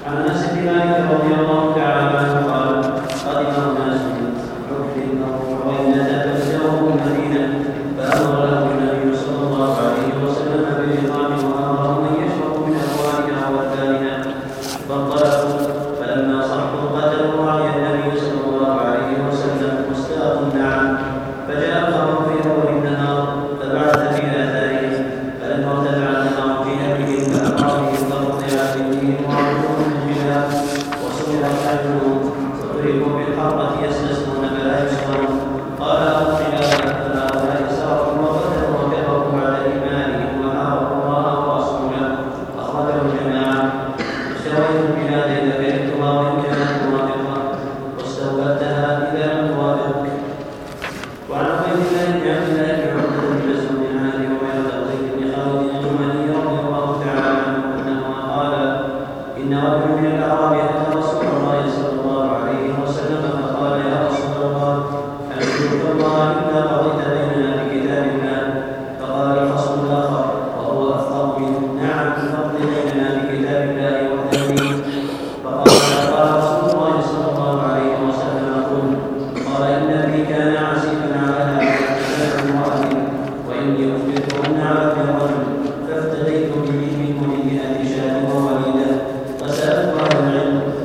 فافتديت به من 100 شاة ووليدة. وسألت أهل العلم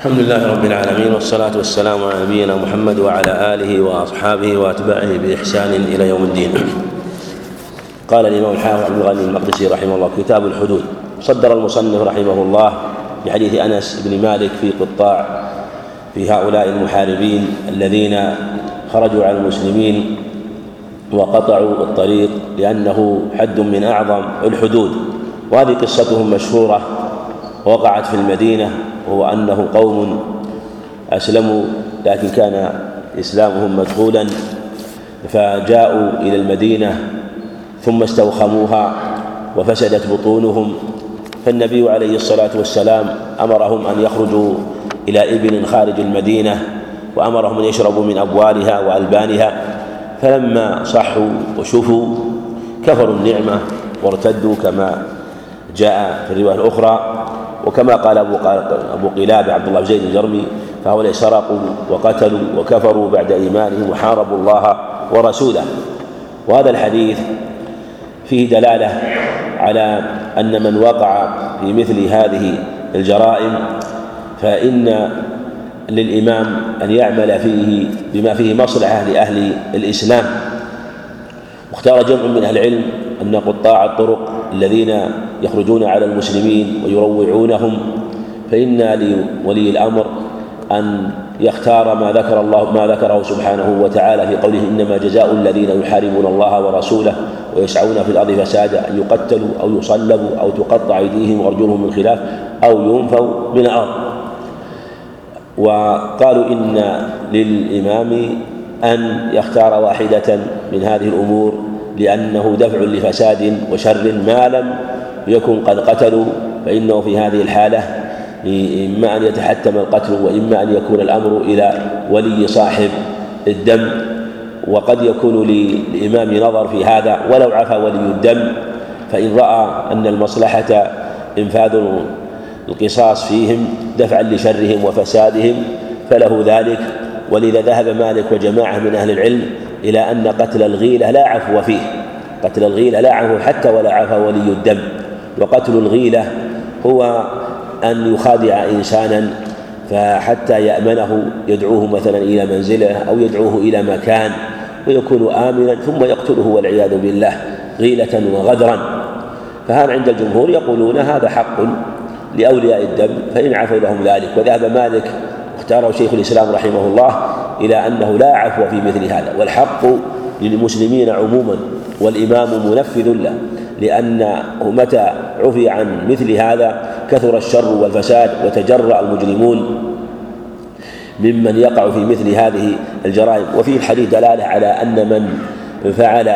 الحمد لله رب العالمين، والصلاة والسلام على نبينا محمد وعلى آله وأصحابه وأتباعه بإحسان إلى يوم الدين. قال الإمام الحافظ عبد الغني المقدسي رحمه الله: كتاب الحدود. صدر المصنف رحمه الله بحديث أنس بن مالك في قطاع في هؤلاء المحاربين الذين خرجوا على المسلمين وقطعوا الطريق لأنه حد من أعظم الحدود، وهذه قصتهم مشهورة وقعت في المدينة، وهو أنه قوم أسلموا لكن كان إسلامهم مدخولا، فجاءوا إلى المدينة ثم استوخموها وفسدت بطونهم، فالنبي عليه الصلاة والسلام أمرهم أن يخرجوا إلى إبل خارج المدينة، وأمرهم أن يشربوا من أبوالها وألبانها، فلما صحوا وشفوا كفروا النعمة وارتدوا كما جاء في الرواية الأخرى. وكما قال أبو قلابة عبد الله بن زيد الجرمي: فهؤلاء سرقوا وقتلوا وكفروا بعد إيمانهم وحاربوا الله ورسوله. وهذا الحديث فيه دلالة على أن من وقع في مثل هذه الجرائم فإن للإمام أن يعمل فيه بما فيه مصلحة لأهل الإسلام. واختار جمع من أهل العلم أن قطاع الطرق الذين يخرجون على المسلمين ويروعونهم فإن لولي الأمر أن يختار ما ذكره سبحانه وتعالى في قوله: إنما جزاء الذين يحاربون الله ورسوله ويسعون في الأرض فسادا أن يقتلوا أو يصلبوا أو تقطع أيديهم وأرجلهم من خلاف أو ينفوا من الأرض. وقالوا إن للإمام أن يختار واحدة من هذه الأمور لأنه دفع لفساد وشر ما لم يكن قد قتلوا، فإنه في هذه الحالة إما أن يتحتم القتل وإما أن يكون الأمر إلى ولي صاحب الدم. وقد يكون للإمام نظر في هذا، ولو عفى ولي الدم فإن رأى أن المصلحة إنفاذ القصاص فيهم دفعا لشرهم وفسادهم فله ذلك. ولذا ذهب مالك وجماعة من أهل العلم إلى أن قتل الغيلة لا عفو فيه، قتل الغيلة لا عفو حتى ولا عفى ولي الدم. وقتل الغيلة هو أن يخادع إنسانا فحتى يأمنه يدعوه مثلا إلى منزله أو يدعوه إلى مكان ويكون آمنا ثم يقتله والعياذ بالله غيلة وغدرا. فهذا عند الجمهور يقولون هذا حق لأولياء الدم فإن عفوا لهم ذلك. وذهب مالك واختاره شيخ الإسلام رحمه الله إلى أنه لا عفو في مثل هذا، والحق للمسلمين عموما والإمام منفذ له، لأنه متى عفي عن مثل هذا كثر الشر والفساد وتجرأ المجرمون ممن يقع في مثل هذه الجرائم. وفي الحديث دلالة على أن من فعل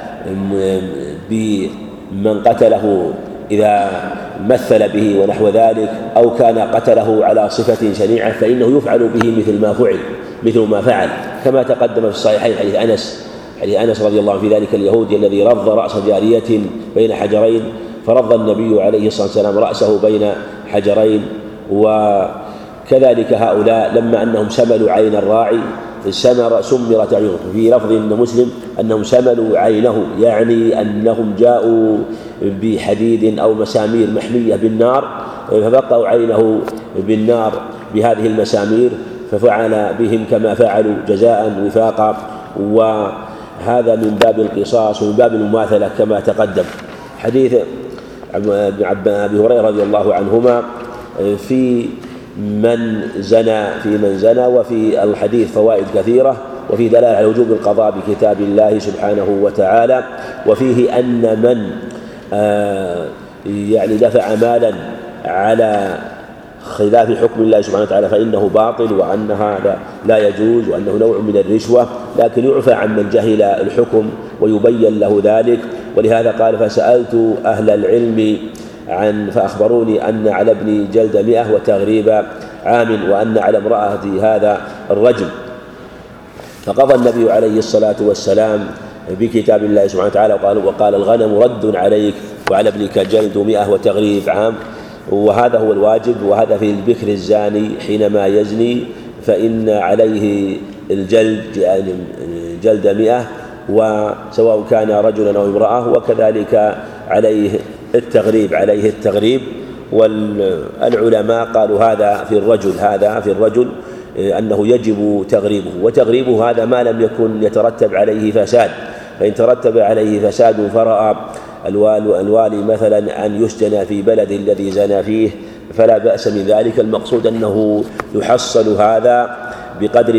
بمن قتله إذا مثل به ونحو ذلك أو كان قتله على صفة شنيعة فإنه يفعل به مثل ما فعل، كما تقدم في الصحيحين حديث أنس رضي الله عنه في ذلك اليهودي الذي رض رأس جارية بين حجرين، فرض النبي عليه الصلاة والسلام رأسه بين حجرين. وكذلك هؤلاء لما أنهم سملوا عين الراعي سمرت عيونهم. في لفظ من مسلم أنهم سملوا عينه، يعني أنهم جاءوا بحديد أو مسامير محمية بالنار فبقوا عينه بالنار بهذه المسامير، ففعل بهم كما فعلوا جزاء وفاقا. وهذا من باب القصاص ومن باب المماثلة كما تقدم. حديث أبي هريرة رضي الله عنهما في من زنى، وفي الحديث فوائد كثيرة، وفي دلالة على وجوب القضاء بكتاب الله سبحانه وتعالى. وفيه أن من دفع مالا على خلاف حكم الله سبحانه وتعالى فإنه باطل، وأن هذا لا يجوز، وأنه نوع من الرشوة، لكن يعفى عن من جهل الحكم ويبين له ذلك. ولهذا قال: فسألت أهل العلم فأخبروني أن على ابن جلد 100 وتغريب عام، وأن على امرأة هذا الرجم. فقضى النبي عليه الصلاة والسلام بكتاب الله سبحانه وتعالى وقال: الغنم رد عليك وعلى ابنك جلد 100 وتغريب عام. وهذا هو الواجب. وهذا في البكر الزاني حينما يزني فإن عليه الجلد جلد 100، وسواء كان رجلا أو امرأة، وكذلك عليه التغريب. والعلماء قالوا هذا في الرجل أنه يجب تغريبه، وتغريبه هذا ما لم يكن يترتب عليه فساد، فإن ترتب عليه فساد فرأى الوالي مثلا أن يسجن في بلد الذي زنى فيه فلا بأس من ذلك. المقصود أنه يحصل هذا بقدر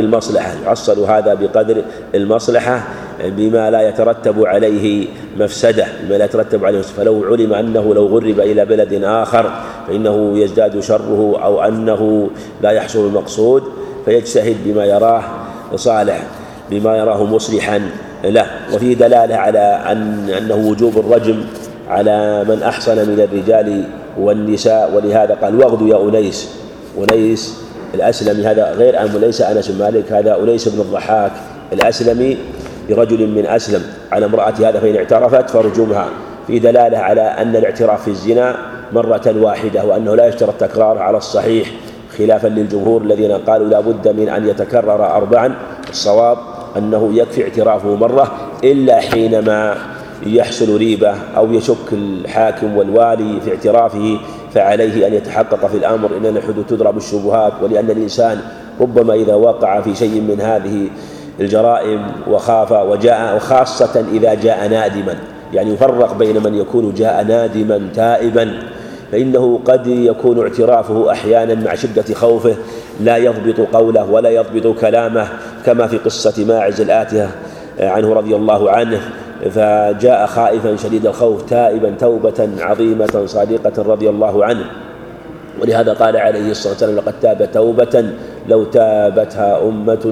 المصلحة بما لا يترتب عليه مفسدة، فلو علم أنه لو غرب إلى بلد آخر فإنه يزداد شره أو أنه لا يحصل المقصود، فيجتهد بما يراه صالح، بما يراه مصلحا له. وفيه دلالة على أنه وجوب الرجم على من أحصن من الرجال والنساء، ولهذا قال واغدوا يا أنيس الأسلمي، هذا غير ليس أنس بن مالك، هذا أنيس بن الضحاك الأسلمي برجل من أسلم على امرأة هذا فإن اعترفت فارجمها. في دلالة على أن الاعتراف في الزنا مرة واحدة، وأنه لا يشترط تكرار على الصحيح خلافا للجمهور الذين قالوا لا بد من أن يتكرر 4. الصواب أنه يكفي اعترافه مرة إلا حينما يحصل ريبة أو يشك الحاكم والوالي في اعترافه، فعليه أن يتحقق في الأمر إن الحدود تضرب الشبهات، ولأن الإنسان ربما إذا وقع في شيء من هذه الجرائم وخاف وجاء، وخاصة إذا جاء نادما، يعني يفرق بين من يكون جاء نادما تائبا، فإنه قد يكون اعترافه أحيانا مع شدة خوفه لا يضبط قوله ولا يضبط كلامه، كما في قصة ماعز الآتية عنه رضي الله عنه، فجاء خائفا شديد الخوف تائبا توبة عظيمة صادقة رضي الله عنه، ولهذا قال عليه الصلاة والسلام لقد تاب توبة لو تابها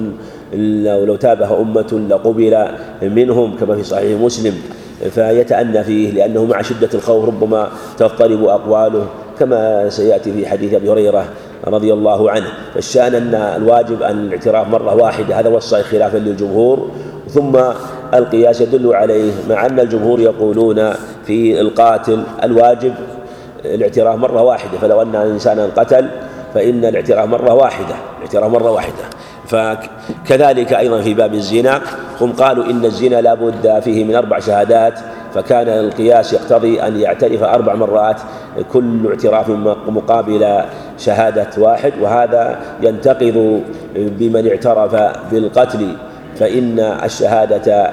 أمة لقبل منهم، كما في صحيح مسلم. فيتأنى فيه لأنه مع شدة الخوف ربما تضطرب أقواله، كما سيأتي في حديث أبي هريرة رضي الله عنه. فالشأن أن الواجب أن الاعتراف مرة واحدة، هذا هو الصحيح خلافا للجمهور. ثم القياس يدل عليه، مع أن الجمهور يقولون في القاتل الواجب الاعتراف مرة واحدة، فلو أن إنسانا قتل فإن الاعتراف مرة واحدة. فكذلك أيضا في باب الزنا، هم قالوا إن الزنا لا بد فيه من 4 شهادات، فكان القياس يقتضي أن يعترف 4 مرات، كل اعتراف مقابل شهادة واحد، وهذا ينتقض بمن اعترف بالقتل فإن الشهادة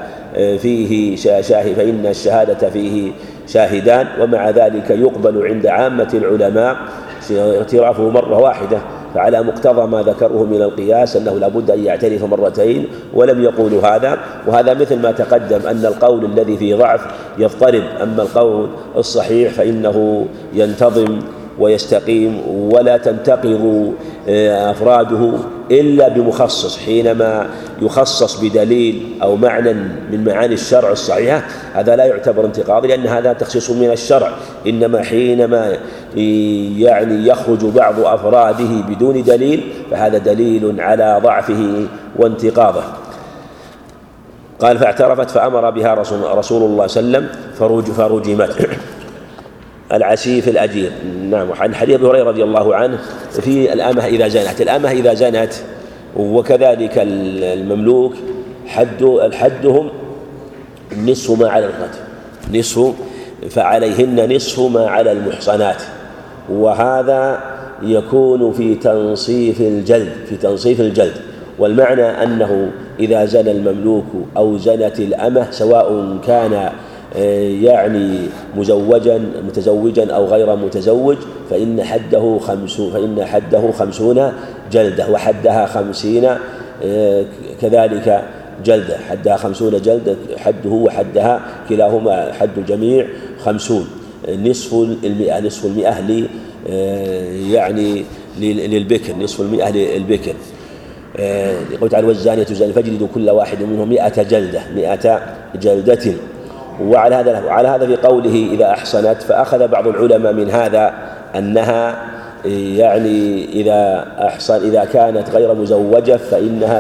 فيه شاهدان، ومع ذلك يقبل عند عامة العلماء اعترافه مرة واحدة، فعلى مقتضى ما ذكره من القياس أنه لا بد أن يعترف مرتين، ولم يقولوا هذا. وهذا مثل ما تقدم أن القول الذي فيه ضعف يضطرب، أما القول الصحيح فإنه ينتظم ويستقيم ولا تنتقض أفراده إلا بمخصص، حينما يخصص بدليل أو معنى من معاني الشرع الصحيحة هذا لا يعتبر انتقاض، لأن هذا تخصيص من الشرع، إنما حينما يعني يخرج بعض أفراده بدون دليل فهذا دليل على ضعفه وانتقاضه. قال فاعترفت فأمر بها رسول الله صلى الله عليه وسلم فرجمت. العسيف الأجير، نعم. عن حديث أبي هريرة رضي الله عنه في الأمة إذا زنت وكذلك المملوك حدهم نصف ما على القتل، فعليهن نصف ما على المحصنات، وهذا يكون في تنصيف الجلد. والمعنى أنه إذا زنى المملوك أو زنت الأمة سواء كان يعني متزوجا أو غير متزوج فإن حده 50 جلدة، وحدها 50 كذلك جلدة، حدها 50 جلدة حده وحدها كلاهما حد الجميع 50. نصف المئة يعني للبكر، نصف المئة للبكر. يقول تعالى والزانية زانية فاجلدوا كل واحد منهم 100 جلدة. وعلى هذا في قوله إذا أحصنت، فأخذ بعض العلماء من هذا أنها يعني إذا كانت غير مزوجة فإنها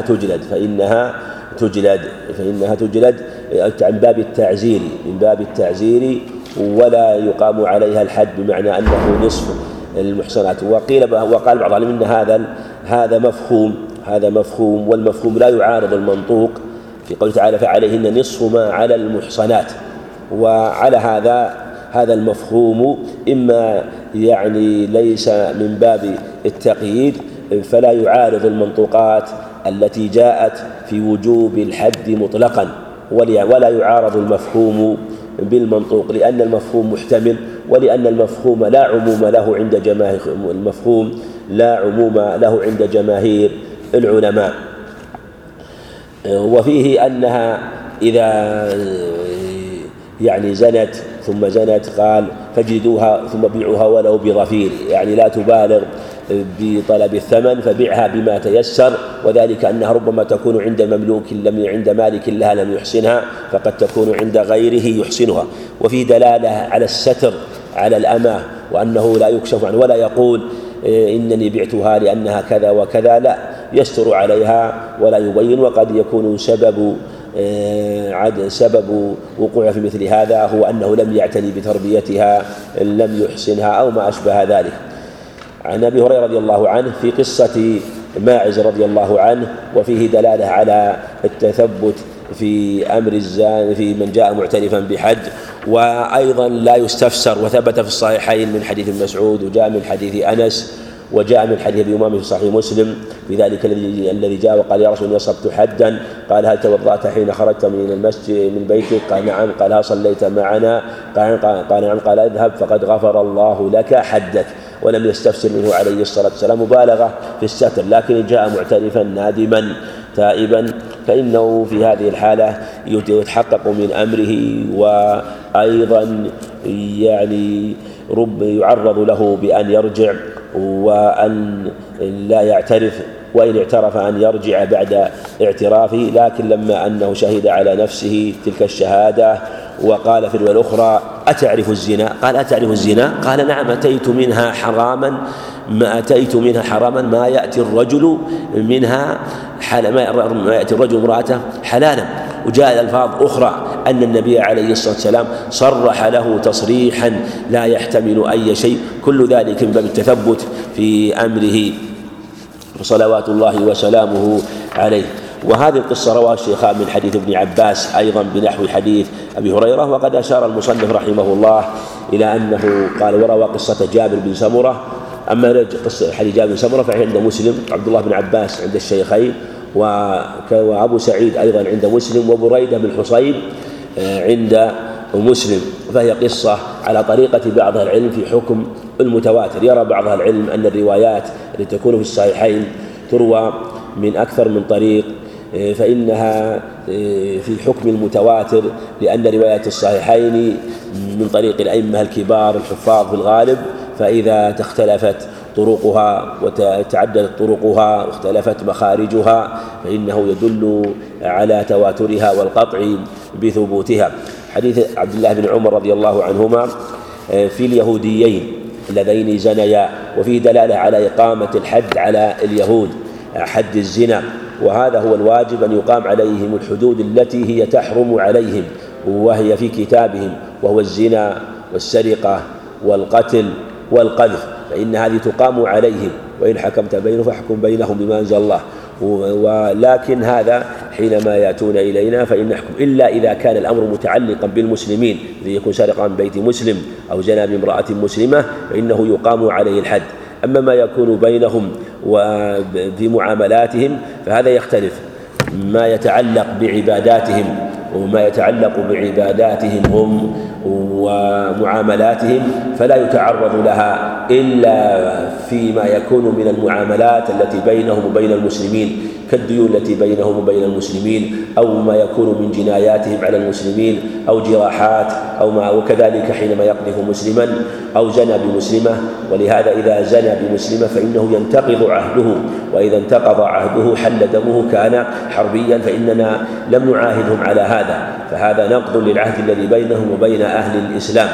تجلد من باب التعزير ولا يقام عليها الحد، بمعنى أنه نصف المحصنات. وقال بعض العلماء إن هذا مفهوم، والمفهوم لا يعارض المنطوق في قوله تعالى فعليهن نصف ما على المحصنات. وعلى هذا هذا المفهوم إما يعني ليس من باب التقييد فلا يعارض المنطوقات التي جاءت في وجوب الحد مطلقا، ولا يعارض المفهوم بالمنطوق لأن المفهوم محتمل، ولأن المفهوم لا عموم له عند جماهير العلماء. وفيه أنها إذا يعني زنت ثم زنت قال فاجلدوها ثم بيعوها ولو بظفير، يعني لا تبالغ بطلب الثمن فبيعها بما تيسر، وذلك أنها ربما تكون عند مملوك عند مالك لها لم يحسنها، فقد تكون عند غيره يحسنها. وفي دلالة على الستر على الأمة وأنه لا يكشف عنه ولا يقول إنني بعتها لأنها كذا وكذا، لا، يستر عليها ولا يبين. وقد يكون سبب وقوع في مثل هذا هو أنه لم يعتني بتربيتها، لم يحسنها أو ما أشبه ذلك. عن أبي هريرة رضي الله عنه في قصة ماعز رضي الله عنه، وفيه دلالة على التثبت في أمر الزاني في من جاء معترفا بحد. وأيضا لا يستفسر، وثبت في الصحيحين من حديث ابن مسعود وجاء من حديث أنس وجاء من حديث ابي امامه في صحيح مسلم في ذلك الذي جاء وقال يا رسول الله أصبت حدا، قال هل توضأت حين خرجت من المسجد من بيتك؟ قال نعم. قال هل صليت معنا؟ قال نعم. قال اذهب فقد غفر الله لك حدك. ولم يستفسر منه عليه الصلاة والسلام مبالغة في الستر، لكن جاء معترفا نادما تائبا فإنه في هذه الحالة يتحقق من أمره، وأيضا يعني يعرض له بأن يرجع وأن لا يعترف، وإن اعترف أن يرجع بعد اعترافه. لكن لما أنه شهد على نفسه تلك الشهادة وقال في الرواية الأخرى أتعرف الزنا؟ قال أتعرف الزنا؟ قال نعم، أتيت منها حراما ما يأتي الرجل منها ما يأتي الرجل امرأته حلالا. وجاء الألفاظ أخرى أن النبي عليه الصلاة والسلام صرح له تصريحا لا يحتمل أي شيء. كل ذلك من باب التثبت في أمره صلوات الله وسلامه عليه. وهذه القصة رواه الشيخان من حديث ابن عباس أيضا بنحو حديث أبي هريرة. وقد أشار المصنف رحمه الله إلى أنه قال وروى قصة جابر بن سمرة. أما قصة حديث جابر بن سمرة فهي عند مسلم، عبد الله بن عباس عند الشيخين، وأبو سعيد أيضا عند مسلم، وبريدة بن حصيب عند مسلم. فهي قصة على طريقة بعض العلم في حكم المتواتر. يرى بعض العلم أن الروايات التي تكون في الصحيحين تروى من أكثر من طريق فإنها في حكم المتواتر، لأن روايات الصحيحين من طريق الأئمة الكبار الحفاظ في الغالب، فإذا اختلفت طرقها وتعددت طرقها واختلفت مخارجها فإنه يدل على تواترها والقطع بثبوتها. حديث عبد الله بن عمر رضي الله عنهما في اليهوديين اللذين زنيا، وفيه دلالة على إقامة الحد على اليهود، حد الزنا، وهذا هو الواجب أن يقام عليهم الحدود التي هي تحرم عليهم وهي في كتابهم، وهو الزنا والسرقة والقتل والقذف، فإن هذه تقام عليهم، وإن حكمت بينهم فاحكم بينهم بما أنزل الله. ولكن هذا حينما يأتون إلينا فإن نحكم إلا إذا كان الأمر متعلقا بالمسلمين، إذا يكون سرقا من بيت مسلم أو زنى بامرأة مسلمة فإنه يقام عليه الحد. أما ما يكون بينهم وفي معاملاتهم فهذا يختلف، ما يتعلق بعباداتهم وما يتعلق بعباداتهم هم ومعاملاتهم فلا يتعرض لها إلا فيما يكون من المعاملات التي بينهم وبين المسلمين، كالديون التي بينهم وبين المسلمين، أو ما يكون من جناياتهم على المسلمين أو جراحات وكذلك حينما يقذف مسلما أو زنى بمسلمة. ولهذا إذا زنى بمسلمة فإنه ينتقض عهده، وإذا انتقض عهده حل دمه كان حربيا، فإننا لم نعاهدهم على هذا، فهذا نقض للعهد الذي بينهم وبين أهل الإسلام.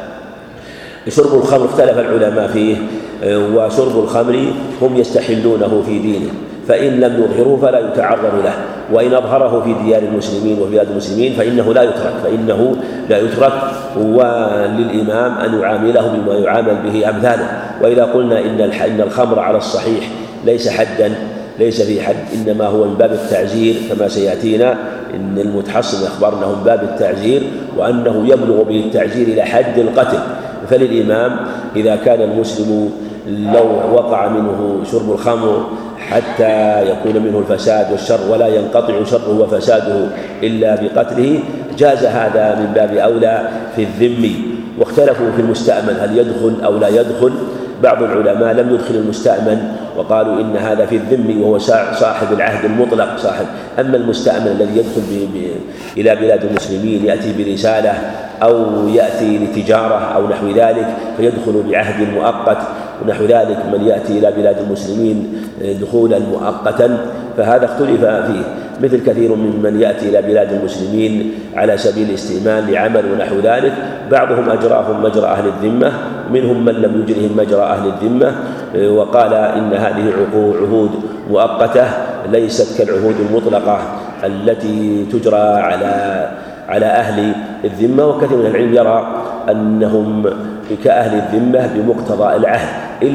شرب الخمر اختلف العلماء فيه، وشرب الخمر هم يستحلونه في دينه، فإن لم يظهره فلا يتعرض له، وإن أظهره في ديار المسلمين وبلاد المسلمين فإنه لا يترك وللإمام أن يعامله بما يعامل به أمثاله. وإذا قلنا إن الخمر على الصحيح ليس في حد، إنما هو من باب التعزير كما سيأتينا، إن المتحصن أخبر أنه من باب التعزير وأنه يبلغ به التعزير إلى حد القتل. فللإمام إذا كان المسلم لو وقع منه شرب الخمر حتى يكون منه الفساد والشر ولا ينقطع شره وفساده إلا بقتله، جاز هذا من باب أولى في الذمي. واختلفوا في المستأمن هل يدخل أو لا يدخل. بعض العلماء لم يدخل المستأمن وقالوا إن هذا في الذمي وهو صاحب العهد المطلق أما المستأمن الذي يدخل إلى بلاد المسلمين يأتي برسالة أو يأتي لتجارة أو نحو ذلك فيدخل بعهد مؤقت، ونحو ذلك من يأتي إلى بلاد المسلمين دخولا مؤقتا فهذا اختلف فيه، مثل كثير ممن يأتي إلى بلاد المسلمين على سبيل الاستئمان لعمل ونحو ذلك، بعضهم أجراهم مجرى أهل الذمة، منهم من لم يجرهم مجرى أهل الذمة، وقال إن هذه عهود مؤقتة ليست كالعهود المطلقة التي تجرى على أهل الذمة. وكثير من العلم يرى أنهم كأهل الذمة بمقتضى العهد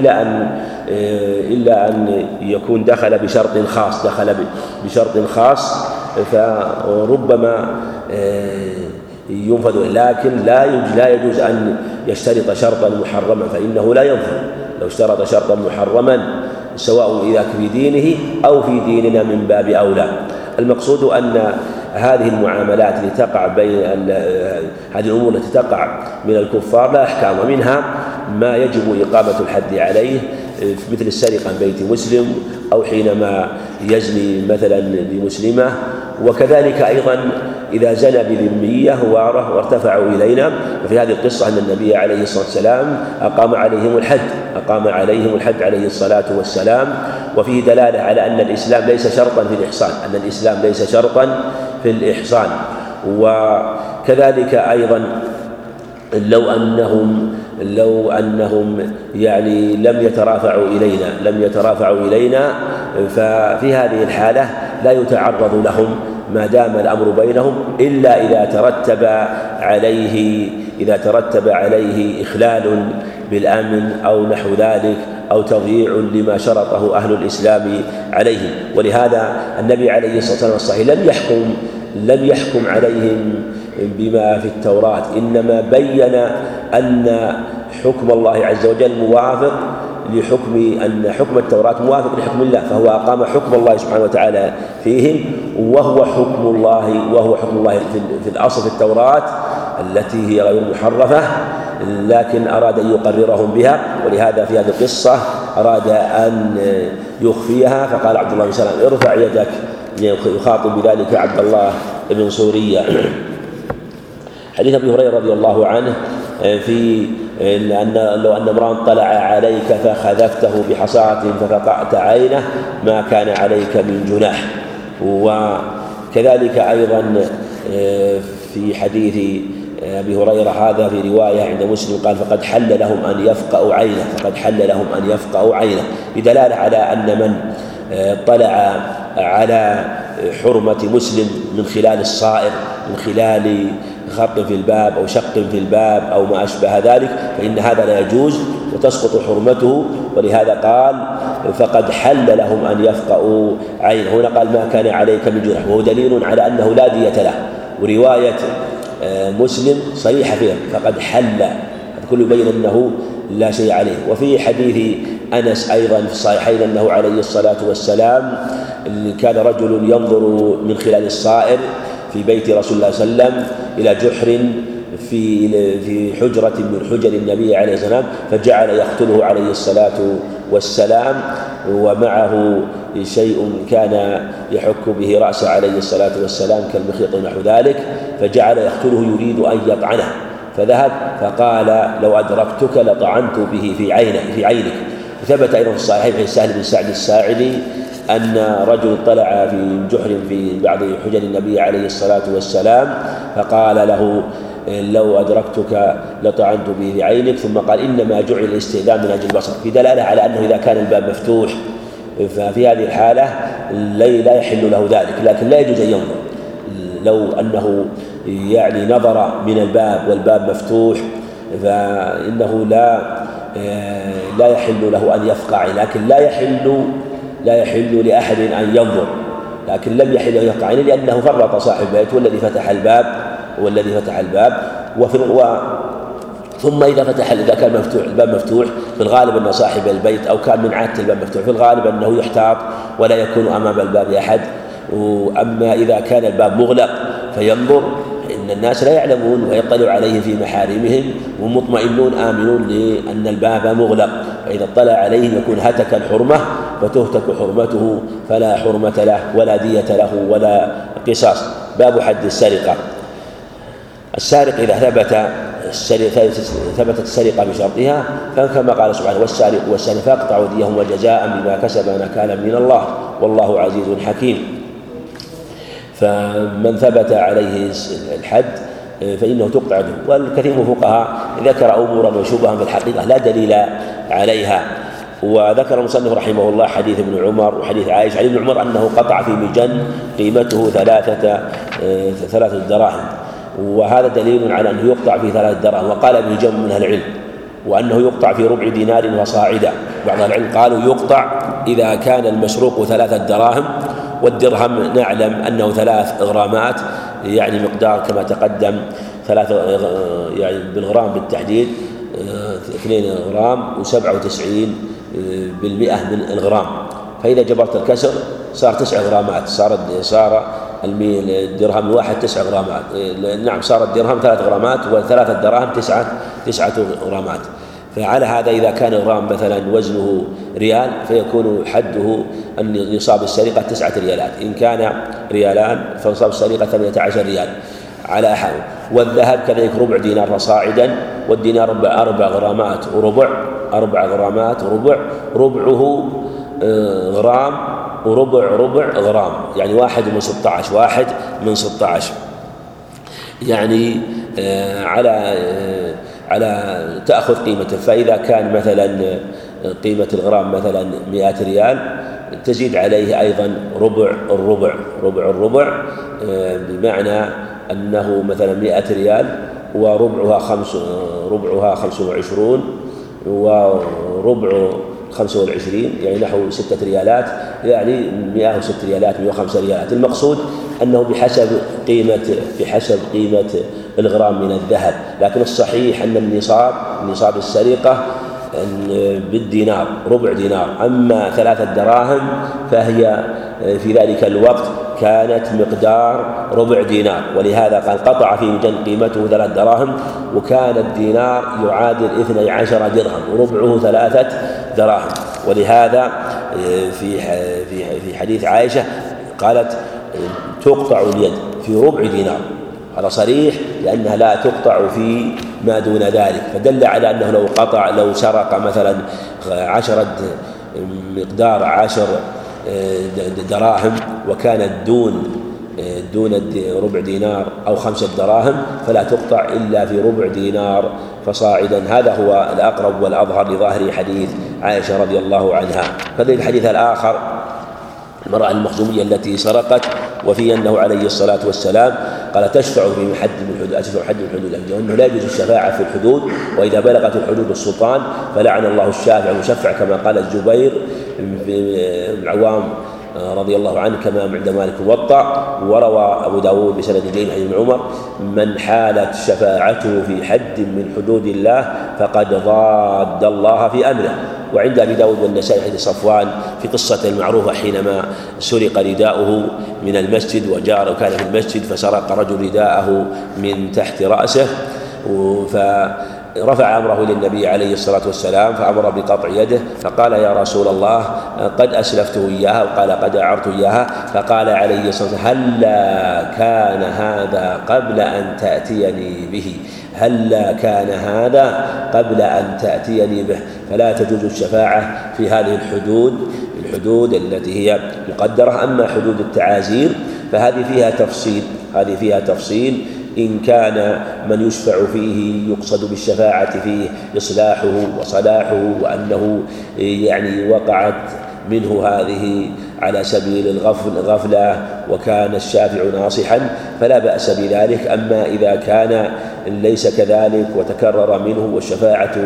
إلا أن يكون دخل بشرط خاص فربما ينفذ، لكن لا يجوز أن يشترط شرطا محرما فإنه لا ينفذ. لو اشترط شرطا محرما سواء إذا في دينه أو في ديننا من باب أولى. المقصود أن هذه المعاملات التي تقع بين هذه الأمور التي تقع من الكفار لا أحكام، ومنها ما يجب إقامة الحد عليه مثل السرقة من بيت مسلم أو حينما يزني مثلا بمسلمة، وكذلك أيضا إذا زنى بذمية وارتفعوا إلينا. وفي هذه القصة أن النبي عليه الصلاة والسلام أقام عليهم الحد عليه الصلاة والسلام، وفيه دلالة على أن الإسلام ليس شرطا في الإحصان. وكذلك أيضا لو أنهم يعني لم يترافعوا إلينا ففي هذه الحالة لا يتعرض لهم ما دام الأمر بينهم إلا إذا ترتب عليه إخلال بالأمن أو نحو ذلك أو تضييع لما شرطه أهل الإسلام عليهم. ولهذا النبي عليه الصلاة والسلام الصحيح لم يحكم عليهم بما في التوراة، إنما بين أن حكم الله عز وجل موافق أن حكم التوراة موافق لحكم الله، فهو أقام حكم الله سبحانه وتعالى فيهم، وهو حكم الله في الأصل في التوراة التي هي غير محرفة، لكن أراد أن يقررهم بها. ولهذا في هذه القصة أراد أن يخفيها فقال عبد الله بن سلام ارفع يدك، يخاطب بذلك عبد الله بن سورية. حديث أبي هريرة رضي الله عنه في لو أن امرأ طلع عليك فخذفته بحصاة ففقعت عينه ما كان عليك من جناح. وكذلك أيضا في حديث أبي هريرة هذا في رواية عند مسلم قال فقد حل لهم أن يفقعوا عينه، بدلالة على أن من طلع على حرمة مسلم من خلال الصائر، من خلال خرق في الباب أو شق في الباب أو ما أشبه ذلك، فإن هذا لا يجوز وتسقط حرمته. ولهذا قال فقد حل لهم أن يفقعوا عينه، هنا قال ما كان عليك من جناح، وهو دليل على أنه لا دية له. ورواية مسلم صريحة فيها فقد حل، كل يبين أنه لا شيء عليه. وفي حديث أنس أيضا في الصحيحين أنه عليه الصلاة والسلام كان رجل ينظر من خلال الصائر في بيت رسول الله صلى الله عليه وسلم إلى جحر في حجرة من حجر النبي عليه الصلاة والسلام، فجعل يقتله عليه الصلاة والسلام، ومعه شيء كان يحك به رأسه عليه الصلاة والسلام كالمخيط ونحو ذلك، فجعل يقتله يريد أن يطعنه، فذهب فقال لو أدركتك لطعنت به في عينك. وثبت أيضا في الصحيحين في سهل بن سعد الساعدي أن رجل طلع في جحر في بعض حجر النبي عليه الصلاة والسلام فقال له لو أدركتك لطعنت به في عينك، ثم قال إنما جعل الاستئذان من أجل البصر، في دلالة على أنه إذا كان الباب مفتوح ففي هذه الحالة لا يحل له ذلك، لكن لا يجوز أن ينظر. لو أنه يعني نظر من الباب والباب مفتوح فإنه لا يحل له أن يفقع، لكن لا يحل لأحد أن ينظر لكن لم يحل أن يقطع عينه لأنه فرط صاحب البيت والذي فتح الباب ثم إذا كان الباب مفتوح في الغالب أن صاحب البيت أو كان من عادة الباب مفتوح في الغالب أنه يحتاط ولا يكون أمام الباب أحد. أما إذا كان الباب مغلق فينظر إن الناس لا يعلمون ويطلع عليه في محارمهم ومطمئنون آمنون لأن الباب مغلق، فإذا اطلع عليه يكون هتك الحرمة فتهتك حرمته فلا حرمة له ولا دية له ولا قصاص. باب حد السرقة. السارق إذا ثبتت السرقة بشرطها فكما قال سبحانه والسارق والسارق فاقطعوا أيديهما جزاء بما كسبا نكالا من الله والله عزيز حكيم. فمن ثبت عليه الحد فإنه تقطع يده. والكثير من الفقهاء ذكر أمورا وشبها في الحقيقة لا دليل عليها. وذكر المصنف رحمه الله حديث ابن عمر وحديث عائشة عن ابن عمر أنه قطع في مجن قيمته 3 دراهم، وهذا دليل على أنه يقطع في 3 دراهم. وقال ابن جم من أهل العلم وأنه يقطع في ربع دينار وصاعدا. بعض العلم قالوا يقطع إذا كان المسروق 3 دراهم، والدرهم نعلم أنه 3 غرامات، يعني مقدار كما تقدم 3 يعني بالغرام بالتحديد 2 غرام و97 بالمئة من الغرام. فإذا جبرت الكسر صار 9 غرامات، صار الدرهم الواحد 9 غرامات. نعم صار الدرهم 3 غرامات و3 دراهم 9 غرامات. فعلى هذا إذا كان غرام مثلا وزنه ريال فيكون حده أن نصاب السرقة 9 ريالات، إن كان ريالان فنصاب السرقة 18 ريال على أحد. والذهب كذلك ربع دينار فصاعدا، والدينار 4 غرامات وربع، 4 غرامات وربع، ربعه غرام وربع غرام، يعني 1 من 16، 1 من 16 يعني على تأخذ قيمته. فإذا كان مثلا قيمة الغرام مثلا 100 ريال تزيد عليه أيضا ربع الربع بمعنى أنه مثلا 100 ريال وربعها 25 وربع 25 يعني نحو 6 ريالات، يعني 106 ريالات 105 ريالات. المقصود أنه بحسب قيمة الغرام من الذهب. لكن الصحيح أن النصاب السرقة بالدينار ربع دينار. أما 3 دراهم فهي في ذلك الوقت كانت مقدار ربع دينار، ولهذا قال قطع في مجن قيمته 3 دراهم، وكان الدينار يعادل 12 درهم وربعه 3 دراهم. ولهذا في حديث عائشة قالت تقطع اليد في ربع دينار، هذا صريح لأنها لا تقطع في ما دون ذلك. فدل على أنه لو سرق مثلا 10 مقدار 10 دراهم وكانت دون ربع دينار أو 5 دراهم فلا تقطع إلا في ربع دينار فصاعدا. هذا هو الأقرب والأظهر لظاهر حديث عائشة رضي الله عنها. كذلك الحديث الآخر المرأة المخزومية التي سرقت، وفي أنه عليه الصلاة والسلام قال تشفع في حد من حدود وأنه لا يجوز الشفاعة في الحدود، وإذا بلغت الحدود السلطان فلعن الله الشافع المشفع كما قال الزبير بن العوام رضي الله عنه كما عند مالك الموطأ. وروى أبو داود بسند جيد عن ابن عمر من حالت شفاعته في حد من حدود الله فقد ضاد الله في أمره. وعند أبي داود والنسائي حديث صفوان في قصة المعروفة حينما سرق رداؤه من المسجد وكان في المسجد فسرق رجل رداءه من تحت رأسه، فرفع أمره للنبي عليه الصلاة والسلام فأمر بقطع يده، فقال يا رسول الله قد أسلفته إياها وقال قد أعرت إياها، فقال عليه الصلاة والسلام هلا كان هذا قبل أن تأتيني به، هلا كان هذا قبل أن تأتيني به. فلا تجوز الشفاعة في هذه الحدود التي هي مقدرة. أما حدود التعازير فهذه فيها تفصيل إن كان من يشفع فيه يقصد بالشفاعة فيه إصلاحه وصلاحه، وأنه يعني وقعت منه هذه على سبيل الغفلة وكان الشافع ناصحا فلا بأس بذلك. أما إذا كان ليس كذلك وتكرر منه والشفاعة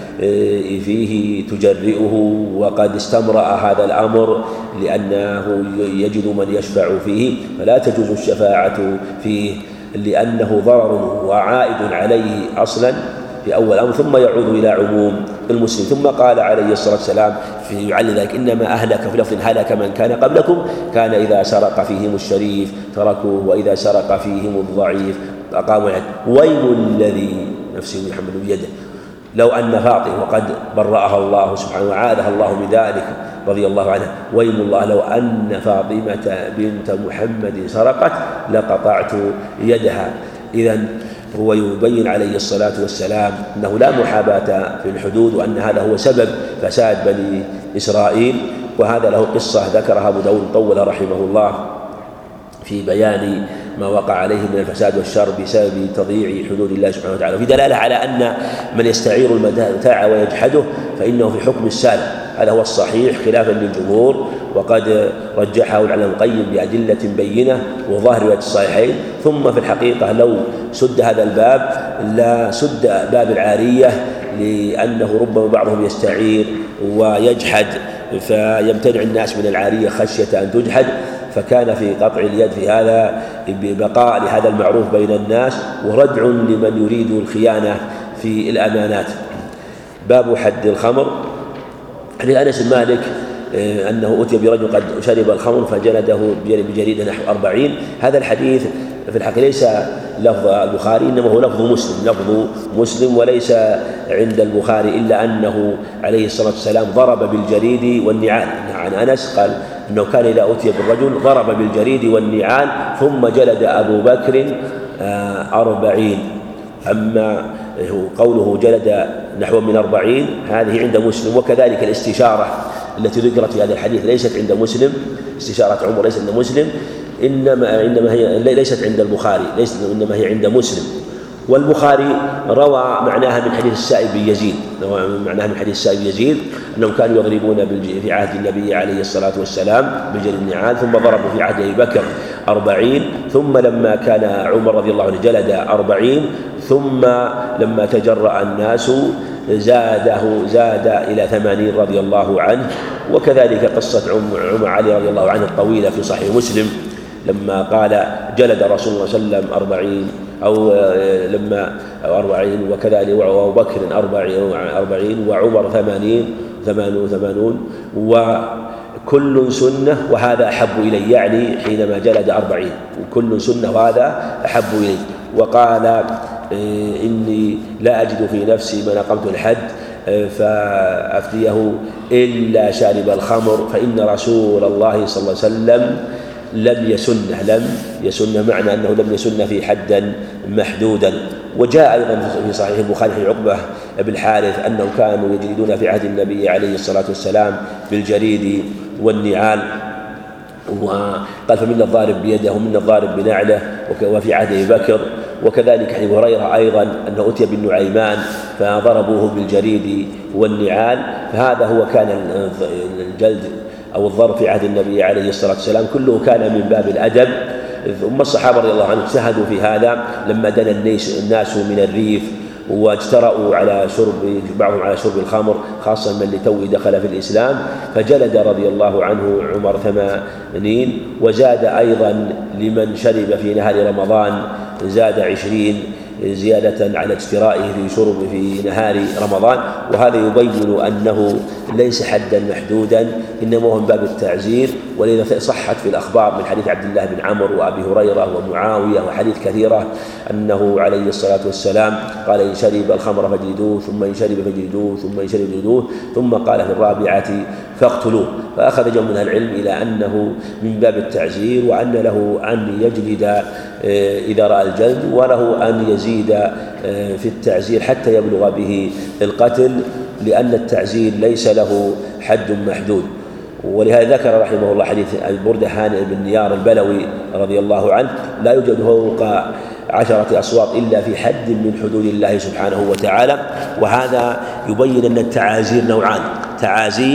فيه تجرئه وقد استمرأ هذا الأمر لأنه يجد من يشفع فيه فلا تجوز الشفاعة فيه، لأنه ضرر وعائد عليه أصلا في أول أمر ثم يعود إلى عموم المسلم. ثم قال عليه الصلاة والسلام في يعلل ذلك: إنما أهلك في لفظ هلك من كان قبلكم كان إذا سرق فيهم الشريف تركوه وإذا سرق فيهم الضعيف أقاموا الحد. ويل الذي نفسه محمد بيده لو أن فاطمة وقد برأها الله سبحانه وعاذها الله من ذلك رضي الله عنها، ويل الله لو أن فاطمة بنت محمد سرقت لقطعت يدها. إذن هو يبين عليه الصلاة والسلام أنه لا محاباة في الحدود وأن هذا هو سبب فساد بني إسرائيل. وهذا له قصة ذكرها أبو داود طول رحمه الله في بيان ما وقع عليه من الفساد والشر بسبب تضييع حدود الله سبحانه وتعالى، في دلالة على أن من يستعير المتاع ويجحده فإنه في حكم السالم. هذا هو الصحيح خلافا للجمهور، وقد رجحه العلامة القيم بأدلة بينة وظاهر رواية الصحيحين. ثم في الحقيقة لو سد هذا الباب لا سد باب العارية، لأنه ربما بعضهم يستعير ويجحد فيمتنع الناس من العارية خشية أن تجحد، فكان في قطع اليد في هذا ببقاء لهذا المعروف بين الناس وردع لمن يريد الخيانة في الأمانات. باب حد الخمر. حديث أنس بن مالك أنه أتي برجل قد شرب الخمر فجلده بجريدة نحو 40. هذا الحديث في الحقيقة ليس لفظ البخاري إنما هو لفظ مسلم وليس عند البخاري، إلا أنه عليه الصلاة والسلام ضرب بالجريد والنعال. عن أنس قال أنه كان إذا أتي بالرجل ضرب بالجريد والنعال ثم جلد أبو بكر 40. أما قوله جلد نحو من 40 هذه عند مسلم. وكذلك الاستشارة التي ذكرت في هذا الحديث ليست عند مسلم، استشارة عمر ليست عند مسلم، إنما هي ليست عند البخاري، إنما هي عند مسلم. والبخاري روى معناها من حديث السائب بن يزيد أنهم كانوا يضربون في عهد النبي عليه الصلاة والسلام بالجريد النعال، ثم ضربوا في عهد أبي بكر 40، ثم لما كان عمر رضي الله عنه جلد 40، ثم لما تجرأ الناس زاد إلى 80 رضي الله عنه. وكذلك قصة عمر علي رضي الله عنه الطويلة في صحيح مسلم لما قال جلد رسول الله صلى الله عليه وسلم 40 أو لما 40 وكذلك وأبو بكر 40 وعمر 80 وكل سنة وهذا أحب إلي، يعني حينما جلد 40 وكل سنة وهذا أحب إلي. وقال إني لا أجد في نفسي من أقمت الحد فأفتيه إلا شارب الخمر فإن رسول الله صلى الله عليه وسلم لم يسنه معنى أنه لم يسن في حدا محدودا. وجاء أيضا في صحيح البخاري في عقبة بن الحارث أنهم كانوا يجلدون في عهد النبي عليه الصلاة والسلام بالجريد والنعال، وقال فمنا الضارب بيده ومنا الضارب بنعله، وفي عهد أبي بكر. وكذلك حديث هريرة أيضا أنه أتي بالنعيمان فضربوه بالجريد والنعال، فهذا هو كان الجلد أو الضرب في عهد النبي عليه الصلاة والسلام كله كان من باب الأدب. ثم الصحابة رضي الله عنهم اجتهدوا في هذا لما دنا الناس من الريف واجترأوا على بعضهم على شرب الخمر خاصة من لتوه دخل في الإسلام، فجلد رضي الله عنه عمر 80. وزاد أيضا لمن شرب في نهار رمضان زاد 20 زيادة على اجترائه في شرب في نهار رمضان. وهذا يبين أنه ليس حدا محدودا إنما هو من باب التعزير. ولذا صحت في الأخبار من حديث عبد الله بن عمرو وأبي هريرة ومعاوية وحديث كثيرة أنه عليه الصلاة والسلام قال إن شرب الخمر فاجلدوه، ثم إن شرب فاجلدوه، ثم إن شرب فاجلدوه، ثم قال في الرابعة فاقتلوه. فأخذ جمع من العلم إلى أنه من باب التعزير، وأن له أن يجلد إذا رأى الجلد، وله أن يزيد في التعزير حتى يبلغ به القتل، لأن التعزير ليس له حد محدود. ولهذا ذكر رحمه الله حديث بردة هانئ بن نيار البلوي رضي الله عنه لا يوجد فوق 10 أصوات إلا في حد من حدود الله سبحانه وتعالى. وهذا يبين أن التعازير نوعان: تعازير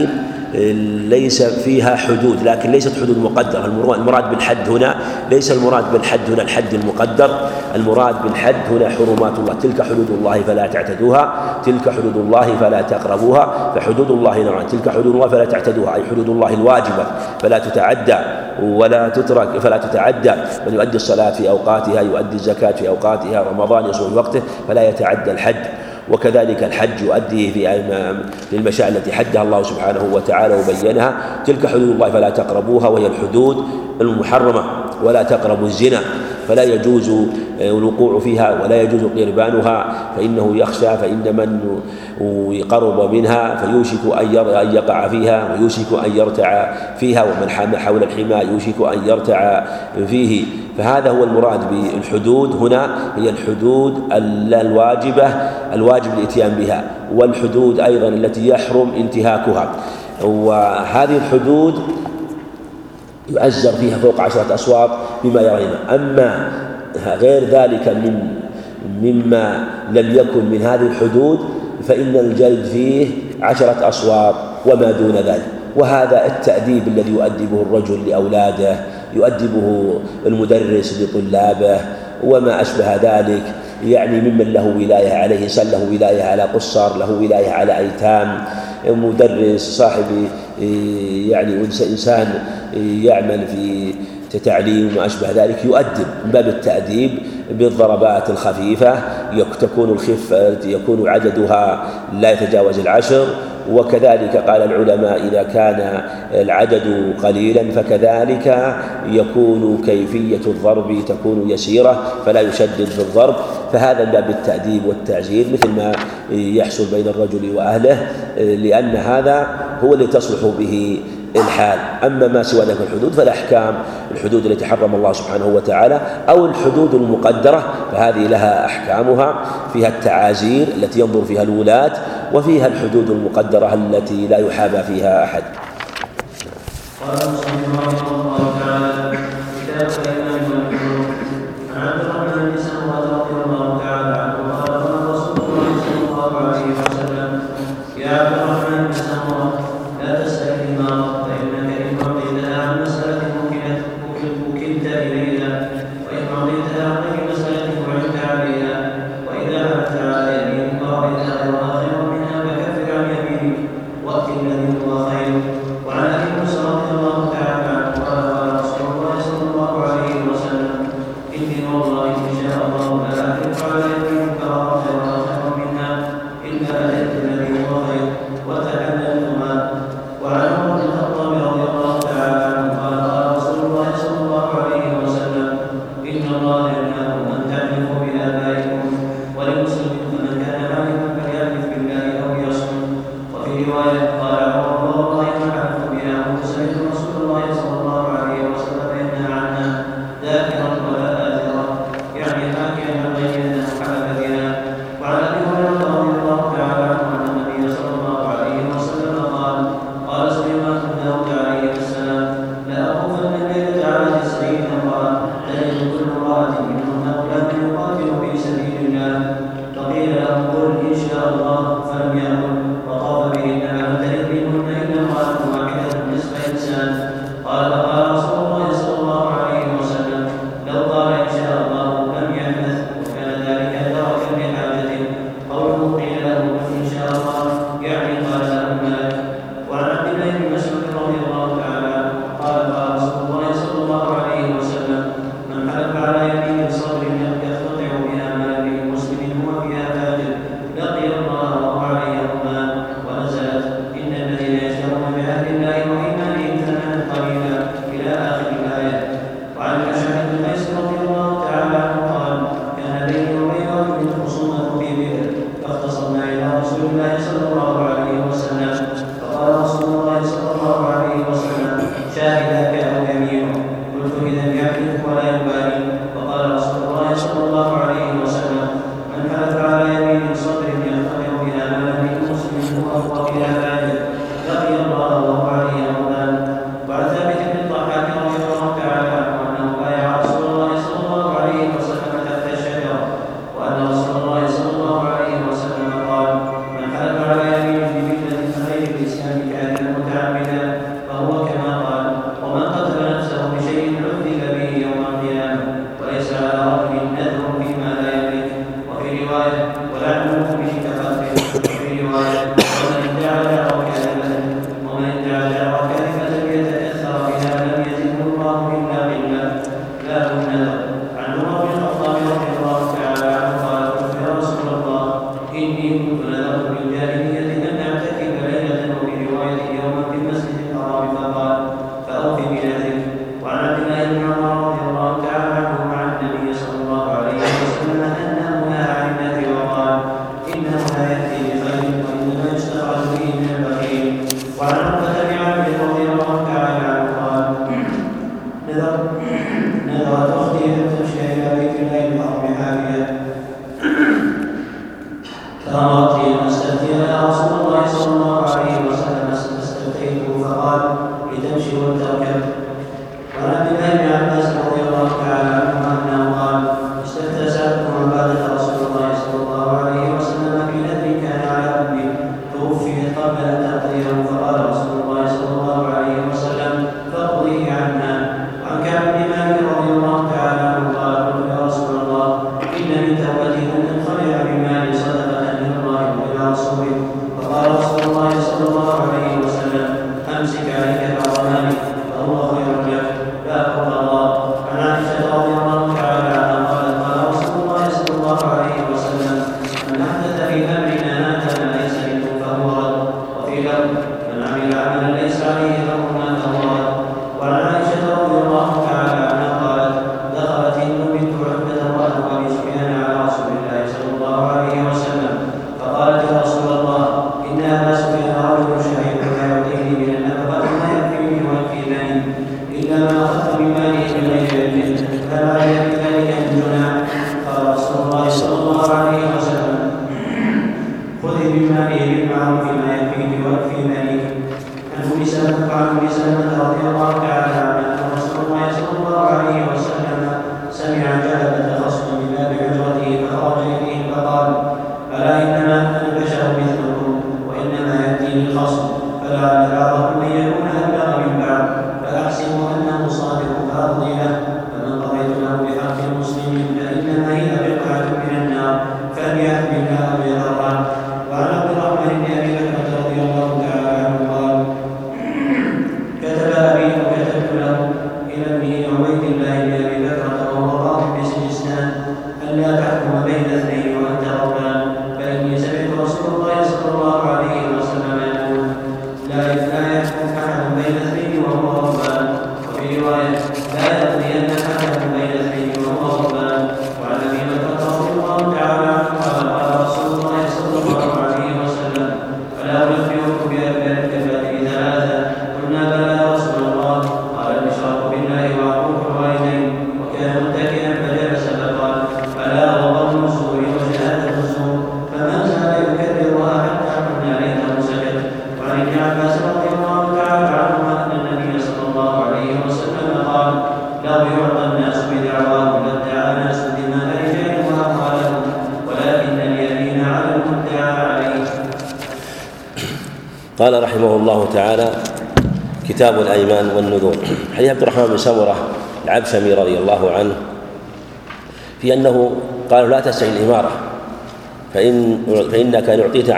ليس فيها حدود، لكن ليست حدود مقدرة. المراد بالحد هنا ليس المراد بالحد هنا الحد المقدر، المراد بالحد هنا حرمات الله. تلك حدود الله فلا تعتدوها، تلك حدود الله فلا تقربوها. فحدود الله نوعان: تلك حدود الله فلا تعتدوها، أي حدود الله الواجبة فلا تتعدى ولا تترك، فلا تتعدى. من يؤدي الصلاة في أوقاتها، يؤدي الزكاة في أوقاتها، رمضان يصوم في وقته، فلا يتعدى الحد. وكذلك الحج يؤديه في المشاعر التي حدها الله سبحانه وتعالى وبينها. تلك حدود الله فلا تقربوها، وهي الحدود المحرمة. ولا تقربوا الزنا، فلا يجوز الوقوع فيها ولا يجوز قربانها، فإنه يخشى، فإن من يقرب منها فيوشك أن يقع فيها ويوشك أن يرتع فيها، ومن حام حول الحمى يوشك أن يرتع فيه. فهذا هو المراد بالحدود هنا، هي الحدود الواجبة الواجب الاتيان بها، والحدود أيضا التي يحرم انتهاكها. وهذه الحدود يؤجر فيها فوق 10 أصوات بما يرينا. أما غير ذلك مما لم يكن من هذه الحدود فإن الجلد فيه 10 أصوات وما دون ذلك. وهذا التأديب الذي يؤدبه الرجل لأولاده، يؤدبه المدرس لطلابه وما أشبه ذلك، يعني ممن له ولاية عليه، إنسان له ولاية على قصر، له ولاية على أيتام، مدرس صاحب يعني إنسان يعمل في تعليم وما أشبه ذلك، يؤدب من باب التأديب بالضربات الخفيفة، تكون الخفة يكون عددها لا يتجاوز 10. وكذلك قال العلماء إذا كان العدد قليلا فكذلك يكون كيفية الضرب تكون يسيرة فلا يشدد في الضرب. فهذا من باب التأديب والتعزير مثل ما يحصل بين الرجل وأهله، لأن هذا هو الذي تصلح به الحال. أما ما سوى ذلك الحدود فالأحكام الحدود التي حرم الله سبحانه وتعالى أو الحدود المقدرة فهذه لها أحكامها، فيها التعازير التي ينظر فيها الولاة، وفيها الحدود المقدرة التي لا يحابى فيها أحد. قال المصنف رحمه الله تعالى: كتاب الإيمان والحدود. عن عبد الرحمن بن سمرة رضي الله تعالى عنه قال: قال رسول الله صلى الله عليه وسلم: يا عبد الرحمن بن سمرة، لا تسأل الإمارة، فإنك إن أعطيتها عن مسألة وكلت إليها، وإن أعطيتها عن غير مسألة وعنت عليها، وإذا عملت على يمين فرأيت غيرها خيرا منها فكفر عن يمينك وأت الذي هو خير. وعن أبي موسى رضي الله تعالى فأمرت لي أن أستفتي يا رسول الله صلى الله عليه وسلم فاستفتيته فقال لتمشي ولتركب. وعن عبد الله بن عباس رضي الله تعالى عنهما أنه قال استفتى سعد بن عبادة رسول الله صلى الله عليه وسلم في نذر كان على أمه توفيت قبل أن تقضيه فقال رسول الله صلى الله عليه وسلم فاقضيه عنها. وعن كعب بن مالك رضي الله تعالى عنه قال قلت يا رسول الله إن من توبتي أن أنخلع بمالي صدقة إلى الله وإلى رسوله. فقال رسول الله صلى الله عليه وسلم أمسك عليك بعض مالك فهو خير لك لا قضى الله. عن عائشة رضي الله تعالى عنها قالت قال رسول الله صلى الله عليه وسلم من أحدث في أمرنا هذا ما ليس منه فهو رد. وفي لفظ من عمل عملا ليس عليه أمرنا فهو رد. وعن عائشة رضي الله تعالى عنها قالت دخلت هند بنت عتبة امرأة أبي سفيان على رسول الله صلى الله عليه وسلم فقالت يا رسول الله إن أبا سفيان رجل شهيد لا يعطيني من النفقة ما يكفيني ويكفيني إلا ما أخذت من ماله بغير علم فما علي في ذلك من جناح. قال رسول الله صلى الله عليه وسلم خذي من ماله بالمعروف ما يكفيك ويكفي مالك. عن أم سلمة رضي الله تعالى عنها أن رسول الله صلى الله عليه وسلم سمع جلبة خصم من باب حجرته فخرج إليهم فقال ألا إنما أنا بشر مثلكم وإنما يأتيني الخصم فلعل بعضكم أن يكون أبلغ من بعض فأحسب أنه صادق فأقضي له. فمن قضيت له بحق مسلم فإنما هي بقعة من النار فليحمل بالله أو يذرها. وعن عبد الرحمن بن أبي بكر رضي الله تعالى عنه قال كتب أبي وكتبت له إلى ابنه عبيد الله بن أبي بكر وهو قاض بسجستان ألا تحكم بين اثنين وأنت ربان فإني سمعت رسول الله صلى الله عليه وسلم يقول لا يحكم أحد بين اثنين وهو ربان. وفي رواية لا يقضين أحد بين اثنين وهو ربان. وعن أبي بكر رضي الله تعالى عنه قال رسول الله صلى الله عليه وسلم فلا أنبئكم بأكبر الكبائر ثلاثة. قلنا بلى يا رسول الله قال الإشراك بالله وعقوق الوالدين. وكان متكئا فجلس فقال فلا وضم الزور وشهادة الزور فما زال يكررها حتى قلنا ليته سكت. وعن ابن عباس رضي الله تعالى عنهما أن النبي صلى الله عليه وسلم قال لو يعطى الناس بدعواهم لادعى ناس دماء رجال وأموالهم ولكن اليمين على المدعى عليه. قال رحمه الله تعالى كتاب الأيمان والنذور. حديث عبد الرحمن بن سمرة العبسمي رضي الله عنه في أنه قالوا لا تسعي الإمارة فإنك إن أعطيت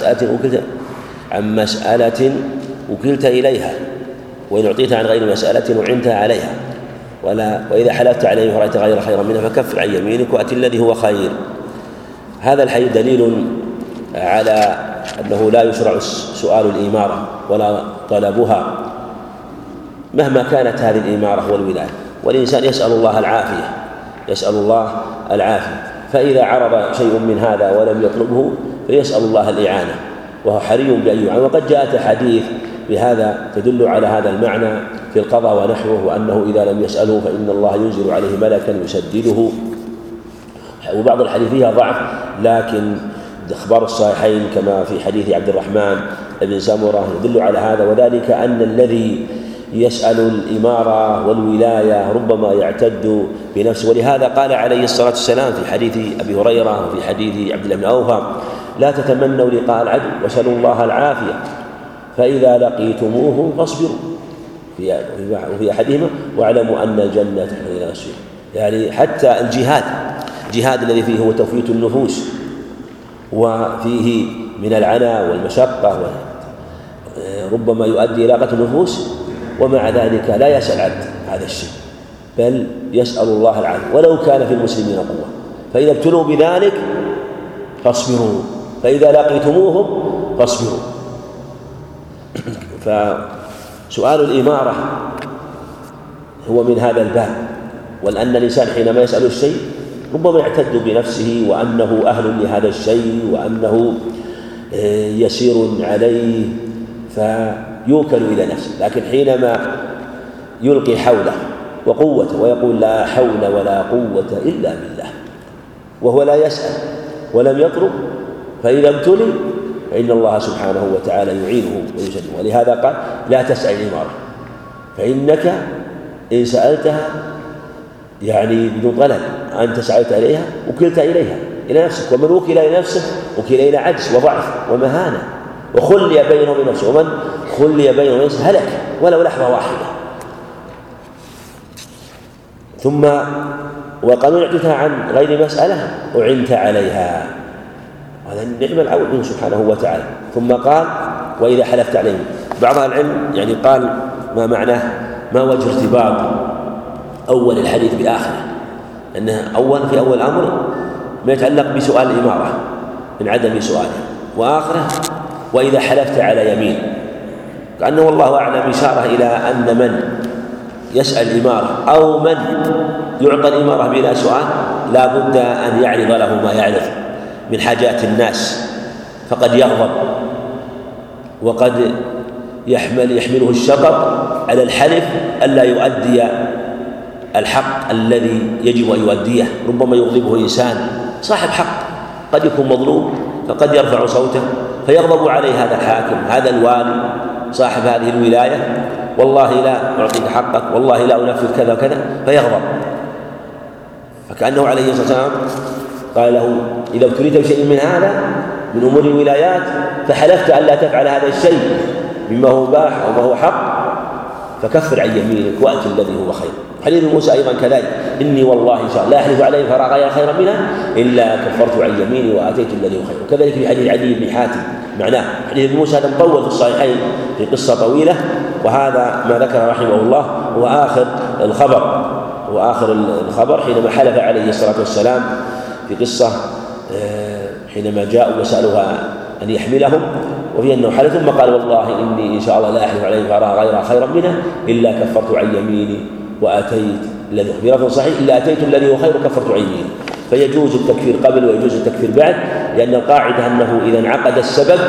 عن مسألة وكلت إليها وإن أعطيت عن غير مسألة أعنت عليها وإذا حلفت عليه فرأيت غير خيرا منها فكفر عن يمينك وأتي الذي هو خير. هذا الحديث دليل على أنه لا يشرع سؤال الإمارة ولا طلبها مهما كانت هذه الإمارة والولاية. والإنسان يسأل الله العافية فإذا عرض شيء من هذا ولم يطلبه فيسأل الله الإعانة وهو حري بأن يعان. وقد جاءت حديث بهذا تدل على هذا المعنى في القضاء ونحوه وأنه إذا لم يسأله فإن الله ينزل عليه ملكا يسدده. وبعض الحديث فيها ضعف لكن أخبار الصحيحين كما في حديث عبد الرحمن بن سمرة يدل على هذا. وذلك أن الذي يسأل الإمارة والولاية ربما يعتد بنفسه. ولهذا قال عليه الصلاة والسلام في حديث أبي هريرة وفي حديث عبد الله بن أوفى لا تتمنوا لقاء العدو واسألوا الله العافية فإذا لقيتموه فاصبروا وفي أحدهما واعلموا أن الجنة تحت إلى السير. يعني حتى الجهاد الذي فيه هو توفيت النفوس وفيه من العناء والمشقة ربما يؤدي إلى قتل النفوس ومع ذلك لا يسأل عن هذا الشيء بل يسأل الله العافية ولو كان في المسلمين قوة. فإذا ابتلوا بذلك فاصبروا فإذا لقيتموهم فاصبروا. فسؤال الإمارة هو من هذا الباب. ولأن الإنسان حينما يسأل الشيء ربما يعتد بنفسه وأنه أهل لهذا الشيء وأنه يسير عليه فيوكل إلى نفسه. لكن حينما يلقي حوله وقوته ويقول لا حول ولا قوة إلا بالله وهو لا يسأل ولم يطلب فإذا ابتلي فإن الله سبحانه وتعالى يعينه ويسلمه. ولهذا قال لا تسأل الإمارة، فإنك إن سألتها يعني بدون طلب أنت سألت إليها وكلت إليها إلى نفسك، ومن وكل إلى نفسه وكل إلى عجز وضعف ومهانة وخلي بينه وبين نفسه، ومن خلي بينه وبين نفسه هلك ولو لحظة واحدة. ثم وقد أعطيتها عن غير مسألة أعنت عليها، وهذا النعمة العون منه سبحانه وتعالى. ثم قال وإذا حلفت عليهم. بعض العلم يعني قال ما معناه، ما وجه ارتباط أول الحديث بآخره، أنه في أول أمر ما يتعلق بسؤال الإمارة من عدم سؤاله، وآخره وإذا حلفت على يمين، كأنه والله أعلم إشارة إلى أن من يسأل الإمارة أو من يعطى الإمارة بلا سؤال لا بد أن يعرض له ما يعرض من حاجات الناس، فقد يغضب وقد يحمله الشغب على الحلف ألا يؤدي الحق الذي يجب أن يؤديه. ربما يغضبه إنسان صاحب حق قد يكون مظلوم فقد يرفع صوته فيغضب عليه هذا الحاكم، هذا الوالي صاحب هذه الولاية، والله لا أعطيك حقك، والله لا أنفذ كذا وكذا، فيغضب. فكأنه عليه الصلاة والسلام قال له إذا ابتليت بشيء من هذا من أمور الولايات فحلفت ألا تفعل هذا الشيء مما هو باح أو ما هو حق فكفر عن يمينك وأت الذي هو خير. حديث موسى أيضا كذلك، إني والله إن شاء الله لا أحلف عليه فرأى غير خيرا منها إلا كفرت عن يميني وآتيت الذي هو خير. وكذلك في حديث عدي بن حاتم معناه. حديث موسى هذا مطول في الصحيحين في قصة طويلة، وهذا ما ذكر رحمه الله هو آخر الخبر حينما حلف عليه الصلاة والسلام في قصة حينما جاءوا وسألوها أن يحملهم، وفي أنه حلف ثم قال والله إني إن شاء الله لا أحلف عليه فرأى غير خيرا منه إلا كفرت عن يميني وأتيت الذي في لفظ صحيح إلا أتيت الذي هو خير كفرت عن يميني. فيجوز التكفير قبل ويجوز التكفير بعد، لأن القاعدة أنه إذا انعقد السبب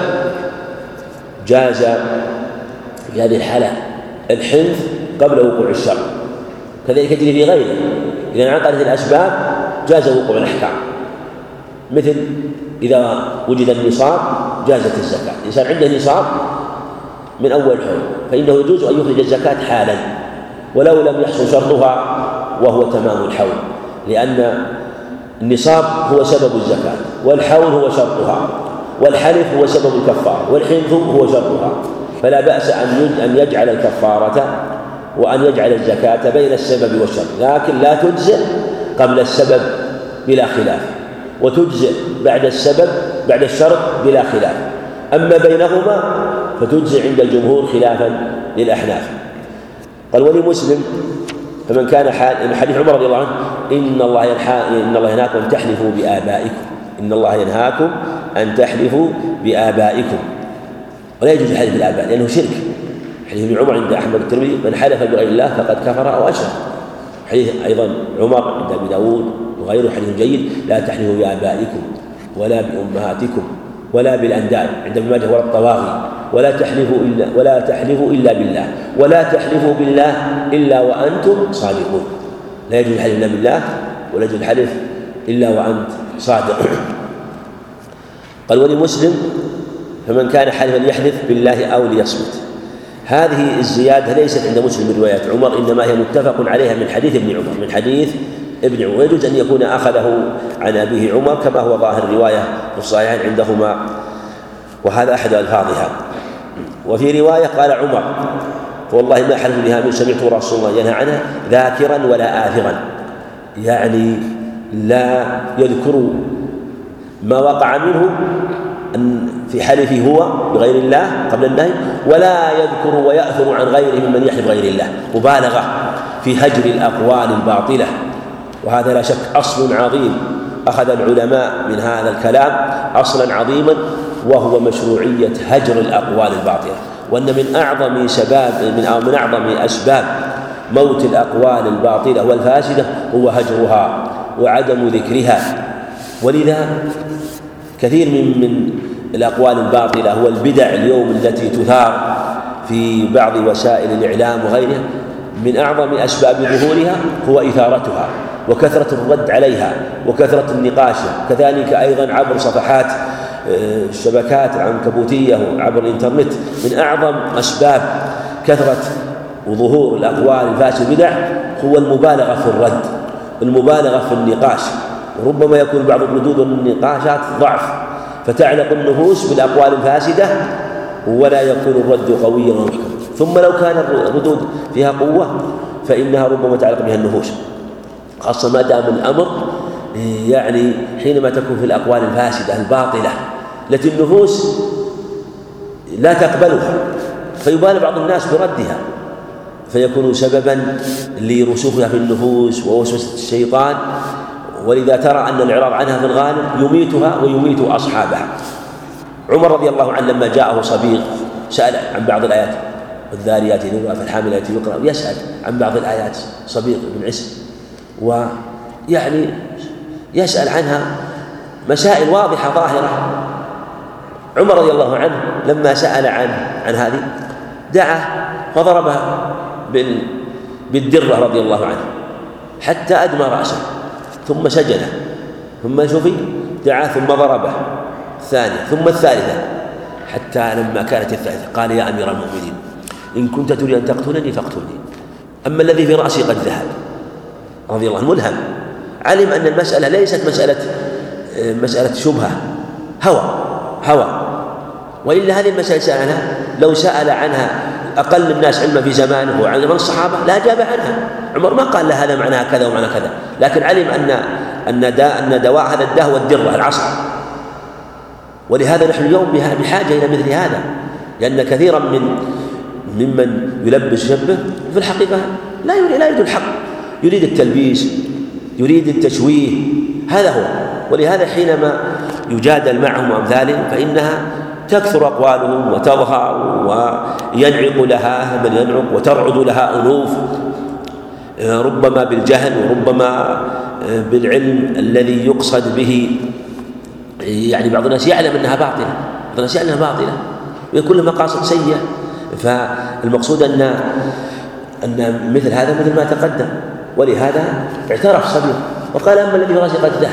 جاز في هذه الحالة الحنث قبل وقوع الشر. كذلك يجري في غيره، إذا انعقدت الأسباب جاز وقوع الأحكام، مثل إذا وجد النصاب جازت الزكاة. الإنسان عنده نصاب من أول حول فإنه يجوز أن يخرج الزكاة حالا ولو لم يحصل شرطها وهو تمام الحول، لأن النصاب هو سبب الزكاة، والحول هو شرطها، والحلف هو سبب الكفارة، والحنث هو شرطها. فلا بأس أن يجعل الكفارة وأن يجعل الزكاة بين السبب والشرط، لكن لا تجزئ قبل السبب بلا خلاف، وتجزئ بعد السبب بعد الشرط بلا خلاف. أما بينهما فتجزئ عند الجمهور خلافا للأحناف. قال ولمسلم فمن كان حديث عمر رضي الله عنه إن الله ينهاكم أن تحلفوا بآبائكم، إن الله ينهاكم أن تحلفوا بآبائكم، ولا يجوز الحلف بالآباء لأنه شرك. حديث ابن عمر عند أحمد الترمذي من حلف بغير الله فقد كفر أو أشرك. حديث أيضا عمر عند أبي داود وغيره حديث جيد لا تحلفوا بآبائكم ولا بأمهاتكم ولا بالأنداد عند ابن ماجه ولا الطواغي، ولا تحلفوا إلا بالله، ولا تحلفوا بالله إلا وأنتم صادقون. لا يجوز الحلف إلا بالله ولا يجوز الحلف إلا وأنت صادق. قال ولمسلم فمن كان حلفا يحلف بالله أو ليصمت. هذه الزيادة ليست عند مسلم من رواية عمر، إنما هي متفق عليها من حديث ابن عمر، ويجوز أن يكون أخذه عن أبيه عمر كما هو ظاهر الرواية في الصحيحين عندهما، وهذا أحد ألفاظها. وفي رواية قال عمر والله ما حلف بها من سمعت رسول الله ينهى عنها ذاكرا ولا آثرا، يعني لا يذكر ما وقع منه في حلفه هو بغير الله قبل النهي، ولا يذكر ويأثر عن غيره ممن يحلف غير الله، مبالغة في هجر الأقوال الباطلة. وهذا لا شك أصل عظيم أخذ العلماء من هذا الكلام أصلا عظيما، وهو مشروعية هجر الأقوال الباطلة، وأن من أعظم أسباب موت الأقوال الباطلة والفاسدة هو هجرها وعدم ذكرها. ولذا كثير من الأقوال الباطلة والبدع اليوم التي تثار في بعض وسائل الإعلام وغيرها من أعظم أسباب ظهورها هو إثارتها وكثرة الرد عليها وكثرة النقاش، كذلك أيضا عبر صفحات الشبكات العنكبوتية عبر الإنترنت من أعظم أسباب كثرة وظهور الأقوال الفاسدة البدع هو المبالغة في الرد، المبالغة في النقاش، وربما يكون بعض الردود والنقاشات ضعف فتعلق النفوس بالأقوال الفاسدة ولا يكون الرد قويا ومحكما. ثم لو كان الردود فيها قوة فإنها ربما تعلق بها النفوس، خاصة ما دام الأمر يعني حينما تكون في الأقوال الفاسدة الباطلة التي النفوس لا تقبلها فيبالغ بعض الناس بردها فيكون سببا لرسوخها في النفوس ووسوسة الشيطان، ولذا ترى أن الإعراض عنها في الغالب يميتها ويميت أصحابها. عمر رضي الله عنه لما جاءه صبيغ سأل عن بعض الآيات، والذاريات ذروا فالحاملات وقرا، ويسأل عن بعض الآيات صبيغ بن عس، ويعني يسأل عنها مسائل واضحة ظاهرة. عمر رضي الله عنه لما سأل عن هذه دعا فضربها بالدرة رضي الله عنه حتى أدمى رأسه ثم سجد، ثم شفي دعا ثم ضربه الثانية ثم الثالثة، حتى لما كانت الثالثة قال: يا أمير المؤمنين إن كنت تريد أن تقتلني فاقتلني، أما الذي في رأسي قد ذهب. رضي الله عنه ملهم، علم أن المسألة ليست مسألة شبهة هوى، وإلا هذه المسألة سأل عنها لو سأل عنها أقل الناس علما في زمانه وعن من الصحابة لا جاب عنها. عمر ما قال له هذا معناها كذا ومعنى كذا، لكن علم أن دواء هذا الداء هو الدرة العصا. ولهذا نحن اليوم بحاجة إلى مثل هذا، لأن كثيرا ممن يلبس شبه في الحقيقة لا يريد الحق، يريد التلبيس، يريد التشويه، هذا هو. ولهذا حينما يجادل معهم وأمثالهم فإنها تكثر أقوالهم وتظهر وينعق لها من ينعق وترعد لها أنوف، ربما بالجهل وربما بالعلم الذي يقصد به. يعني بعض الناس يعلم أنها باطلة، ويكون لها مقاصد سيئة. فالمقصود أن مثل هذا مثل ما تقدم، ولهذا اعترف صبيغ وقال: أما الذي راسي قد ذهب.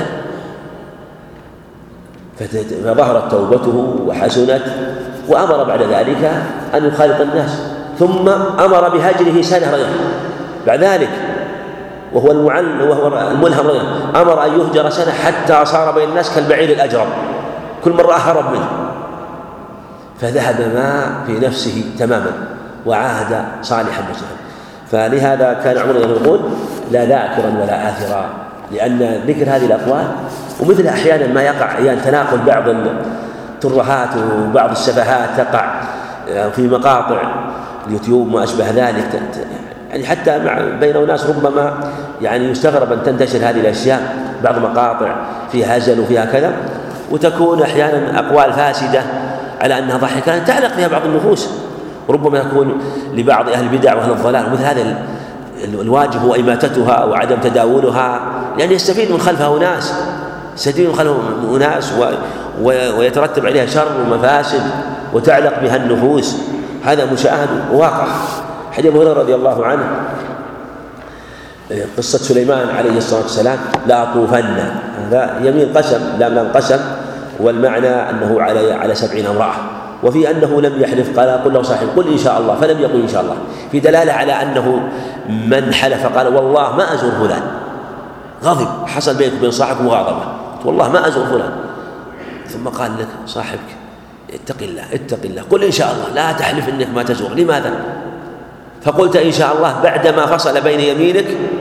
فظهرت توبته وحسنت، وأمر بعد ذلك أن يخالط الناس، ثم أمر بهجره سنة بعد ذلك، وهو الملهم أمر أن يهجر سنة حتى صار بين الناس كالبعير الأجرب، كل مرة هرب منه، فذهب ما في نفسه تماما وعاد صالحا مسلما. فلهذا كان عمر يقول: لا ذاكرا ولا آثرا، لأن ذكر هذه الأقوال ومثل أحيانا ما يقع أحيانا تناقل بعض الترهات وبعض السفهات تقع في مقاطع اليوتيوب ما أشبه ذلك، يعني حتى بين الناس ربما يعني يستغرب أن تنتشر هذه الأشياء، بعض مقاطع فيها هزل وفيها كذا، وتكون أحيانا أقوال فاسدة على أنها ضحكة تعلق فيها بعض النفوس، وربما يكون لبعض أهل البدع وأهل الضلال. ومثل هذا الواجب هو إماتتها وعدم تداولها، يعني يستفيد من خلفها أناس ويترتب عليها شر ومفاسد وتعلق بها النفوس. هذا مشاهد وواقع. حديث أبي هريرة رضي الله عنه قصة سليمان عليه الصلاة والسلام: لا أطوفن، هذا يمين قسم، لام قسم، والمعنى أنه على 70 امرأة، وفي أنه لم يحلف، قال: قل له صاحب قل إن شاء الله، فلم يقل إن شاء الله، في دلالة على أنه من حلف قال: والله ما أزور فلان، غضب حصل بينك وبين صاحبك مغاضبة، والله ما أزور فلان، ثم قال لك صاحبك: اتق الله قل إن شاء الله، لا تحلف إنك ما تزور. لماذا؟ فقلت إن شاء الله بعدما فصل بين يمينك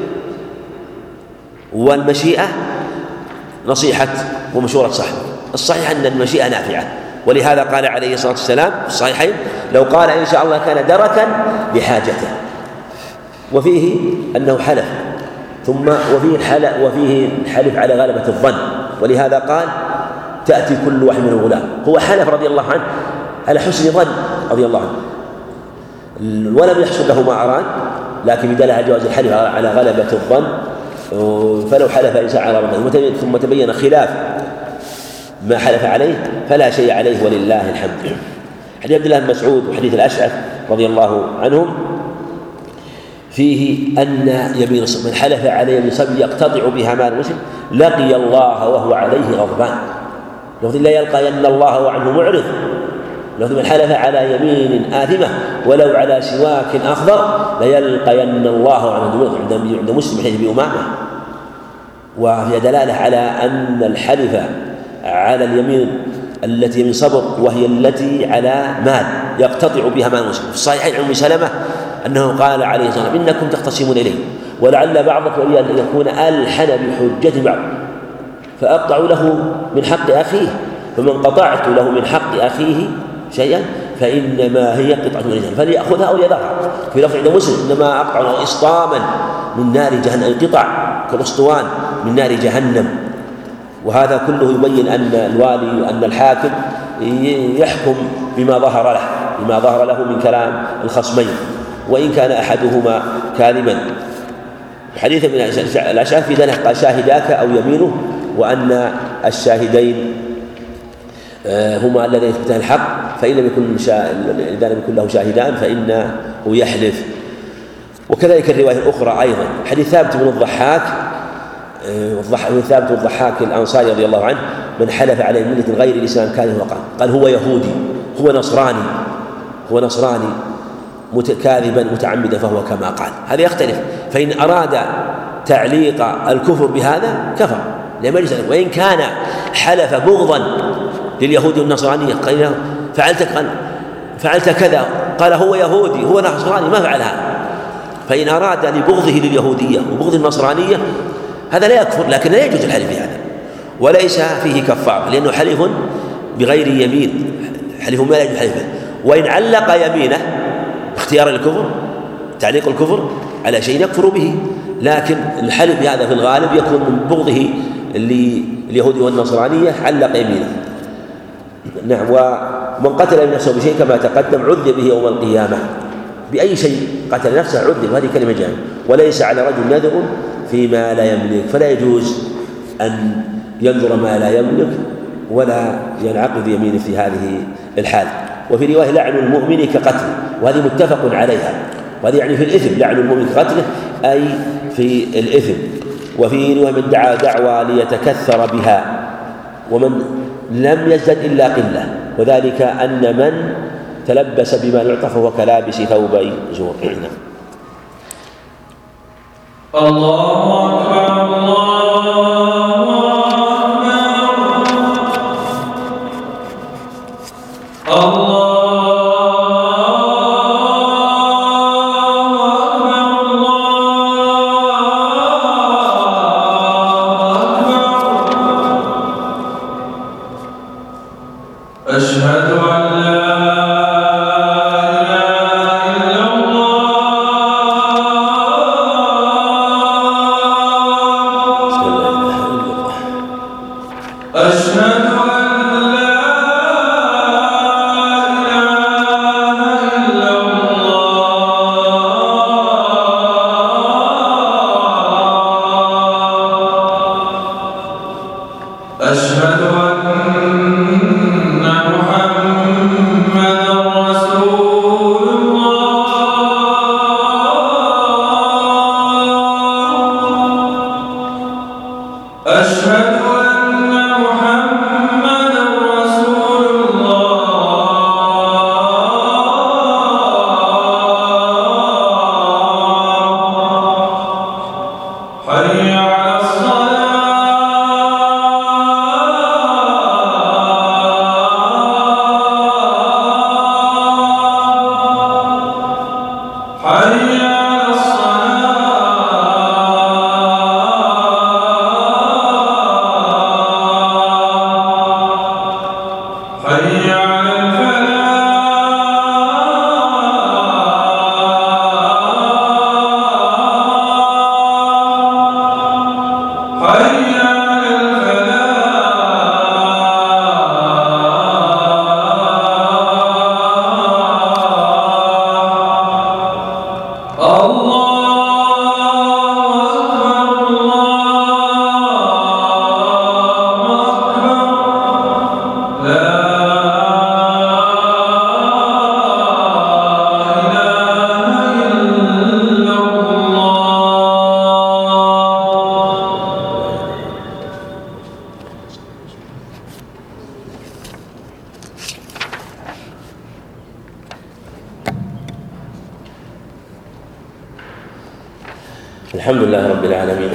والمشيئة نصيحة ومشورة صاحبك. الصحيح أن المشيئة نافعة، ولهذا قال عليه الصلاة والسلام في الصحيحين: لو قال إن شاء الله كان دركا لحاجته. وفيه أنه حلف، ثم وفيه الحلف على غلبة الظن، ولهذا قال: تأتي كل واحد من الغلام. هو حلف رضي الله عنه على حسن ظن رضي الله عنه، ولم يحصل له ما أراد، لكن بدل على جواز الحلف على غلبة الظن. فلو حلف إنسان على ربه ثم تبين خلاف ما حلف عليه فلا شيء عليه ولله الحمد. حديث عبد الله بن مسعود وحديث الأشعث رضي الله عنهم فيه أن يمين من حلف عليه بصبي يقتطع بها مال المسلم لقي الله وهو عليه غضبان. لفظ لا يلقين الله وعنه معرض، لفظ من حلف على يمين آثمة ولو على سواك أخضر ليلقين الله عنه عند مسلم حديث أبي أمامة. وهي دلالة على أن الحلف على اليمين التي من صبر وهي التي على مال يقتطع بها مال المسلم. في الصحيحين عن أم سلمة أنه قال عليه الصلاة والسلام إنكم تختصمون إليه ولعل بعضكم أن يكون ألحن بحجة بعض فأقطع له من حق أخيه، فمن قطعت له من حق أخيه شيئا فإنما هي قطعة من الجنة فليأخذها أو يذرها. في لفظ عند مسلم إنما أقطع له إسطاما من نار جهنم، قطع كالأسطوان من نار جهنم. وهذا كله يبين أن الوالي وأن الحاكم يحكم بما ظهر له من كلام الخصمين وإن كان أحدهما كاذبا. حديث من الأشهاد في ذلك قال شاهداك أو يمينه، وأن الشاهدين هما الذين يثبتان الحق، فإن لم يكن له شاهدان فإنه يحلف. وكذلك الرواية الأخرى أيضا حديث ثابت بن الضحاك الأنصاري رضي الله عنه من حلف على ملة غير الإسلام كان قال هو يهودي هو نصراني كاذبا متعمدا فهو كما قال. هذا يختلف، فإن أراد تعليق الكفر بهذا كفر لما يجوز، وإن كان حلف بغضا لليهود والنصرانية قال فعلت كذا قال هو يهودي هو نصراني ما فعل هذا، فإن أراد لبغضه لليهودية وبغض النصرانية هذا لا يكفر، لكن لا يجوز الحلف بهذا وليس فيه كفار لأنه حلف بغير يمين، حلف ما لا يجوز حلفه. وإن علق يمينه اختيار الكفر تعليق الكفر على شيء يكفر به، لكن الحلف بهذا في الغالب يكون من بغضه لليهود والنصرانية علق يمينه. نعم. ومن قتل نفسه بشيء كما تقدم عذب به يوم القيامة بأي شيء قتل نفسه عذب، وهذه كلمة جامعة. وليس على رجل نذر فيما لا يملك، فلا يجوز أن ينذر ما لا يملك ولا ينعقد يمينه في هذه الحال. وفي رواية لعن المؤمن كقتله، وهذه متفق عليها، وهذه يعني في الإثم، لعن المؤمن كقتله أي في الإثم. وفي رواية من دعا دعوى ليتكثر بها ومن لم يزدد إلا قلة، وذلك أن من تلبس بما يعطى فهو كلابس ثوبي زور. الله أكبر الله أشهد أن لا الحمد لله رب العالمين.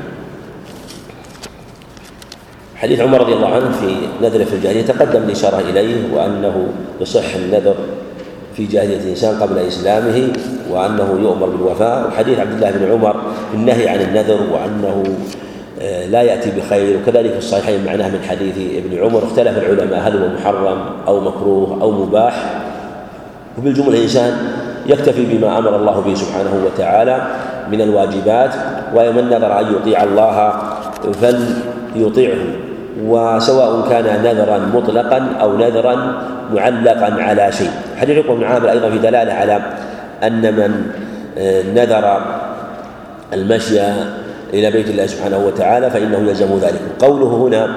حديث عمر رضي الله عنه في نذر في الجاهلية تقدم الإشارة إليه، وأنه يصح النذر في جاهلية الإنسان قبل إسلامه، وأنه يؤمر بالوفاء. وحديث عبد الله بن عمر في النهي عن النذر وأنه لا يأتي بخير، وكذلك في الصحيحين معناه من حديث ابن عمر. اختلف العلماء هل هو محرم أو مكروه أو مباح، وبالجملة الإنسان يكتفي بما أمر الله به سبحانه وتعالى من الواجبات، ومن نذر أن يطيع الله فليطيعه، وسواء كان نذرا مطلقا أو نذرا معلقا على شيء. حديث عقبة بن عامر أيضا في دلالة على أن من نذر المشي إلى بيت الله سبحانه وتعالى فإنه يلزم ذلك. قوله هنا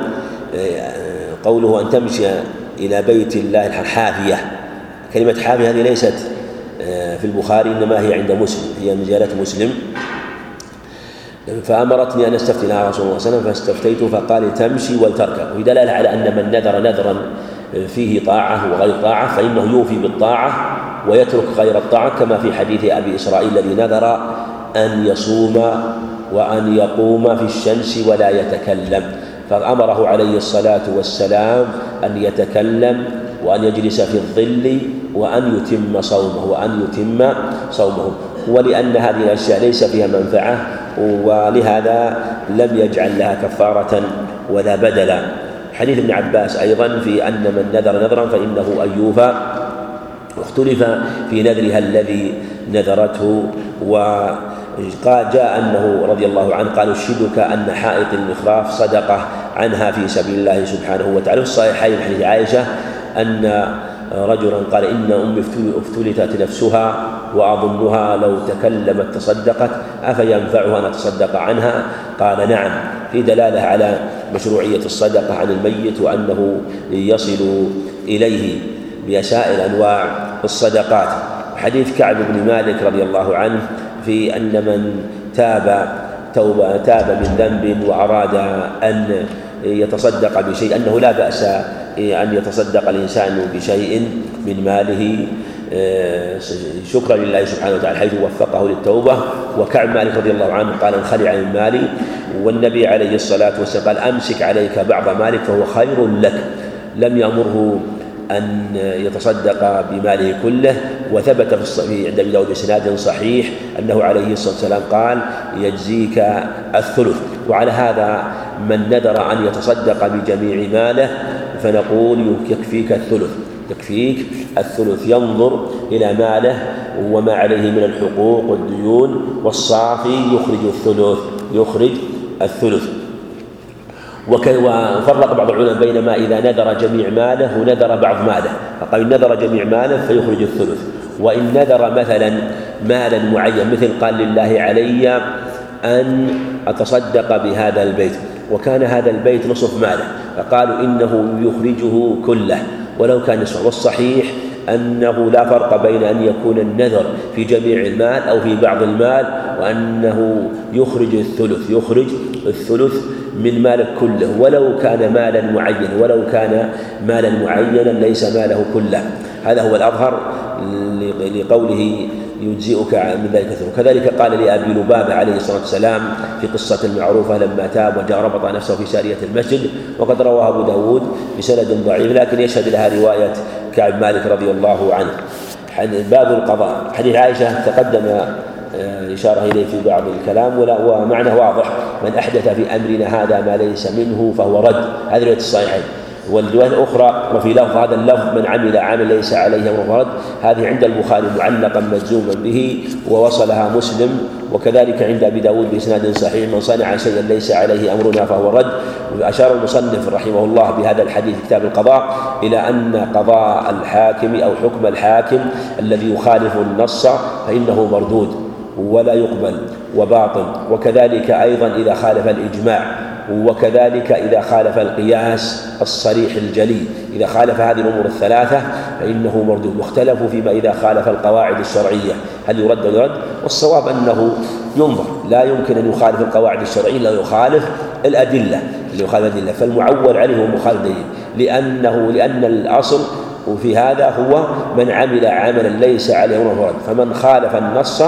قوله أن تمشي إلى بيت الله حافية، كلمة حافية هذه ليست في البخاري، إنما هي عند مسلم، هي من زيادة مسلم. فأمرتني أن أستفتي لها رسول الله صلى الله عليه وسلم فاستفتيت فقال تمشي ولتركب. ودلالة على أن من نذر نذرا فيه طاعة وغير طاعة فإنه يوفي بالطاعة ويترك غير الطاعة، كما في حديث أبي إسرائيل الذي نذر أن يصوم وأن يقوم في الشمس ولا يتكلم، فأمره عليه الصلاة والسلام أن يتكلم وأن يجلس في الظل وأن يتم صومه. ولأن هذه الأشياء ليس فيها منفعة، ولهذا لم يجعل لها كفارة ولا بدلا. حديث ابن عباس أيضا في أن من نذر نذرا فإنه أن يوفى، واختلف في نذرها الذي نذرته. وقال جاء أنه رضي الله عنه قال أشهدك أن حائط المخراف صدقة عنها في سبيل الله سبحانه وتعالى. الصحيحين حديث عائشة أن رجلا قال إن أمي افتلتت نفسها وأظنها لو تكلمت تصدقت أفينفعها أن أتصدق عنها؟ قال نعم، في دلالة على مشروعية الصدقة عن الميت، وأنه يصل إليه بسائر أنواع الصدقات. حديث كعب بن مالك رضي الله عنه في أن من تاب من ذنب وأراد أن يتصدق بشيء أنه لا بأس أن يتصدق الإنسان بشيء من ماله شكرا لله سبحانه وتعالى حيث وفقه للتوبة. وكعب مالك رضي الله عنه قال انخلع من مالي، والنبي عليه الصلاة والسلام قال أمسك عليك بعض مالك فهو خير لك، لم يأمره أن يتصدق بماله كله. وثبت في عند أبي داود بسناد صحيح أنه عليه الصلاة والسلام قال يجزيك الثلث. وعلى هذا من نذر أن يتصدق بجميع ماله فنقول يكفيك الثلث، ينظر إلى ماله وما عليه من الحقوق والديون، والصافي يخرج الثلث. وفرق بعض العلماء بين ما إذا نذر جميع ماله ونذر بعض ماله، فقال إن نذر جميع ماله فيخرج الثلث، وإن نذر مثلا مالا معين مثل قال لله علي أن أتصدق بهذا البيت وكان هذا البيت نصف ماله، فقالوا إنه يخرجه كله ولو كان نصفه. والصحيح أنه لا فرق بين أن يكون النذر في جميع المال أو في بعض المال، وأنه يخرج الثلث من مالك كله ولو كان مالا معينا ليس ماله كله. هذا هو الأظهر لقوله يجزئك من ذلك الثلث. وكذلك قال لأبي لبابة عليه الصلاة والسلام في قصة المعروفة لما تاب وجاء ربط نفسه في سارية المسجد، وقد رواه أبو داود بسند ضعيف لكن يشهد لها رواية كعب مالك رضي الله عنه. باب القضاء، حديث عائشة تقدم إشارة إليه في بعض الكلام ومعنى واضح: من أحدث في أمرنا هذا ما ليس منه فهو رد. هذه رواية الصحيحين. والرواية الأخرى وفي لفظ هذا اللفظ من عمل عمل ليس عليه أمر فرد، هذه عند البخاري معلقا مجزوما به ووصلها مسلم. وكذلك عند أبي داود بإسناد صحيح: من صنع شيئا ليس عليه أمرنا فهو رد. وأشار المصنف رحمه الله بهذا الحديث كتاب القضاء إلى أن قضاء الحاكم أو حكم الحاكم الذي يخالف النص فإنه مردود ولا يقبل وباطل، وكذلك أيضا إذا خالف الإجماع، وكذلك إذا خالف القياس الصريح الجلي، إذا خالف هذه الأمور الثلاثة فإنه مردود. واختلفوا فيما إذا خالف القواعد الشرعية هل يرد ولا يرد، والصواب أنه ينظر، لا يمكن أن يخالف القواعد الشرعية لا يخالف الأدلة فالمعول عليه هو مخالف دليل، لأن الأصل وفي هذا هو من عمل عملا ليس عليه أمر فرد، فمن خالف النص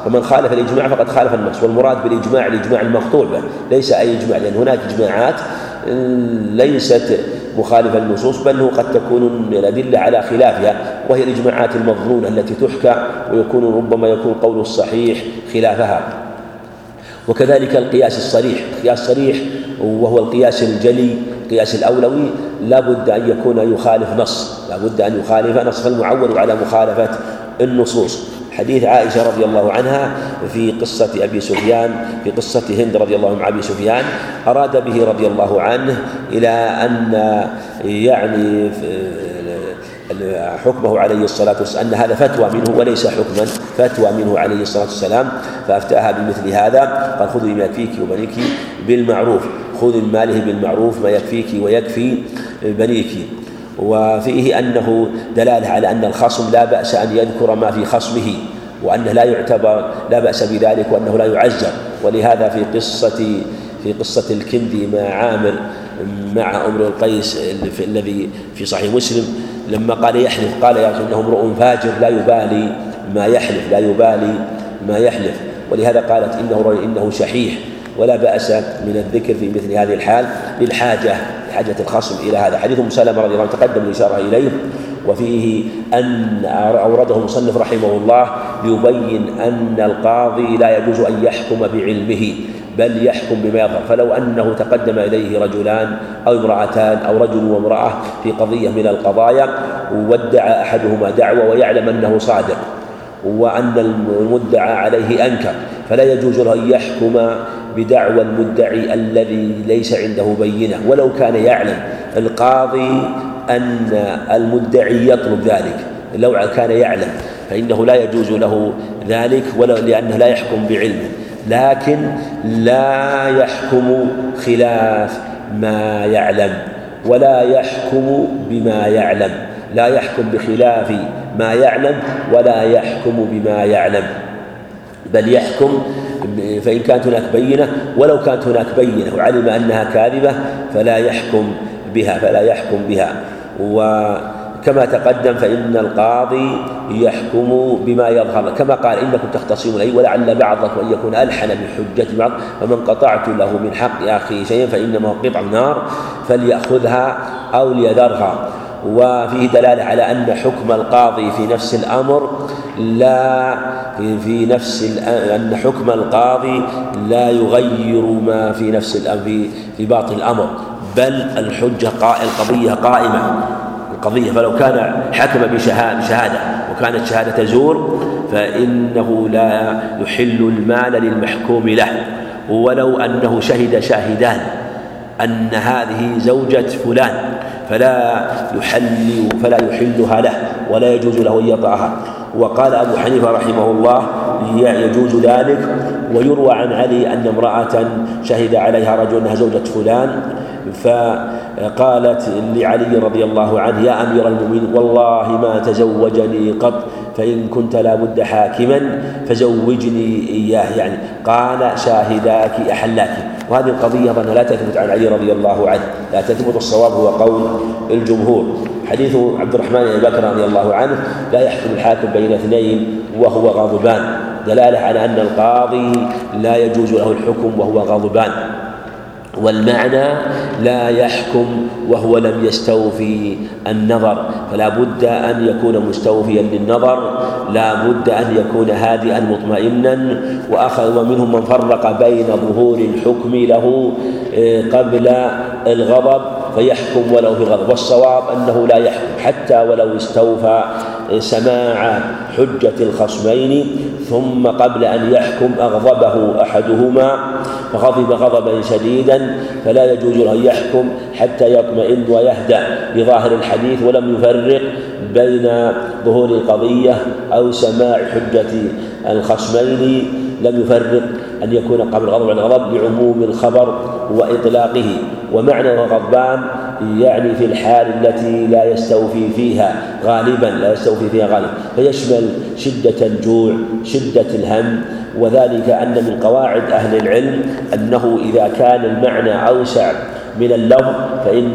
ومن خالف الإجماع فقد خالف النص. والمراد بالإجماع الإجماع المقطوع به، ليس أي إجماع، لأن هناك إجماعات ليست مخالفة للنصوص، بل هو قد تكون الأدلة على خلافها، وهي الإجماعات المظنونة التي تحكى ويكون ربما يكون قول الصحيح خلافها. وكذلك القياس الصريح، القياس الصريح وهو القياس الجلي، القياس الأولوي، لا بد أن يكون يخالف نص، لا بد أن يخالف نص، فالمعول على مخالفة النصوص. حديث عائشة رضي الله عنها في قصة أبي سفيان، في قصة هند رضي الله عنها مع أبي سفيان، أراد به رضي الله عنه إلى أن يعني حكمه عليه الصلاة والسلام، أن هذا فتوى منه وليس حكما، فتوى منه عليه الصلاة والسلام، فأفتاها بمثل هذا، قال خذي ما يكفيك وبنيك بالمعروف، خذي من ماله بالمعروف ما يكفيك ويكفي بنيك. وفيه أنه دلالة على أن الخصم لا بأس أن يذكر ما في خصمه، وأنه لا يعتبر لا بأس بذلك، وأنه لا يعزر. ولهذا في قصة الكندي مع عامر مع أمر القيس الذي في صحيح مسلم، لما قال يحلف قال يا رسول إنه امرؤ فاجر لا يبالي ما يحلف، لا يبالي ما يحلف. ولهذا قالت إنه شحيح، ولا بأس من الذكر في مثل هذه الحال لحاجة الخصم إلى هذا. حديث سلمة رضي الله عنه تقدم الإشارة إليه، وفيه أن أورده المصنف رحمه الله ليبين أن القاضي لا يجوز أن يحكم بعلمه، بل يحكم بما يظهر. فلو أنه تقدم إليه رجلان أو امرأتان أو رجل وامرأة في قضية من القضايا، وادعى أحدهما دعوة ويعلم أنه صادق وأن المدعى عليه أنكر، فلا يجوز له أن يحكم بدعوى المدعي الذي ليس عنده بينة، ولو كان يعلم القاضي أن المدعي يطلب ذلك، لو كان يعلم فإنه لا يجوز له ذلك، لأنه لا يحكم بعلمه. لكن لا يحكم خلاف ما يعلم، ولا يحكم بما يعلم، لا يحكم بخلاف ما يعلم ولا يحكم بما يعلم، بل يحكم فإن كانت هناك بينة، ولو كانت هناك بينة وعلم أنها كاذبة فلا يحكم بها. وكما تقدم فإن القاضي يحكم بما يظهر، كما قال إنكم تختصمون أي ولعل بعضكم أن يكون ألحن بحجة بعض، فمن قطعت له من حق أخيه شيئا فإنما هو قطع نار فليأخذها أو ليذرها. وفيه دلالة على أن حكم القاضي في نفس الأمر أن حكم القاضي لا يغير ما في نفس الأمر في باطن الأمر، بل الحجة القضية قائمة القضية. فلو كان حكم بشهادة وكانت شهادة زور فإنه لا يحل المال للمحكوم له، ولو أنه شهد شاهدان أن هذه زوجة فلان فلا يحلها له ولا يجوز له أن يطأها. وقال أبو حنيفة رحمه الله يجوز ذلك. ويروى عن علي أن امرأة شهد عليها رجل أنها زوجة فلان، فقالت لعلي رضي الله عنه يا أمير المؤمنين والله ما تزوجني قط، فإن كنت لا بد حاكما فزوجني إياه، يعني قال شاهداك أحلاك. وهذه القضية ظن لا تثبت عن علي رضي الله عنه، لا تثبت، الصواب هو قول الجمهور. حديث عبد الرحمن بن بكر رضي الله عنه لا يحكم الحاكم بين اثنين وهو غضبان، دلالة على أن القاضي لا يجوز له الحكم وهو غضبان. والمعنى لا يحكم وهو لم يستوفي النظر، فلا بد أن يكون مستوفيا للنظر، لا بد أن يكون هادئا مطمئنا. ومنهم من فرق بين ظهور الحكم له قبل الغضب فيحكم ولو في غضب، والصواب أنه لا يحكم حتى ولو استوفى سماع حجة الخصمين، ثم قبل أن يحكم أغضبه أحدهما فغضب غضبا شديدا فلا يجوز له أن يحكم حتى يطمئن ويهدأ بظاهر الحديث، ولم يفرق بين ظهور القضية أو سماع حجة الخصمين، لم يفرق أن يكون قبل الغضب عن الغضب لعموم الخبر وإطلاقه. ومعنى الغضبان يعني في الحال التي لا يستوفي فيها غالبا، فيشمل شدة الجوع، شدة الهم. وذلك أن من قواعد أهل العلم أنه إذا كان المعنى أوسع من اللفظ فإن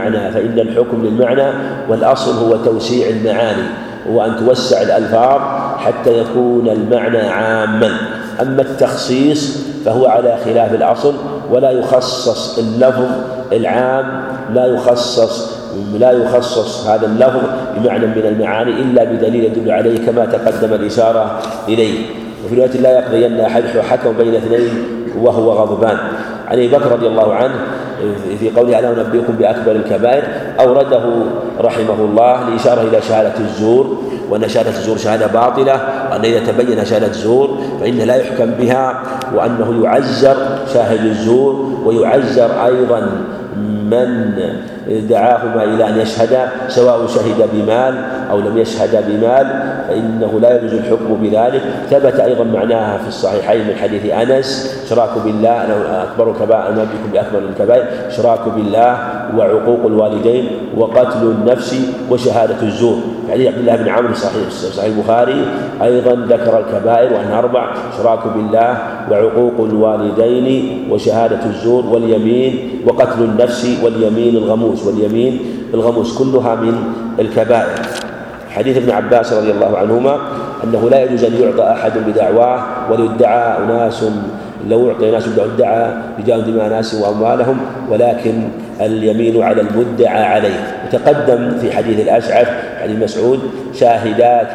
الحكم للمعنى، والأصل هو توسيع المعاني وأن توسع الألفاظ حتى يكون المعنى عاما. أما التخصيص فهو على خلاف الأصل، ولا يخصص اللفظ العام، لا يخصص هذا اللفظ بمعنى من المعاني إلا بدليل يدل عليه كما تقدم الإشارة إليه. وفي رواية لا يقضين أحد حكم بين اثنين وهو غضبان. عن أبي بكر رضي الله عنه في قوله ألا أنبئكم بأكبر الكبائر أورده رحمه الله لإشارة إلى شهادة الزور، وأن شهادة الزور شهادة باطلة، وأن إذا تبين شهادة الزور فإنه لا يحكم بها، وأنه يعزر شاهد الزور، ويعزر أيضا من دعاهما إلى أن يشهد سواء شهد بمال أو لم يشهد بمال، فإنه لا يجوز الحكم بذلك. ثبت أيضا معناها في الصحيحين من حديث أنس شراك بالله أكبر الكبائر أنبئكم بأكبر الكبائر شراك بالله وعقوق الوالدين وقتل النفس وشهادة الزور. حديث عبد الله بن عمرو صحيح البخاري أيضا ذكر الكبائر وأنها 4: شراك بالله وعقوق الوالدين وشهادة الزور واليمين وقتل النفس واليمين الغموس كلها من الكبائر. حديث ابن عباس رضي الله عنهما أنه لا يجوز أن يعطى أحد بدعواه، ولو ادعى أناس لو أعطي ناس ادعى رجال دماء ناس وأموالهم، ولكن اليمين على المدعى عليه. وتقدم في حديث الأشعث حديث مسعود شاهداك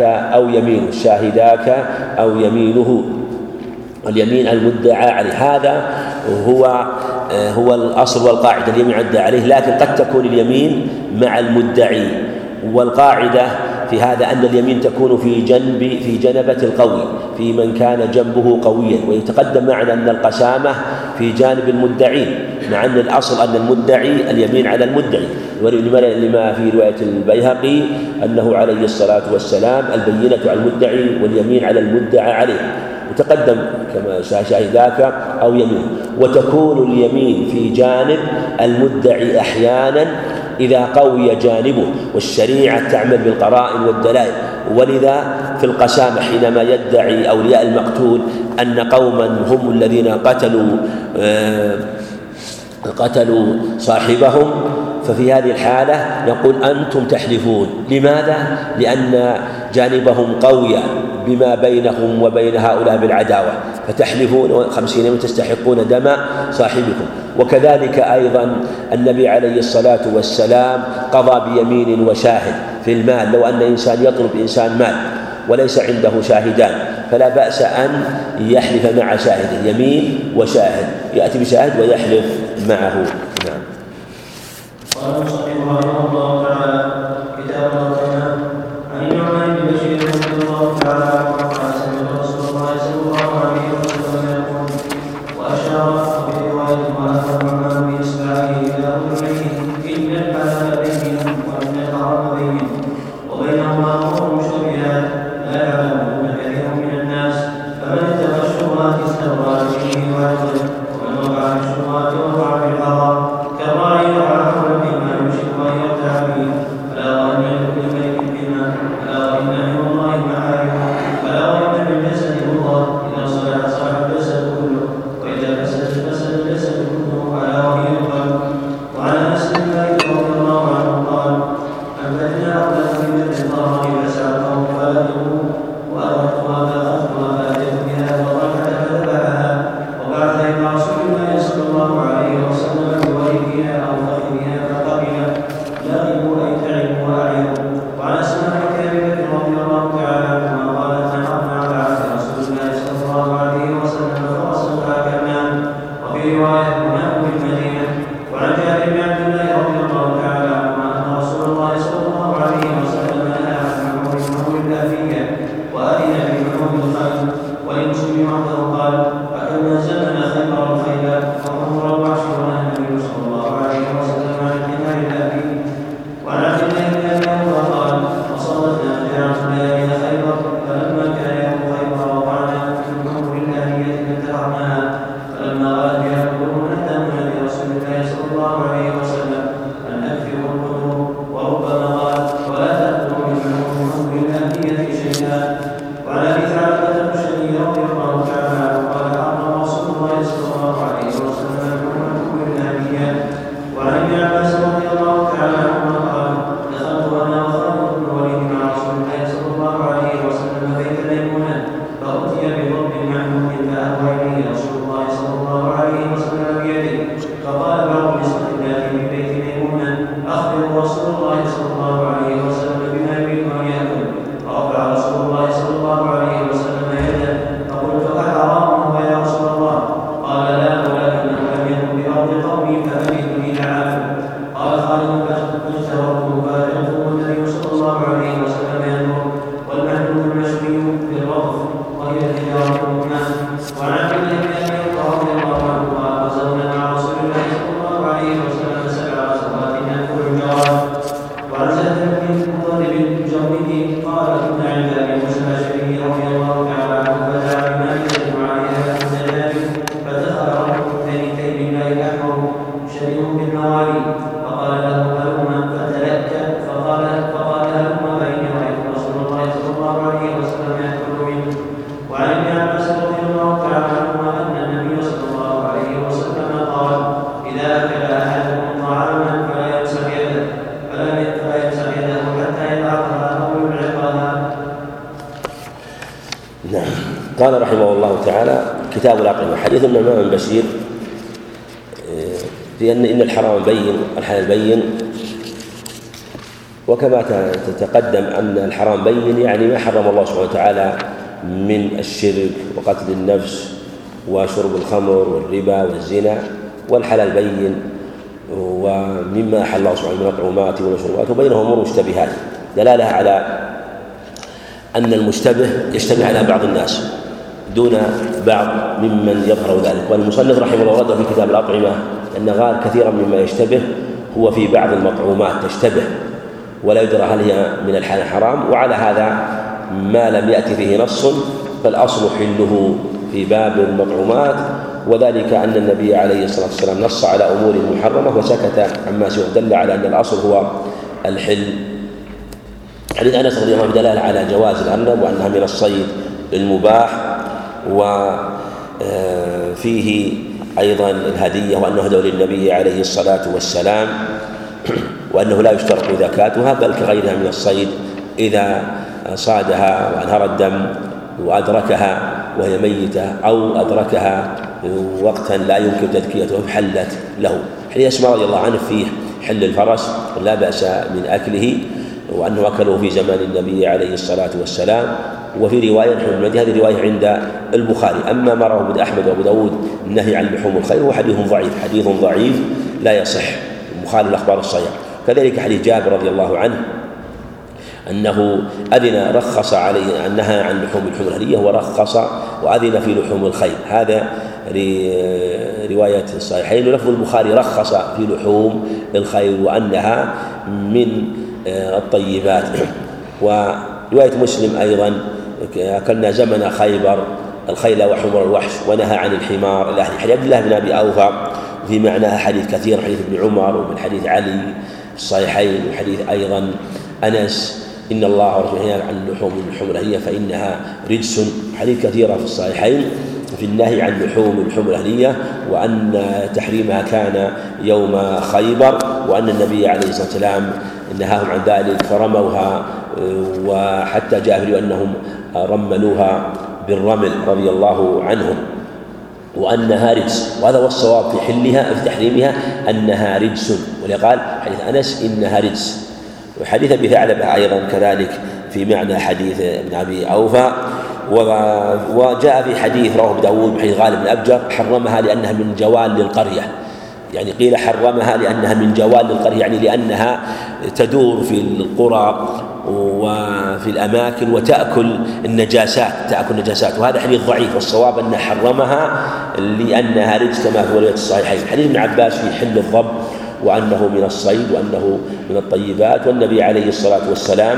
أو يمينه، واليمين المدعى عليه. هذا هو الأصل والقاعدة، اليمين عدى عليه، لكن قد تكون اليمين مع المدعي. والقاعدة في هذا أن اليمين تكون في جنبة القوي، في من كان جنبه قويا. ويتقدم معنا أن القسامة في جانب المدعين، مع أن الأصل أن المدعي اليمين على المدعي، لما في رواية البيهقي أنه عليه الصلاة والسلام البينة على المدعي واليمين على المدعى عليه. وتقدم كما شاهداك أو يمين. وتكون اليمين في جانب المدعي أحيانا إذا قوي جانبه، والشريعة تعمل بالقرائن والدلائل. ولذا في القسامة حينما يدعي أولياء المقتول أن قوما هم الذين قتلوا صاحبهم، ففي هذه الحالة يقول أنتم تحلفون. لماذا؟ لأن جانبهم قوي بما بينهم وبين هؤلاء بالعداوة، فتحلفون 50 يوما تستحقون دم صاحبكم. وكذلك أيضا النبي عليه الصلاة والسلام قضى بيمين وشاهد في المال. لو أن إنسان يطلب إنسان مال وليس عنده شاهدان فلا بأس أن يحلف مع شاهد، يمين وشاهد، يأتي بشاهد ويحلف معه. نعم. قال المصنف رحمه الله تعالى: كتاب الركعات. عن النعمان بن بشير رضي الله تعالى عنه قال: سمعت رسول الله صلى الله عليه وسلم يقول، وأشار في رواية وأخذ النعمان بإصبعه إلى أذنيه: إن الحلال بين وإن الحرام بين وبينهما أمور مشتبهات لا يعلمهن كثير من الناس، فمن اتقى الشبهات استبرأ لدينه وعرضه، ومن وقع في الشبهات وقع في الحرام كالراعي يرعى حوله بما يوشك أن يرتع به قال رحمه الله تعالى: كتاب الأطعمة. حديث النعمان بن بشير في إن الحرام بين والحلال بين، وكما تتقدم أن الحرام بين يعني ما حرم الله سبحانه وتعالى من الشرك وقتل النفس وشرب الخمر والربا والزنا، والحلال بين ومما أحل الله سبحانه من الطعومات والمشروبات، وبينهم أمور مشتبهات دلالة على أن المشتبه يشتبه على بعض الناس دون بعض ممن يظهر ذلك. والمصنف رحمه الله ورد في كتاب الأطعمة أن غالب كثيرا مما يشتبه هو في بعض المطعومات تشتبه ولا يدرى هل هي من الحلال حرام، وعلى هذا ما لم يأتي فيه نص فالأصل حله في باب المطعومات، وذلك أن النبي عليه الصلاة والسلام نص على أمور محرمة وسكت عما سوى، دل على أن الأصل هو الحل. حديث أنس رضي الله عنه دلالة على جواز الأرنب وأنها من الصيد المباح، وفيه أيضا الهدية وأنه هدوا للنبي عليه الصلاة والسلام، وأنه لا يشترط زكاتها بل كغيرها من الصيد إذا صادها وأنهر الدم وأدركها وهي ميتة أو أدركها وقتا لا يمكن تذكيته فحلت له. حديث أسماء رضي الله عنه فيه حل الفرس لا بأس من أكله، وأنه أكله في زمان النبي عليه الصلاة والسلام. وفي رواية هذه رواية عند البخاري. أما ما رواه أحمد وأبو داود النهي عن لحوم الخيل هو حديث ضعيف لا يصح مخالف الأخبار الصحيحة. كذلك حديث جابر رضي الله عنه أنه رخص عليه أن نهى عن لحوم الحمر ورخص وأذن في لحوم الخيل. هذا رواية الصحيحين. ولفظ البخاري رخص في لحوم الخيل وأنها من الطيبات. ورواية مسلم أيضا أكلنا زمن خيبر الخيل وحمر الوحش ونهى عن الحمار الأهلي. حديث عبد الله بن أبي أوفى في معناها حديث كثير، حديث ابن عمر ومن حديث علي الصحيحين، وحديث أيضا أنس إن الله ورسوله عن لحوم الحمر فإنها رجس. حديث كثيرة في الصحيحين في النهي عن لحوم الحمر الأهلية، وأن تحريمها كان يوم خيبر، وأن النبي عليه الصلاة والسلام نهاهم عن ذلك فرموها، وحتى جاء في أنهم رملوها بالرمل رضي الله عنهم، وأنها رجس. وهذا هو الصواب في حلها في تحريمها أنها رجس، ولقال حديث أنس إنها رجس. وحديث أبي ثعلبة أيضا كذلك في معنى حديث ابن أبي أوفى. وجاء في حديث رواه ابو داود بحديث غالب بن أبجر حرمها لأنها من جوال للقرية، يعني قيل حرمها لأنها من جوال للقرية، يعني لأنها تدور في القرى وفي الأماكن وتأكل النجاسات، وهذا حديث ضعيف. والصواب أن حرمها لأنها رجس كما في رواية الصحيحين. حديث ابن عباس في حل الضب وأنه من الصيد وأنه من الطيبات، والنبي عليه الصلاة والسلام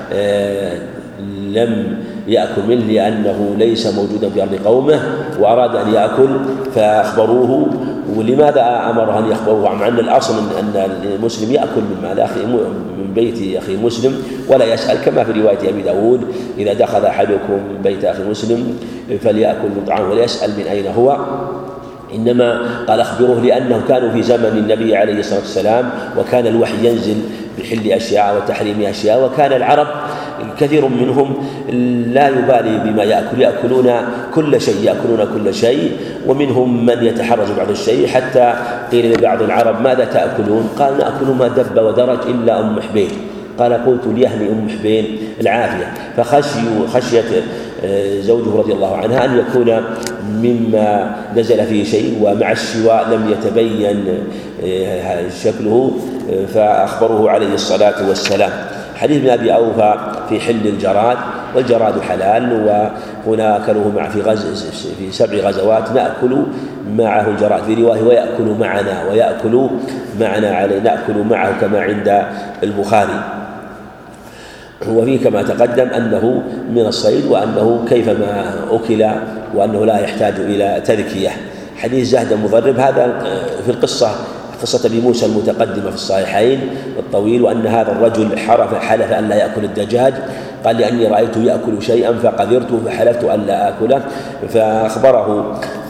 لم يأكل منه لأنه ليس موجودا في أرض قومه وأراد أن يأكل فأخبروه. ولماذا أمره أن يخبروه؟ مع أن الأصل أن المسلم يأكل من بيت أخي مسلم ولا يسأل، كما في رواية أبي داود إذا دخل أحدكم بيت أخي مسلم فليأكل من طعامه ولا يسأل من أين هو. إنما قال أخبروه لأنه كانوا في زمن النبي عليه الصلاة والسلام، وكان الوحي ينزل بحل أشياء وتحريم أشياء، وكان العرب كثير منهم لا يبالي بما يأكلون كل شيء، ومنهم من يتحرز بعض الشيء، حتى قيل لبعض العرب ماذا تأكلون؟ قال نأكل ما دب ودرج إلا أم حبين. قال قلت ليهني أم حبين العافية. فخشيت زوجه رضي الله عنها أن يكون مما نزل فيه شيء ومع الشواء لم يتبين شكله، فأخبره عليه الصلاة والسلام. حديث ابن أبي أوفى في حل الجراد، والجراد حلال، وهنا أكلوه في 7 غزوات نأكل معه الجراد. في رواية ويأكل معنا نأكل معه كما عند البخاري. وفيه كما تقدم أنه من الصيد وأنه كيفما أكل وأنه لا يحتاج إلى تذكية. حديث زهد المضرب هذا في قصة أبي موسى المتقدمة في الصحيحين الطويل، وأن هذا الرجل حلف أن لا يأكل الدجاج، قال لأني رأيته يأكل شيئا فقذرت فحلفت أن لا آكله، فأخبره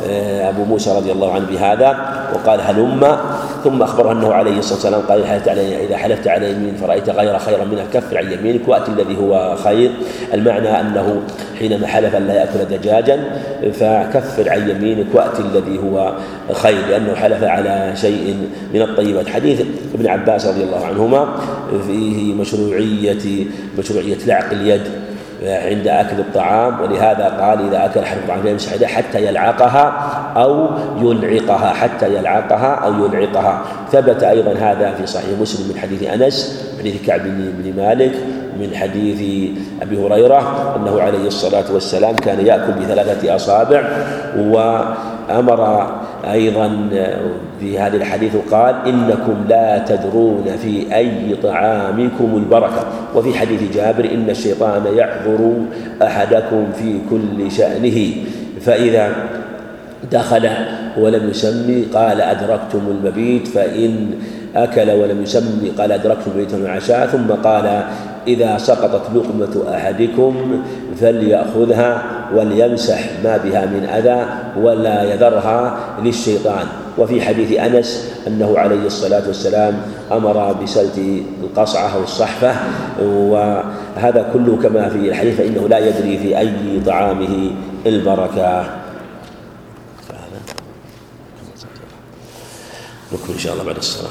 أبو موسى رضي الله عنه بهذا وقال هلم، ثم أخبره أنه عليه الصلاة والسلام قال إذا حلفت على يمين فرأيت غير خيرا منها كفر عن يمينك وأتي الذي هو خير. المعنى أنه حينما حلف أن لا يأكل دجاجا فكفر عن يمينك وأتي الذي هو خير، لأنه حلف على شيء من الطيبات. حديث ابن عباس رضي الله عنهما فيه مشروعية لعق اليد عند أكل الطعام، ولهذا قال إذا أكل أحدكم الطعام فليمسح يده حتى يلعقها أو يلعقها. ثبت أيضا هذا في صحيح مسلم من حديث أنس، من حديث كعب بن مالك، من حديث أبي هريرة أنه عليه الصلاة والسلام كان يأكل ب3 أصابع. وأمر أيضا في هذه الحديث قال إنكم لا تدرون في أي طعامكم البركة. وفي حديث جابر إن الشيطان يحضر أحدكم في كل شأنه، فإذا دخل ولم يسمي قال أدركتم المبيت، فإن أكل ولم يسمي قال أدركتم المبيت والعشاء. ثم قال إذا سقطت لقمة أحدكم فليأخذها وليمسح ما بها من أذى ولا يذرها للشيطان. وفي حديث أنس أنه عليه الصلاة والسلام أمر بسلت القصعة أو الصحفة، وهذا كله كما في الحديث، فإنه لا يدري في أي طعامه البركة. نكمل إن شاء الله بعد الصلاة.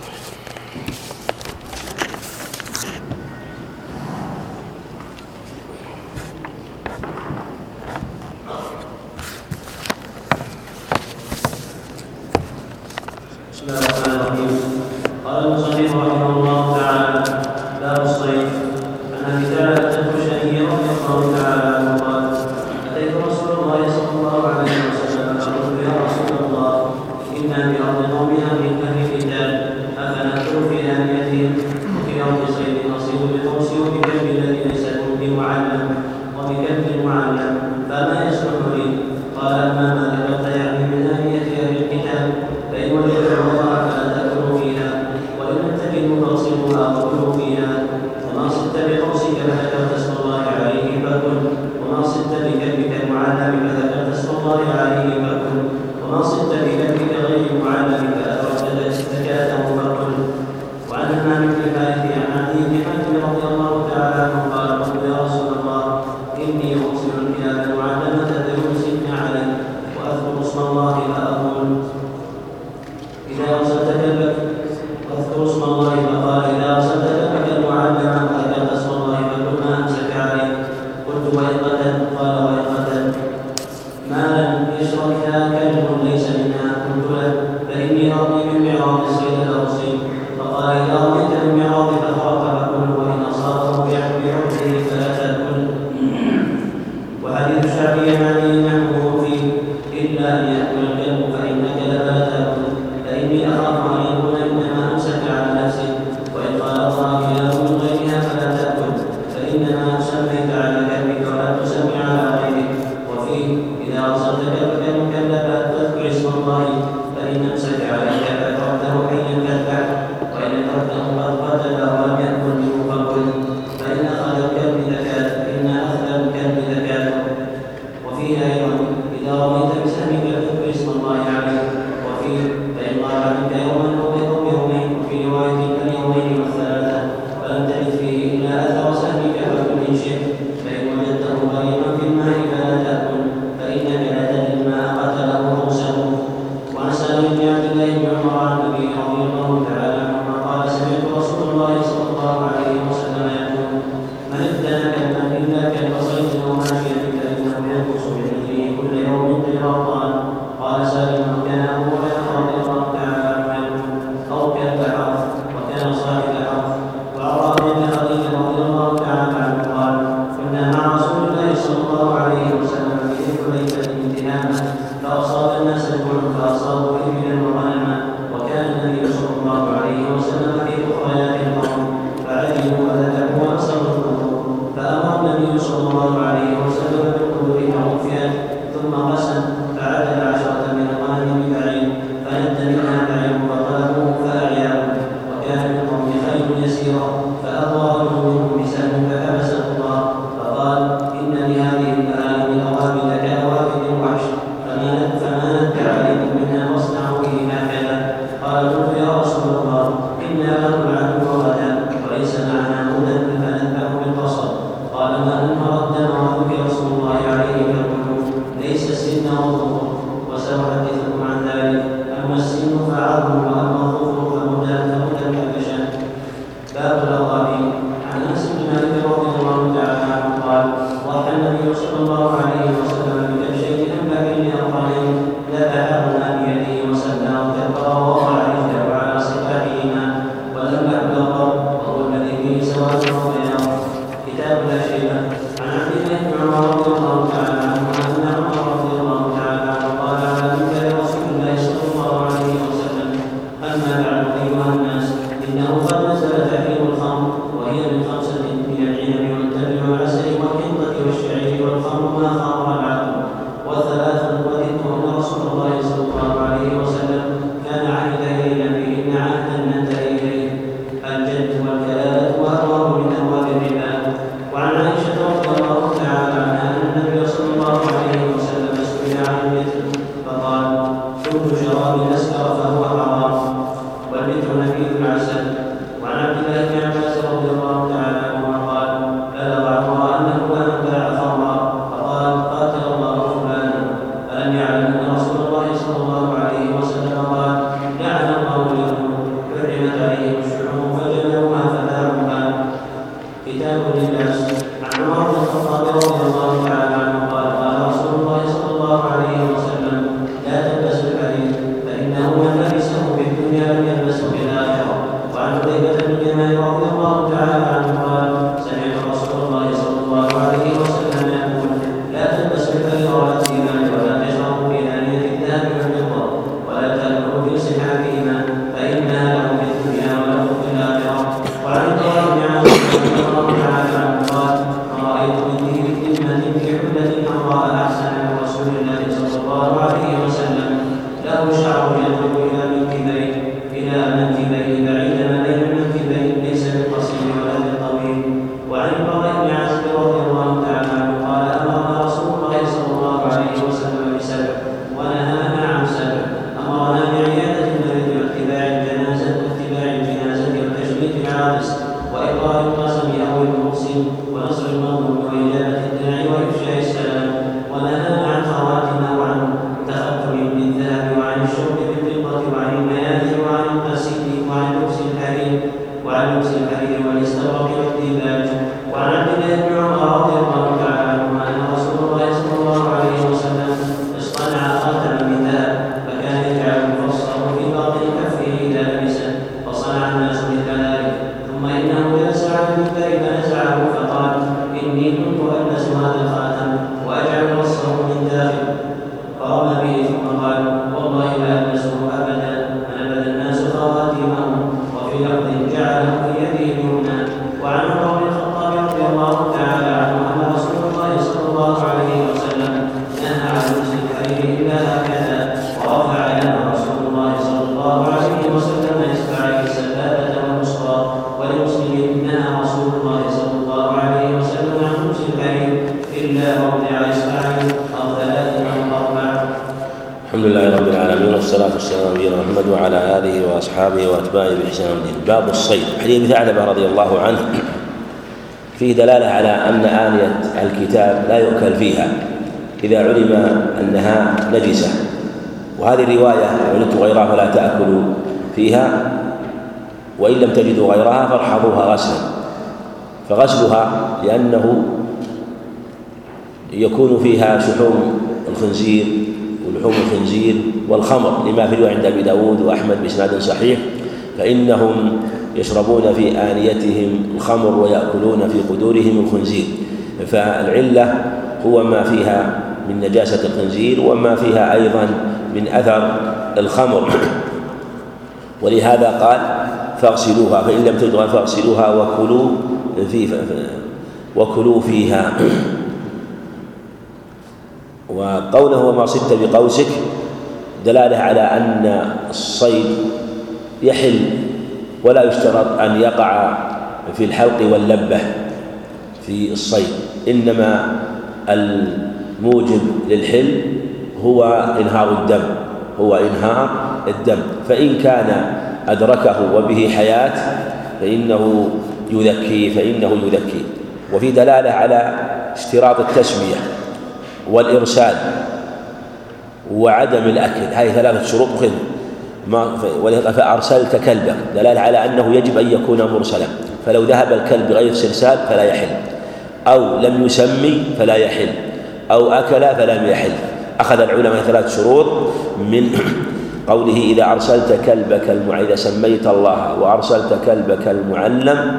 بسم الله الرحمن الرحيم. قال المصنف رحمه الله تعالى: باب الصيد. عن ابي ثعلبة الخشني رضي الله تعالى عنه قال: اتيت رسول الله صلى الله عليه وسلم فقلت: يا رسول الله، انا بارض قومنا من اهل الكتاب، افنأكل في آنيتهم وفي ارض صيد نصيد بقوسي وبكلب الذي ليس بمعلم وبكلب معلم، فما يصلح لي؟ قال: اما ما ذكرت يعني من آنية اهل الكتاب فإن وجدت الله فلا تأكلوا فيها، وإن لم تجدوا فاغسلوها وكلوا فيها. وما صدت بقوسك فذكرت اسم الله عليه فكل، وما صدت بكلبك المعلم فذكرت اسم الله عليه فكل، وما صدت بكلبك غير المعلم فأدركت زكاته فكل. وعن همام بن حارث عن عدي بن حاتم رضي الله تعالى عنه قال: قلت: يا رسول الله، إني أرسل الكلاب المعلمة فيمسكن علي وأذكر اسم الله فأقول: إذا أرسلت كلبك واذكر اسم الله، فقال: إذا أرسلت كلبك المعلم وذكرت اسم الله فكل ما أمسك عليه. قلت: وإن قتل؟ قال: وإن قتل ما لم يشركها كلب ليس منها. قلت له: فإني أرمي من معراض الصيد الأرسل. فقال: إذا رميت من معراض فخرق فكل، وإن أصابه بعرضه فلا تأكل. وحديث الشعبي معني نحوه فيه: إلا أن يأكل الكلب فإنك لا تأكل، فإني أخاف أن يكون إنما أمسك على نفسه. وإن قال الله كلاب من غيرها فلا تأكل، فإنما سميت على كلبك ولا تسمي على غيرك. وفيه: إذا أرسلت كلبك المكلف فاذكر اسم الله، فإن أمسك عليك فأدركته حيا فاذبح، وإن أدركته قد قتل ولم يأكل منه فكل. فإن أخذ الكلب زكاة فإن أخذ الكلب زكاة. وفيه أيضا: إذا رميت بسهمك فاذكر اسم الله عليه. وفيه: فإن غاب عنك يوما أو يومين، وفي رواية اليومين والثلاثة، فلم تجد فيه إلا أثر سهمك فكل إن شئت، فإن وجدته غريبا في الماء فلا تأكل، فإنك لا تدري ما قتله أو سلمه. وعن سالم بن عبد الله بن عمر عن النبي رضي الله تعالى عنهما قال: سمعت رسول الله صلى الله عليه وسلم يقول: من ابتلى كلبا إلا كلب صيد وماشية فإنه ينقص من أجره كل يوم قيراطان. قال سالم: وكان أبو هريرة رضي الله تعالى عنه أو كلب حرث، وكان صاحب حرث. وعن بن خديجة رضي الله تعالى عنه قال: كنا مع رسول الله صلى الله عليه وسلم في حليفة امتهانا، فأصاب الناس الجوع فأصابوا إبلا وغنما، وكان النبي صلى الله عليه وسلم في أخريات القوم، فعجبوا وذبحوا وأبصروا القبور، فأمر النبي صلى الله عليه وسلم بالقبور فوفيت، ثم قسم فعدل 10 من الغنم بعير، فند منها بعير فطلبوه فأعياه، وكان من قوم خيل يسيرا، فأضرى رجل منهم بسهم فحبسه الله، فقال: إن لهذه البهائم أوابد كأوابد الوحش، فما باب الأضاحي. عن أنس بن مالك رضي الله تعالى عنه قال: ضحى النبي صلى الله عليه وسلم بكبشين أنبابين أقرنين ذبحهما بيده وسلى وكبر ووضع رجله على صفاحهما ولم بالقر وهو الذي فيه سواد وبياض. كتاب الأشربة. عن عبد الله بن عمر رضي الله تعالى عنه أن عمر رضي الله تعالى عنه قال على منبر رسول الله صلى الله عليه وسلم: أما بعد أيها الناس، إنه قد نزل تحريم الخمر وهي من 5 من العنب والتمر والعسل والحنطة والشعير والخمر ما خمر العقل، وثلاث وذكر أن رسول الله صلى الله عليه وسلم كان عهد إلينا فيهن عهدا ننتهي إليه: الجد والكلالة وأبواب من أبواب الربا. وعن عائشة رضي الله تعالى عنها أن النبي صلى الله عليه وسلم سئل عن المثل فقال: كل شراب أسكر فهو حرام، والمثل نبيذ العسل. وعن عبد الله بن عباس رضي الله تعالى عنهما قال: بلغ عمر أنه لما باع خمرا فقال: قاتل الله فلانا، ألم يعلم أن رسول الله صلى الله عليه وسلم قال: لعن الله اليهود حرمت عليهم الشحوم فجمعوها فباعوها. كتاب اللباس. عن عمر بن الخطاب رضي الله تعالى عنه قال: قال رسول الله صلى الله عليه وسلم: لا تلبسوا الحديد فإنه من لبسه في الدنيا لم يلبسه في الآخرة. وعن حذيفة بن اليمان رضي الله تعالى عنه قال: سمعت رسول الله صلى الله عليه وسلم يقول: لا تلبسوا الحرير ولا الديباج ولا تشربوا في آنية الذهب والفضة ولا تأكلوا في صحافهما فإنها لهم في الدنيا ولهم في الآخرة. وعن البراء بن عازب رضي الله تعالى عنه قال: ما رأيت من ذي كلمة في حلة حمراء أحسن من رسول الله صلى الله عليه وسلم، له شعر يضرب إلى منكبيه بعيدا ما بين المنكبين ليس بالقصير ولا بالطويل. وعن البراء بن عازب رضي الله تعالى عنه قال: أمرنا رسول الله صلى الله عليه وسلم ب7 ونهانا عن 7. أمرنا بعيادة المريض واتباع الجنازة وتشميت العابس وإقرار القسم أو المقسم ونصر المظلوم وإجابة الداعي وإفشاء السلام. ونهانا عن خواتم وعن تختم بالذهب وعن الشرب بالفضة وعن المياثر وعن القسيم وعن لبس الحرير والاستبرق والديباج. وعن عبد الله بن عمر رضي الله تعالى عنهما أن رسول الله صلى الله عليه وسلم اصطنع خاتما من ذهب فكان يجعل مفصله في باطن كفه إذا لبسه فصنع الناس مثل ذلك. ثم إنه جلس على المنبر فنزعه فقال: إني كنت ألبس هذا الخاتم وأجعل وصفه من داخل. فرمى به ثم قال: والله لا ألبسه أبدا، فنبذ الناس خواتمهم. وفي لفظ: جعله في يده اليمنى. وعن عمر بن الخطاب رضي الله تعالى عنه أن رسول الله صلى الله عليه وسلم نهى عن لبس الحرير إلا هكذا، ورفع لنا رسول الله صلى الله عليه وسلم إصبعيه السبابة والوسطى. ولمسلم: نهى رسول الله صلى الله عليه وسلم عن لبس الحرير إلا موضع إصبعيه أو 3 أو 4. الحمد لله رب العالمين، والصلاة والسلام على نبينا محمد وعلى آله وأصحابه وأتباعه بإحسان الدين. باب الصيد. حديث ثعلبة رضي الله عنه فيه دلالة على أن آنية الكتاب لا يؤكل فيها إذا علم أنها نجسة، وهذه الرواية: وجدت غيرها فلا تأكلوا فيها، وإن لم تجدوا غيرها فارحضوها غسلا. فغسلها لأنه يكون فيها شحوم الخنزير ولحوم الخنزير والخمر، لما في رواية عند أبي داود وأحمد بإسناد صحيح: فإنهم يشربون في آنيتهم الخمر ويأكلون في قدورهم الخنزير. فالعلة هو ما فيها من نجاسة الخنزير وما فيها أيضا من أثر الخمر، ولهذا قال: فاغسلوها، فإن لم تجدوا فاغسلوها وكلوا فيها. وقوله: وما صدت بقوسك، دلالة على أن الصيد يحل ولا يشترط أن يقع في الحلق واللبة في الصيد، إنما الموجب للحل هو إنهار الدم. فإن كان أدركه وبه حياة فإنه يذكي. وفي دلالة على اشتراط التسمية والإرسال وعدم الأكل، هذه 3 شروط فأرسلت كلبك، دلالة على أنه يجب أن يكون مرسلا. فلو ذهب الكلب بغير استرسال فلا يحل، أو لم يسمي فلا يحل، أو أكل فلم يحل. أخذ العلماء 3 شروط من قوله إذا أرسلت كلبك إذا سميت الله وأرسلت كلبك المعلم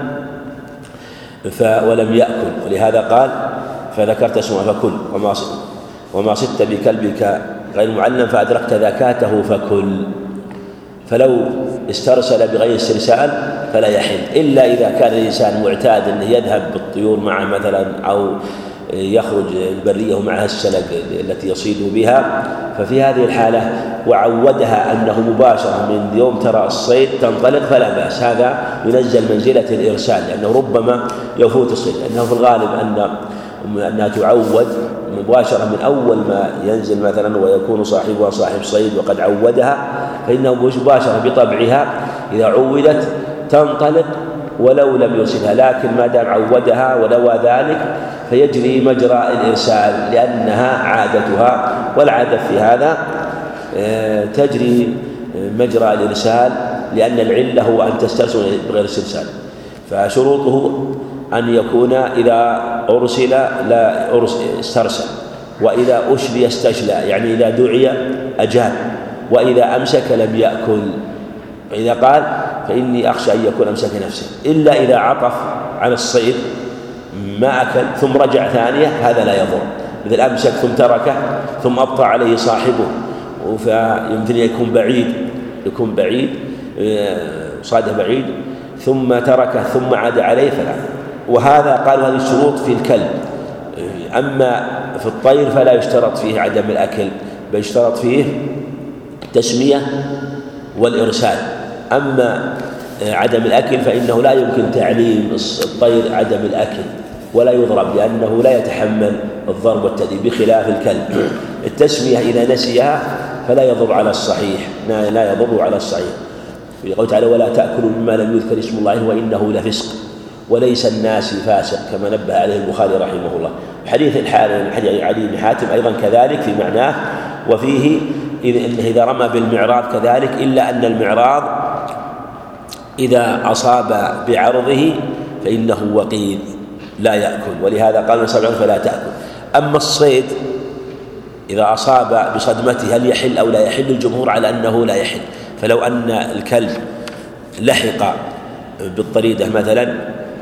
ولم يأكل، ولهذا قال فذكرت اسمه فكل، وما صدت بكلبك غير معلم فأدركت ذكاته فكل. فلو استرسل بغير استرسال فلا يحل، إلا إذا كان الإنسان معتاد أنه يذهب بالطيور معه مثلا، أو يخرج البرية ومعها السلق التي يصيد بها، ففي هذه الحالة وعودها أنه مباشرة من يوم ترى الصيد تنطلق فلا بأس، هذا ينزل منزلة الإرسال، لأنه ربما يفوت الصيد، لأنه في الغالب أنها تعود مباشرة من أول ما ينزل مثلا ويكون صاحبها صاحب صيد وقد عودها، فإنه مباشرة بطبعها إذا عودت تنطلق ولو لم يرسلها، لكن ما دام عودها ونوى ذلك فيجري مجرى الإرسال لأنها عادتها، والعادة في هذا تجري مجرى الإرسال، لأن العلة هو أن تسترسل بغير استرسال. فشروطه أن يكون إذا أرسل لا استرسل، وإذا أشري استشلى، يعني إذا دعي أجاب، وإذا أمسك لم يأكل. فإذا قال فإني أخشى أن يكون أمسك نفسه، إلا إذا عطف على الصيد ما أكل ثم رجع ثانية هذا لا يضر، مثل أمسك ثم تركه ثم أبطأ عليه صاحبه، فيمكن يكون بعيد صاده بعيد ثم تركه ثم عاد عليه فلا. وهذا قالوا هذه الشروط في الكلب. أما في الطير فلا يشترط فيه عدم الأكل، بل يشترط فيه التسمية والإرسال. أما عدم الأكل فإنه لا يمكن تعليم الطير عدم الأكل ولا يضرب، لأنه لا يتحمل الضرب والتأديب، بخلاف الكلب. التسمية إذا نسيها فلا يضر على الصحيح، لا يضر على الصحيح. يقول تعالى ولا تأكلوا مما لم يذكر اسم الله وإنه لفسق وليس الناس فاسق، كما نبه عليه البخاري رحمه الله. حديث علي بن حاتم أيضا كذلك في معناه، وفيه إنه إذا رمى بالمعراض كذلك، إلا أن المعراض إذا أصاب بعرضه فإنه وقيد لا يأكل، ولهذا قال النبي صلى الله عليه وسلم فلا تأكل. أما الصيد إذا أصاب بصدمته هل يحل أو لا يحل؟ الجمهور على أنه لا يحل. فلو أن الكلب لحق بالطريدة مثلا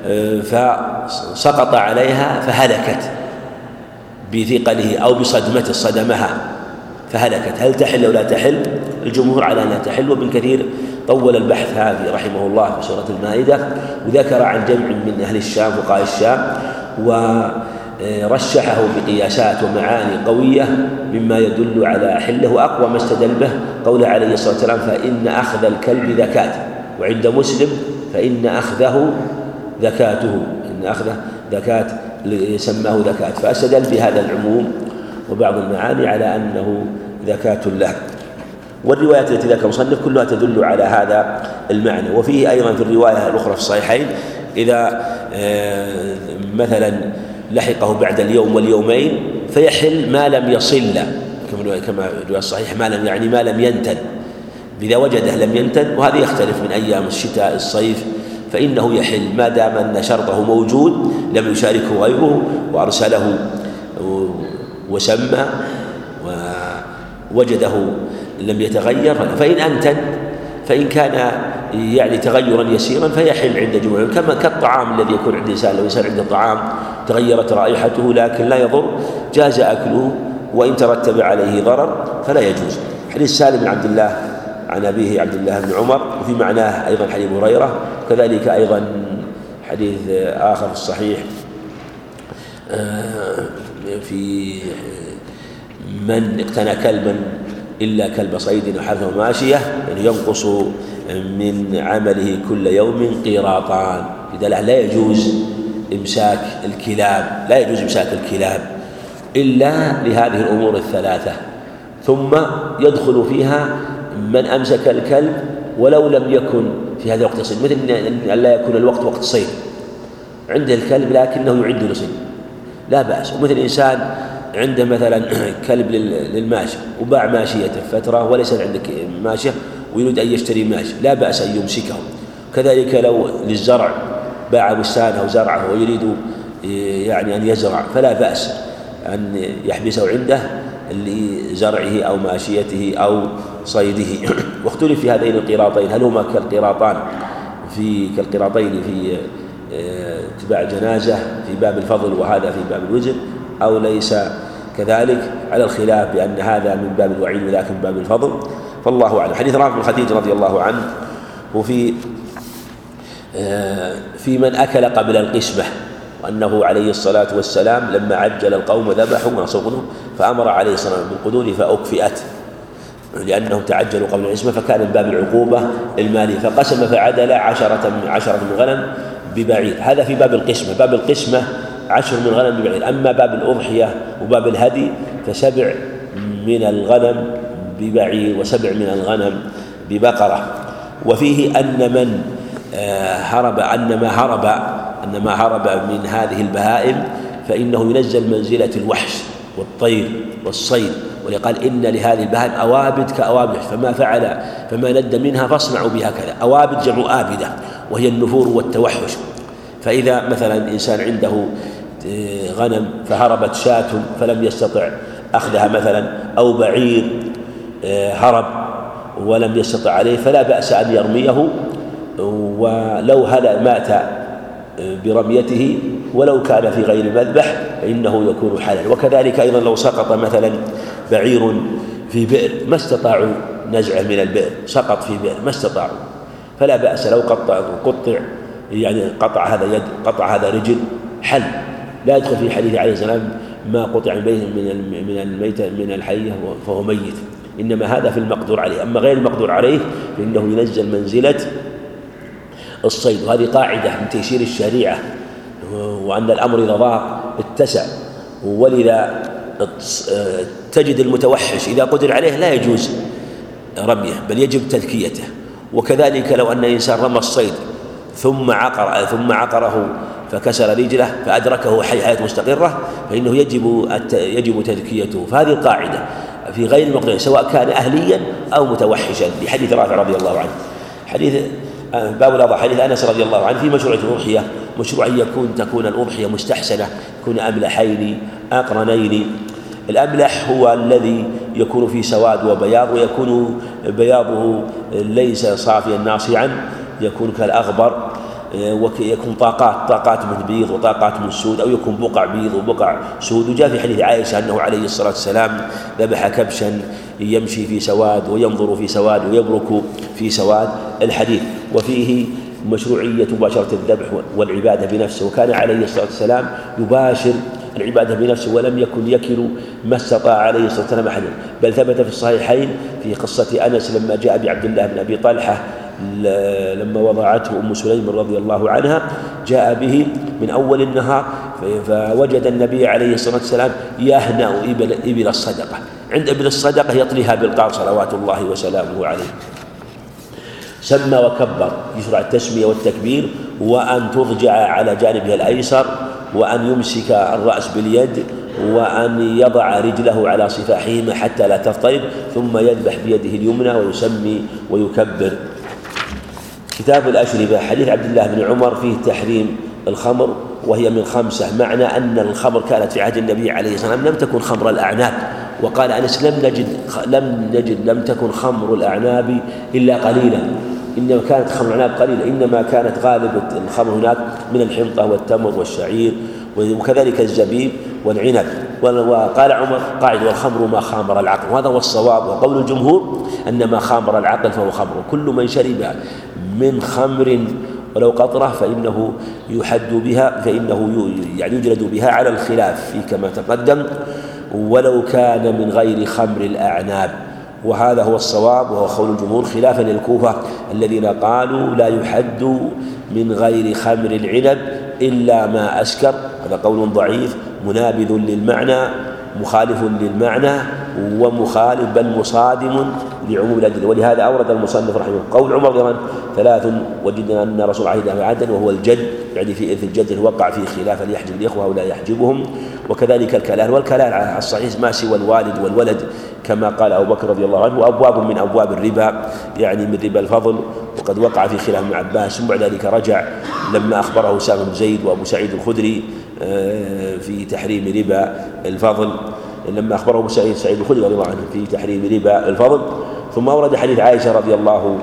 فسقط عليها فهلكت بثقله أو بصدمته صدمها فهلكت، هل تحل أو لا تحل؟ الجمهور على أنها تحل. وابن كثير طول البحث هذه رحمه الله في سورة المائدة، وذكر عن جمع من أهل الشام فقهاء الشام، ورشحه بقياسات ومعاني قوية مما يدل على حله. وأقوى ما استدل به قوله عليه الصلاة والسلام فإن أخذ الكلب ذكاة، وعند مسلم فإن أخذه ذكاته، إن أخذه ذكاة سماه ذكاة، فأستدل بهذا العموم وبعض المعاني على أنه ذكاة له. والروايات التي ذكر المصنف كلها تدل على هذا المعنى. وفيه أيضا في الرواية الأخرى في الصحيحين إذا مثلا لحقه بعد اليوم واليومين فيحل ما لم يصل، كما الرواية الصحيح ما لم ينتن، إذا وجده لم ينتن، وهذا يختلف من أيام الشتاء الصيف، فإنه يحل ما دام أن شرطه موجود لم يشاركه غيره وأرسله وسمى ووجده لم يتغير. فإن أنتن فإن كان يعني تغيرا يسيرا فيحل عند جمهور، كما كالطعام الذي يكون عند الإنسان، لو إنسان عنده طعام تغيرت رائحته لكن لا يضر جاز أكله، وإن ترتب عليه ضرر فلا يجوز. حديث سالم بن عبد الله عن أبيه عبد الله بن عمر، وفي معناه أيضا حديث هريرة، كذلك أيضا حديث آخر في الصحيح في من اقتنى كلبا إلا كلب صيد أو حرث وماشية، يعني ينقص من عمله كل يوم قيراطان. لا يجوز إمساك الكلاب إلا لهذه الأمور الثلاثة. ثم يدخل فيها من أمسك الكلب ولو لم يكن في هذا الوقت صيد، مثل أن لا يكون الوقت وقت صيد عنده الكلب لكنه يعد لصيد لا بأس. ومثل إنسان عنده مثلا كلب للماشي وباع ماشيته فترة وليس عندك ماشية ويريد أن يشتري ماشي لا بأس أن يمسكه. كذلك لو للزرع باع بستانه وزرعه ويريد يعني أن يزرع فلا بأس أن يحبسه عنده لزرعه أو ماشيته أو صيده. واختلف في هذين القراطين هل هما كالقراطين في اتباع الجنازة في باب الفضل وهذا في باب الوزر أو ليس كذلك، على الخلاف بأن هذا من باب الوعيد وذاك من باب الفضل، فالله أعلم. حديث رافع بن خديج رضي الله عنه وفي من أكل قبل القسمة، وأنه عليه الصلاة والسلام لما عجل القوم ذبحوا ونصبوا فأمر عليه الصلاة والسلام بالقدور فأكفئت لأنهم تعجلوا قبل القسمة، فكان من باب العقوبة المالية، فقسم فعدل 10 من غنم ببعير. هذا في باب القسمة. باب القسمة 10 من غنم ببعير. أما باب الأضحية وباب الهدي ف7 من الغنم ببعير و7 من الغنم ببقرة. وفيه أن من هرب أن ما هرب من هذه البهائم فإنه ينزل منزلة الوحش والطير والصيد، ولقال إن لهذه البهائم أوابد كأوابد فما ند منها فاصنعوا بها كذا. أوابد جمع آبدة وهي النفور والتوحش. فإذا مثلا إنسان عنده غنم فهربت شاة فلم يستطع أخذها مثلا، أو بعير هرب ولم يستطع عليه، فلا بأس أن يرميه، ولو مات برميته ولو كان في غير المذبح فإنه يكون حلالا. وكذلك أيضا لو سقط مثلا بعير في بئر ما استطاعوا نزعه من البئر، سقط في بئر ما استطاعوا، فلا بأس لو قطع يعني قطع هذا يد قطع هذا رجل حل، لا يدخل في حديث عليه السلام ما قطع من الميت من الحية فهو ميت، إنما هذا في المقدور عليه. أما غير المقدور عليه فإنه ينزل منزلة الصيد. وهذه قاعدة من تيسير الشريعة، وأن الأمر إذا ضاق اتسع، ولذا تجد المتوحش إذا قدر عليه لا يجوز رميه بل يجب تذكيته. وكذلك لو أن إنسان رمى الصيد ثم عقره فكسر رجله فأدركه حياة مستقرة فإنه يجب تذكيته. فهذه القاعدة في غير المقدور سواء كان أهليا أو متوحشا، لحديث رافع رضي الله عنه. حديث باب الأضحى حديث أنس رضي الله عنه في مشروعية الأضحية، مشروع تكون الأضحية مستحسنة، يكون أملحين أقرنين. الأملح هو الذي يكون فيه سواد وبياض، ويكون بياضه ليس صافيا ناصعا، يكون كالأغبر، ويكون طاقات من بيض وطاقات من سود، أو يكون بقع بيض وبقع سود. وجاء في حديث عائشة أنه عليه الصلاة والسلام ذبح كبشا يمشي في سواد وينظر في سواد ويبرك في سواد الحديث. وفيه مشروعية مباشرة الذبح والعبادة بنفسه، وكان عليه الصلاة والسلام يباشر العبادة بنفسه ولم يكن يكل ما استطاع عليه الصلاة والسلام أحدا. بل ثبت في الصحيحين في قصة أنس لما جاء بعبد الله بن أبي طلحة لما وضعته أم سليم رضي الله عنها، جاء به من أول النهار فوجد النبي عليه الصلاة والسلام يهنأ إبل الصدقة، عند إبل الصدقة يطليها بالقار صلوات الله وسلامه عليه. سمى وكبر، يشرع التسمية والتكبير، وأن تضجع على جانبها الأيسر، وأن يمسك الرأس باليد، وأن يضع رجله على صفاحهما حتى لا تضطرب، ثم يذبح بيده اليمنى ويسمي ويكبر. كتاب الأشربة حديث عبد الله بن عمر فيه تحريم الخمر وهي من 5، معنى أن الخمر كانت في عهد النبي عليه الصلاة والسلام لم تكن خمر الأعناب. وقال أنس لم تكن خمر الأعناب إلا قليلا، إنما كانت خمر الأعناب قليلة، إنما كانت غالبة الخمر هناك من الحنطة والتمر والشعير وكذلك الزبيب والعنب. وقال عمر قاعد والخمر ما خامر العقل، وهذا هو الصواب. وقول الجمهور أن ما خامر العقل فهو خمر، كل من شرب من خمر ولو قطرة فإنه يحد بها، فإنه يعني يجلد بها على الخلاف في كما تقدم، ولو كان من غير خمر الأعناب. وهذا هو الصواب وهو قول الجمهور، خلافا للكوفة الذين قالوا لا يحد من غير خمر العنب إلا ما أسكر. هذا قول ضعيف منابذ للمعنى مخالف للمعنى ومخالف بل مصادم لعموم الأدلة. ولهذا أورد المصنف رحمه الله قول عمر رضي الله عنه 3 وجدنا أن رسول الله عهدا، وهو الجد، يعني في إرث الجد وقع فيه خلاف يحجب الإخوة ولا يحجبهم. وكذلك الكلال، والكلال على الصحيح ما سوى الوالد والولد كما قال أبو بكر رضي الله عنه، وأبواب من أبواب الربا يعني من ربا الفضل، وقد وقع في خلاف ابن عباس، ثم بعد ذلك رجع لما أخبره أسامة بن زيد وأبو سعيد الخدري في تحريم ربا الفضل، لما أخبره سعيد الخدري رضي الله عنه في تحريم ربا الفضل. ثم أورد حديث عائشة رضي الله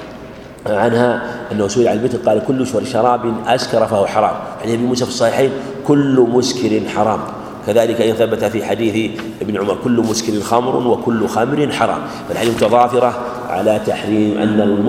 عنها أنه سئل عن المثل قال: كل شراب أسكر فهو حرام. يعني ابن موسى في الصحيحين كل مسكر حرام. كذلك أيضا ثبت في حديث ابن عمر: كل مسكر خمر وكل خمر حرام. فالحديث متضافرة على تحريم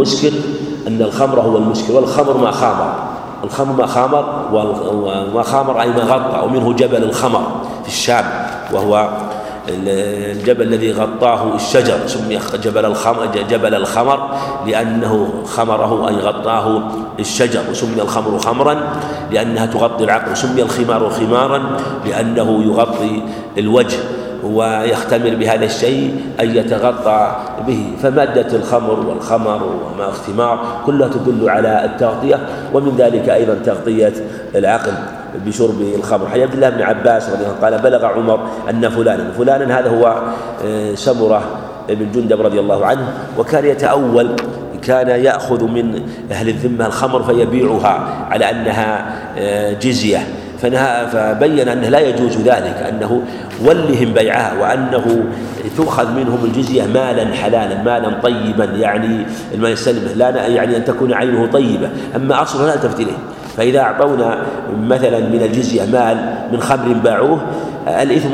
أن الخمر هو المسكر، والخمر ما خامر، الخمر ما خامر، وما خامر أي ما غطى، ومنه جبل الخمر في الشام، وهو الجبل الذي غطاه الشجر، سمي جبل الخمر لأنه خمره أي غطاه الشجر، وسمي الخمر خمرا لأنها تغطي العقل، وسمي الخمار خمارا لأنه يغطي الوجه ويختمر بهذا الشيء أن يتغطى به. فمادة الخمر والخمر وما اختمار كلها تدل على التغطية، ومن ذلك أيضا تغطية العقل بشرب الخمر. حديث عبد الله بن عباس رضي الله عنه قال: بلغ عمر أن فلانا هذا هو سمرة بن جندب رضي الله عنه، وكان يتأول، كان يأخذ من أهل الذمة الخمر فيبيعها على أنها جزية، فبين أنه لا يجوز ذلك، أنه ولهم بيعها، وأنه تؤخذ منهم الجزية مالا حلالا، مالا طيبا، يعني المال السلم لا يعني أن تكون عينه طيبة، أما أصله لا تلتفت إليه. فإذا أعطونا مثلا من الجزية مال من خمر باعوه الإثم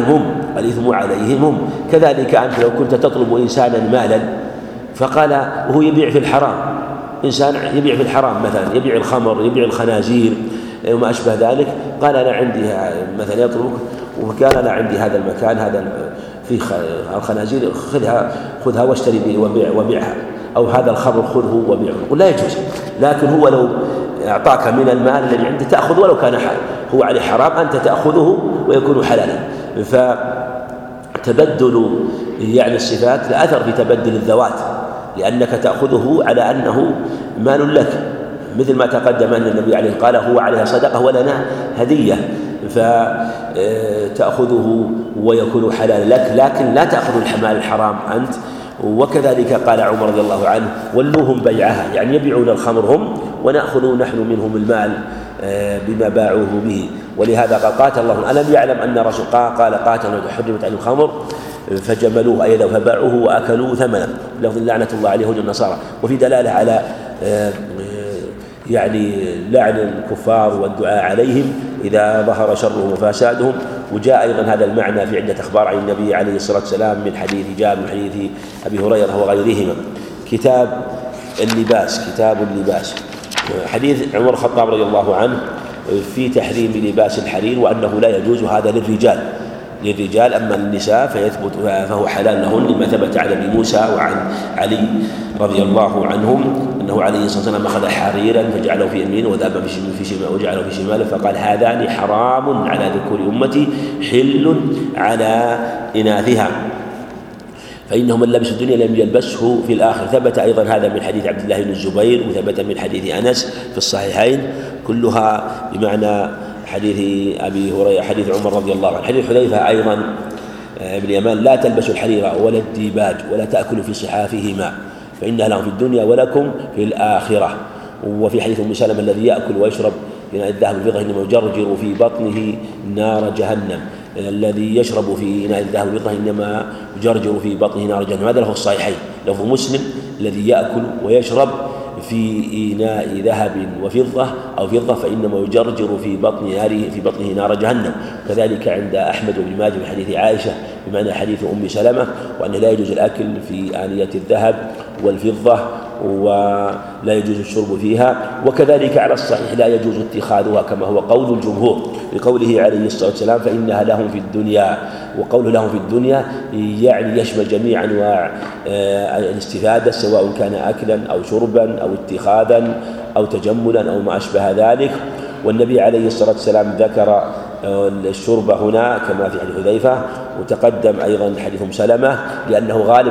عليهم هم. كذلك أنت لو كنت تطلب إنسانا مالا فقال وهو يبيع في الحرام، إنسان يبيع في الحرام مثلا، يبيع الخمر، يبيع الخنازير وما أشبه ذلك، قال أنا عندي مثلا يطلبك، وكان أنا عندي هذا المكان هذا فيه الخنازير، خذها واشتري وبيعها، أو هذا الخمر خذه وبيعه، قل لا يجوز. لكن هو لو أعطاك من المال الذي عنده تأخذ ولو كان هو عليه حرام، أنت تأخذه ويكون حلالا. فتبدل يعني الصفات لا أثر في تبدل الذوات، لأنك تأخذه على أنه مال لك، مثل ما تقدم أن النبي عليه قال: هو عليها صدقة ولنا هدية، فتأخذه ويكون حلالا لك، لكن لا تأخذ الحمال الحرام أنت. وكذلك قال عمر رضي الله عنه: ولوهم بيعها، يعني يبيعون الخمر هم ونأخذ نحن منهم المال بما باعوه به. ولهذا قاتل الله، ألم يعلم أن رسول قال قاتل حرمت عليه الخمر فجملوه أيضا فباعوه وأكلوا ثمنا، لفظ لعنة الله عليه النصارى. وفي دلالة على يعني لعن الكفار والدعاء عليهم إذا ظهر شرهم وفسادهم. وجاء أيضا هذا المعنى في عدة أخبار عن النبي عليه الصلاة والسلام من حديث جابر وحديث أبي هريرة وغيرهما. كتاب اللباس، حديث عمر الخطاب رضي الله عنه في تحريم لباس الحرير، وأنه لا يجوز هذا للرجال، أما النساء فهو حلال لهن، لما ثبت عن أبي موسى وعن علي رضي الله عنهم أنه عليه الصلاة والسلام أخذ حريرا فجعله في يمينه وذهب في شماله وجعله في شماله، فقال: هذان حرام على ذكور أمتي حل على إناثها، فإنه من لبس الدنيا لم يلبسه في الآخر. ثبت أيضا هذا من حديث عبد الله بن الزبير، وثبت من حديث أنس في الصحيحين، كلها بمعنى حديث أبي هريرة حديث عمر رضي الله عنه. حديث حذيفة أيضا ابن يمان: لا تلبسوا الحرير ولا الديباج ولا تأكلوا في صحافهما فإنها لهم في الدنيا ولكم في الآخرة. وفي حديث أم سلمة: الذي يأكل ويشرب إناء الذهب والفضة إنما يجرجر في بطنه نار جهنم، الذي يشرب في إناء الذهب والفضة إنما يجرجر في بطنه نار جهنم. هذا لفظ الصحيحين، لفظ مسلم: الذي يأكل ويشرب في إناء ذهب وفضة أو فضة فإنما يجرجر في بطنه نار جهنم. كذلك عند أحمد وابن ماجه من حديث عائشة بمعنى حديث أم سلمة، وأنه لا يجوز الأكل في آنية الذهب والفضة ولا يجوز الشرب فيها. وكذلك على الصحيح لا يجوز اتخاذها كما هو قول الجمهور بقوله عليه الصلاة والسلام: فإنها لهم في الدنيا. وقوله لهم في الدنيا يعني يشمل جميع أنواع الاستفادة، سواء كان أكلا أو شربا أو اتخاذا أو تجملا أو ما أشبه ذلك. والنبي عليه الصلاة والسلام ذكر الشرب هنا كما في حديث حذيفة، وتقدم أيضا حديث أم سلمة لأنه غالب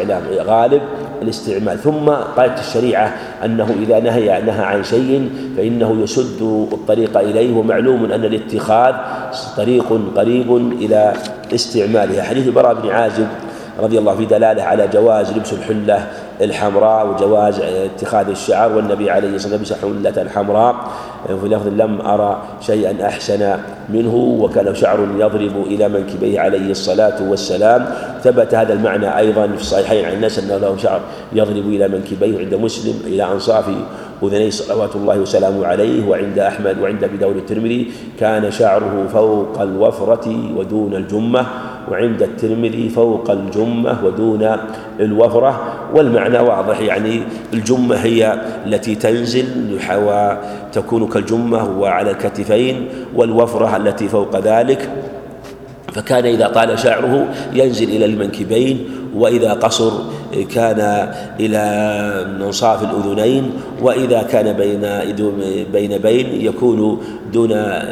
الاستعمال. ثم قالت الشريعة أنه إذا نهى عن شيء فإنه يسد الطريق إليه، ومعلوم أن الاتخاذ طريق قريب إلى استعمالها. حديث البراء بن عازب رضي الله في دلالة على جواز لبس الحلة الحمراء وجواز اتخاذ الشعر، والنبي عليه الصلاة والسلام لبس حلة حمراء في لفظ لم أرى شيئا أحسن منه، وكان شعر يضرب إلى منكبيه عليه الصلاة والسلام. ثبت هذا المعنى أيضا في الصحيحين عن أنس أنه له شعر يضرب إلى منكبيه عند مسلم إلى أنصاف أذنيه صلوات الله وسلامه عليه، وعند أحمد وعند أبي داود الترمذي كان شعره فوق الوفرة ودون الجمة، وعند الترمذي فوق الجمة ودون الوفرة. والمعنى واضح، يعني الجمة هي التي تنزل وتكون كالجمة وعلى الكتفين، والوفرة التي فوق ذلك. فكان إذا طال شعره ينزل إلى المنكبين، وإذا قصر كان إلى منصاف الأذنين، وإذا كان بين يكون دون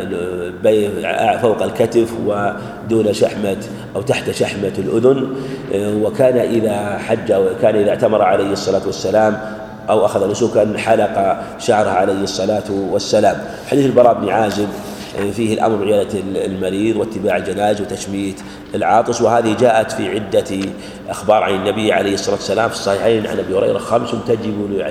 فوق الكتف ودون شحمة أو تحت شحمة الأذن. وكان إذا حج وكان إذا اعتمر عليه الصلاة والسلام أو أخذ نسكا حلق شعره عليه الصلاة والسلام. حديث البراء بن عازب فيه الأمر بعيادة المريض واتباع الجنائز وتشميت العاطس، وهذه جاءت في عدة أخبار عن النبي عليه الصلاة والسلام في الصحيحين عن أبي هريرة: 5 تجب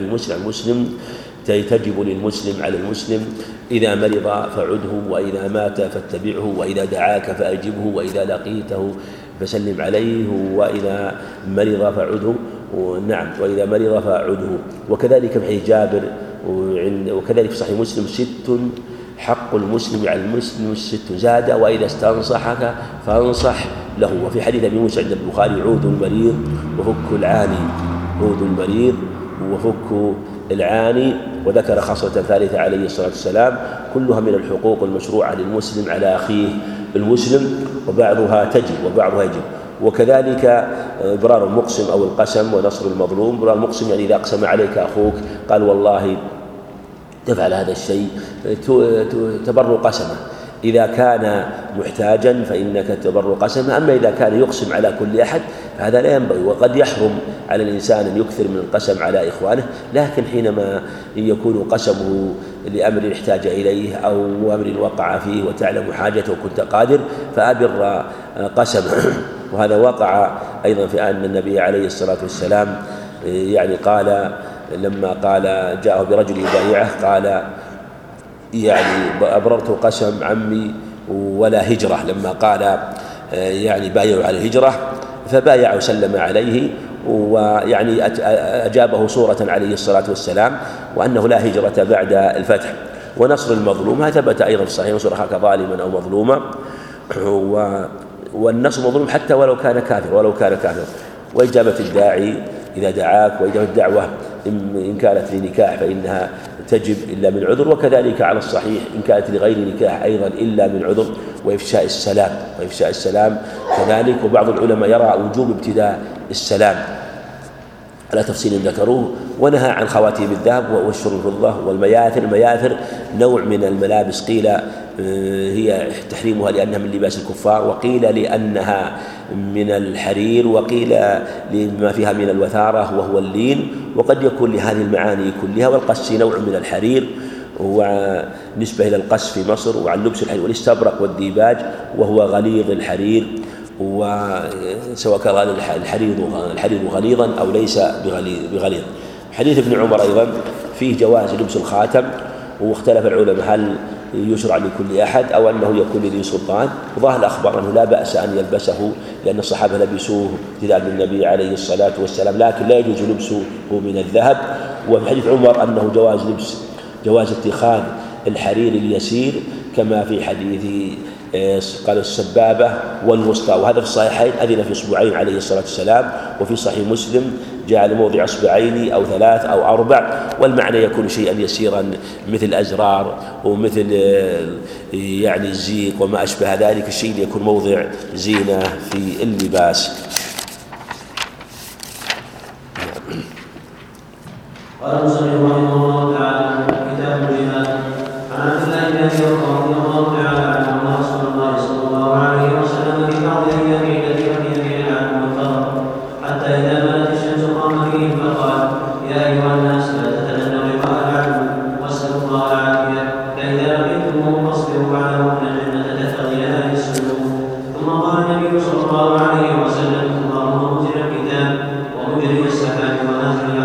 على المسلم إذا مرض فعده، وإذا مات فاتبعه، وإذا دعاك فأجبه، وإذا لقيته فسلم عليه، وإذا مرض فعده. وإذا مرض فعده. وكذلك في حديث جابر، وكذلك في صحيح مسلم: 6 حق المسلم على المسلم 6 زاد: وإذا استنصحك فانصح له. وفي حديث أبي موسى عند البخاري: عود المريض وفك العاني، عود المريض وفك العاني. وذكر خاصة ثالثة عليه الصلاة والسلام: كلها من الحقوق المشروعة للمسلم على أخيه المسلم، وبعضها تجب وبعضها يجب. وكذلك إبرار المقسم أو القسم ونصر المظلوم. إبرار المقسم يعني إذا أقسم عليك أخوك قال والله تفعل هذا الشيء تبر قسمه، إذا كان محتاجا فإنك تبر قسمه. أما إذا كان يقسم على كل أحد فهذا لا ينبغي، وقد يحرم على الإنسان أن يكثر من القسم على إخوانه، لكن حينما يكون قسمه لأمر احتاج إليه أو أمر وقع فيه وتعلم حاجته وكنت قادر فأبر قسمه. وهذا وقع أيضا في أن النبي عليه الصلاة والسلام يعني قال لما قال جاءه برجل يبايعه قال يعني أبررت قسم عمي ولا هجرة، لما قال يعني بايعوا على الهجرة فبايع وسلم عليه، ويعني أجابه صورة عليه الصلاة والسلام وأنه لا هجرة بعد الفتح. ونصر المظلوم هذا ثبت أيضا في الصحيح: انصر أخاك ظالما أو مظلوما. والنصر مظلوم حتى ولو كان كافر. وإجابة الداعي إذا دعاك، وإجابة الدعوة إن كانت لنكاح فإنها تجب إلا من عذر، وكذلك على الصحيح إن كانت لغير نكاح أيضا إلا من عذر. وإفشاء السلام كذلك. وبعض العلماء يرى وجوب ابتداء السلام على تفصيل ذكروه، ونهى عن خواتيم الذهب والشر الفضة والمياثر. المياثر نوع من الملابس، قيل هي تحريمها لأنها من لباس الكفار، وقيل لأنها من الحرير، وقيل لما فيها من الوثارة وهو اللين، وقد يكون لهذه المعاني كلها. والقس نوع من الحرير، ونسبة إلى القس في مصر، وعن لبس الحرير. والاستبرق والديباج وهو غليظ الحرير، وسواء كان الحرير غليظا أو ليس بغليظ. حديث ابن عمر أيضا فيه جواز لبس الخاتم، واختلف العلماء هل يشرع لكل أحد أو أنه يكون لذي سلطان. وظاهر الأخبار أنه لا بأس أن يلبسه لأن الصحابة لبسوه ابتداء بالنبي عليه الصلاة والسلام، لكن لا يجوز لبسه من الذهب. وفي حديث عمر أنه جواز اتخاذ الحرير اليسير، كما في حديث قال السبابة والوسطى. وهذا في الصحيحين أذن في إصبعين عليه الصلاة والسلام. وفي صحيح مسلم جعل موضع إصبعين أو 3 أو 4، والمعنى يكون شيئا يسيرا مثل الأزرار ومثل يعني الزيق وما أشبه ذلك، الشيء يكون موضع زينة في اللباس. قال المصنف رحمه الله تعالى: كتاب الجهاد. عن عبد الله بن ابي رضي الله تعالى عنه ان رسول الله صلى الله عليه وسلم في بعض ايامه التي بقي فيها العام والفرق حتى اذا مالت الشمس قام فيهم فقال: يا ايها الناس لا تتمنوا لقاء العدو واسالوا الله العافيه، فاذا لقيتموه فاصبروا واعلموا ان الجنه تحت ظلالها السلوك. ثم قال النبي صلى الله عليه وسلم: اللهم منزل الكتاب ومجري السحاب ونازل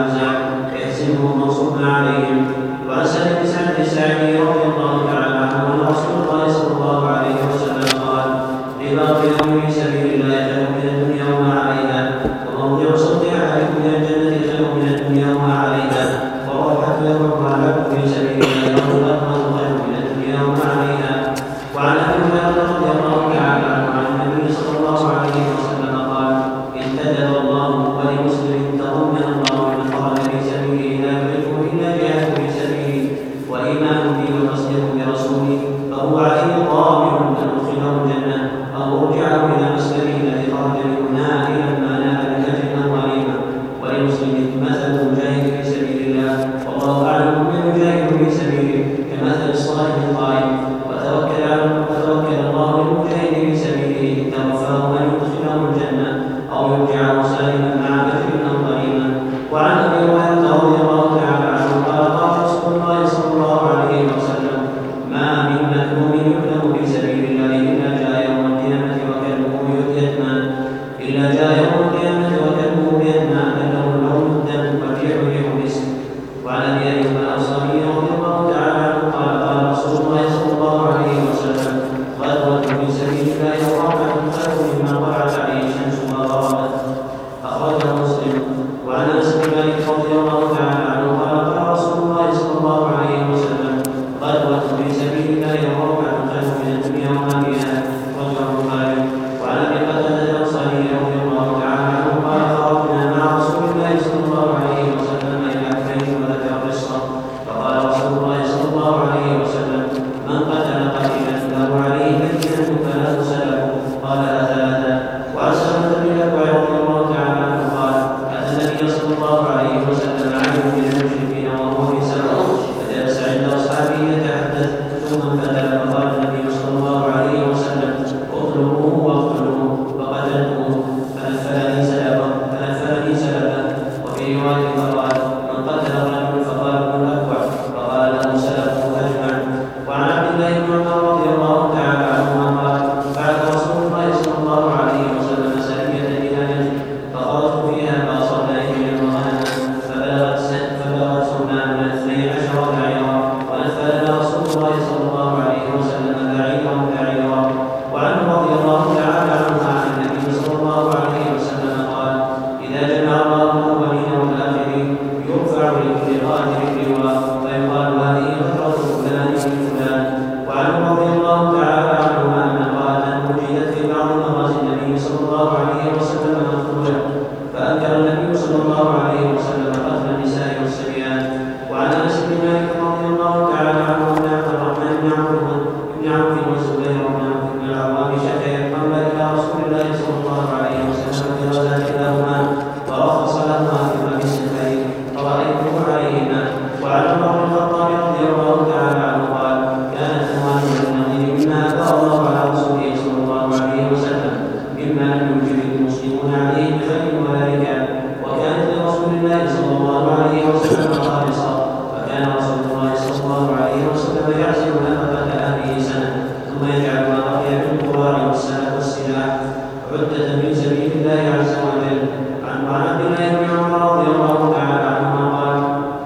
عمر رضي الله تعالى عنهما قال: بعث رسول الله صلى الله عليه وسلم سرية إلى نجد فخرجت فيها فأصبنا إبلا وغنما فبلغت سمناهن 12 بعيرا ونفى لنا رسول الله صلى الله عليه وسلم بعيرا. وعنه رضي الله تعالى عنه عن النبي صلى الله عليه وسلم قال: إذا جمع الله الأولين والآخرين يرفع لكل غادر لواء فيقال: هذه غدرة فلان من فلان. وعنه رضي الله تعالى عنهما أن امرأة وجدت في بعض مغازي النبي صلى الله عليه وسلم مقتولة فأنكر النبي صلى الله عليه وسلم قتل النساء والصبيان. وعن أنس بن مالك رضي الله تعالى عنه أن عبد الرحمن بن عوف والزبير بن العوام شكا القول إلى رسول الله صلى الله عليه وسلم بغزاة لهما ورخص لهما في باب السفر فرأيته عليهما. وعن عمر بن الخطاب رضي الله تعالى عنه قال: كانت أموال النظير مما أتى الله على رسوله صلى الله عليه وسلم مما لم يوجب المسلمون عليه بخير ولا ركاب، وكانت لرسول الله صلى الله عليه وسلم خالصة، فكان رسول الله صلى الله عليه وسلم يعزل نفقة أهله سنة ثم يجعل ما بقي من القراع والسلف والسلاح عدة من سبيل الله عز وجل. عن عبد الله بن عمر رضي الله تعالى عنهما قال: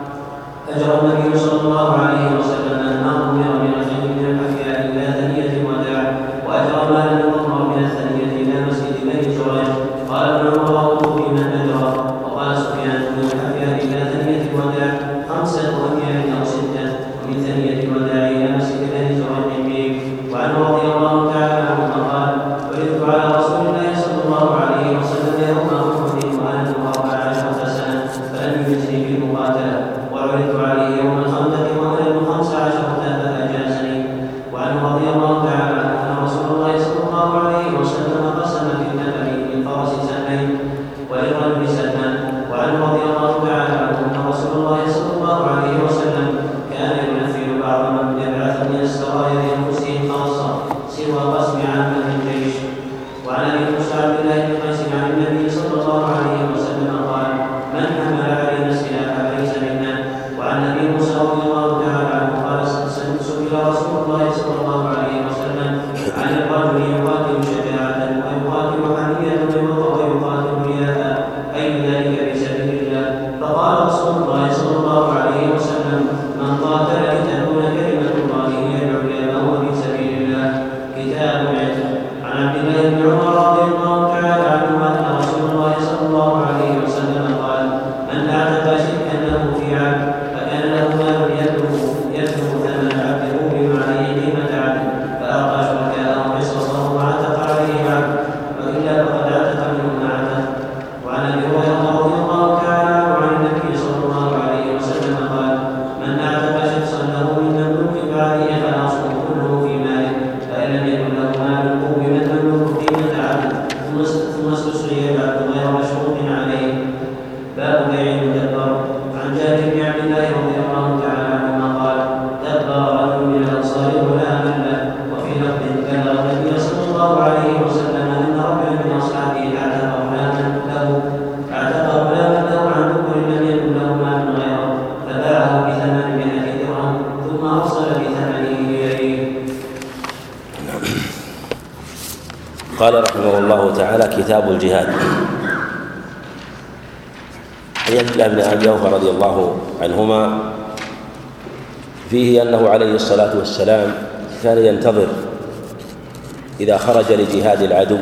أجرى النبي صلى الله عليه وسلم أن أمر من الخير من الأحياء إلى ثنية الوداع، وأجرى ما لم يضمر من الثنية إلى مسجد بني جريج. قال ابن عمر: وقل من أجرى. وقال سفيان: من الأحياء إلى ثنية الوداع 5 أميال أو 6، ومن ثنية الوداع إلى مسجد بني جريج. وعنه رضي الله تعالى عنه قال: ولدت على رسول الله صلى الله عليه وسلم يوم أحد وأنا 14 سنة فلم يجزني في المقاتلة، وولدت عليه يوم الخندق وأنا 15 فأجازني. وعنه رضي الله تعالى عنه أن رسول الله صلى الله عليه وسلم قسم في النفل للفرس سهمين وللرجل سهما. وعنه رضي الله تعالى عنه أن رسول الله صلى الله عليه وسلم كان ينفل بعض من يبعث من السرايا لأنفسهم خاصة سوى قسم عامة الجيش. وعن أبي موسى عبد الله بن قيس عن النبي صلى الله عليه وسلم قال: من حمل علينا السلاح فليس منا. وعن أبي موسى رضي الله تعالى عنه قال: سئل رسول الله صلى الله عليه وسلم عن الرجل يقاتل شجاعة ويقاتل حمية ويقاتل رياء أي ذلك في سبيل الله؟ فقال رسول الله صلى الله عليه وسلم: من قاتل لتكون كلمة الله هي العليا فهو في سبيل الله. كتاب العتق. عن عبد الله بن عمر رضي الله تعالى عنهما أن رسول الله صلى الله عليه وسلم قال: من أعتق شركا له في عبد فكان له مال يبلغ ثمن عبده بما عليه قيمة عبد فألقى شركاءه قصصه وعتق عليه عبد، وإلا فقد عتق منه ما عتق. وعن أبي هريرة رضي الله تعالى عنه عن النبي صلى الله عليه وسلم قال: من أعتق شخصا له من مملوك فعليه خلاصه كله في ماله، فإن لم يكن له مال قوم المملوك قيمة عبد ثم استسقي العبد غير مشروط عليه. باب بيع المدبر. عن جابر بن عبد الله رضي الله تعالى عنهما قال: دبر رجل من الأنصار غلاما له، وفي لفظ: بلغ النبي صلى الله عليه وسلم أن رجلا من أصحابه اعتق غلاما له عن ذكر لم يكن له مال غيره فباعه ب800 درهم ثم أرسل بثمنه إليه. قال رحمه الله تعالى: كتاب الجهاد. عن عبد الله بن أبي أوفى رضي الله عنهما فيه أنه عليه الصلاة والسلام كان ينتظر إذا خرج لجهاد العدو.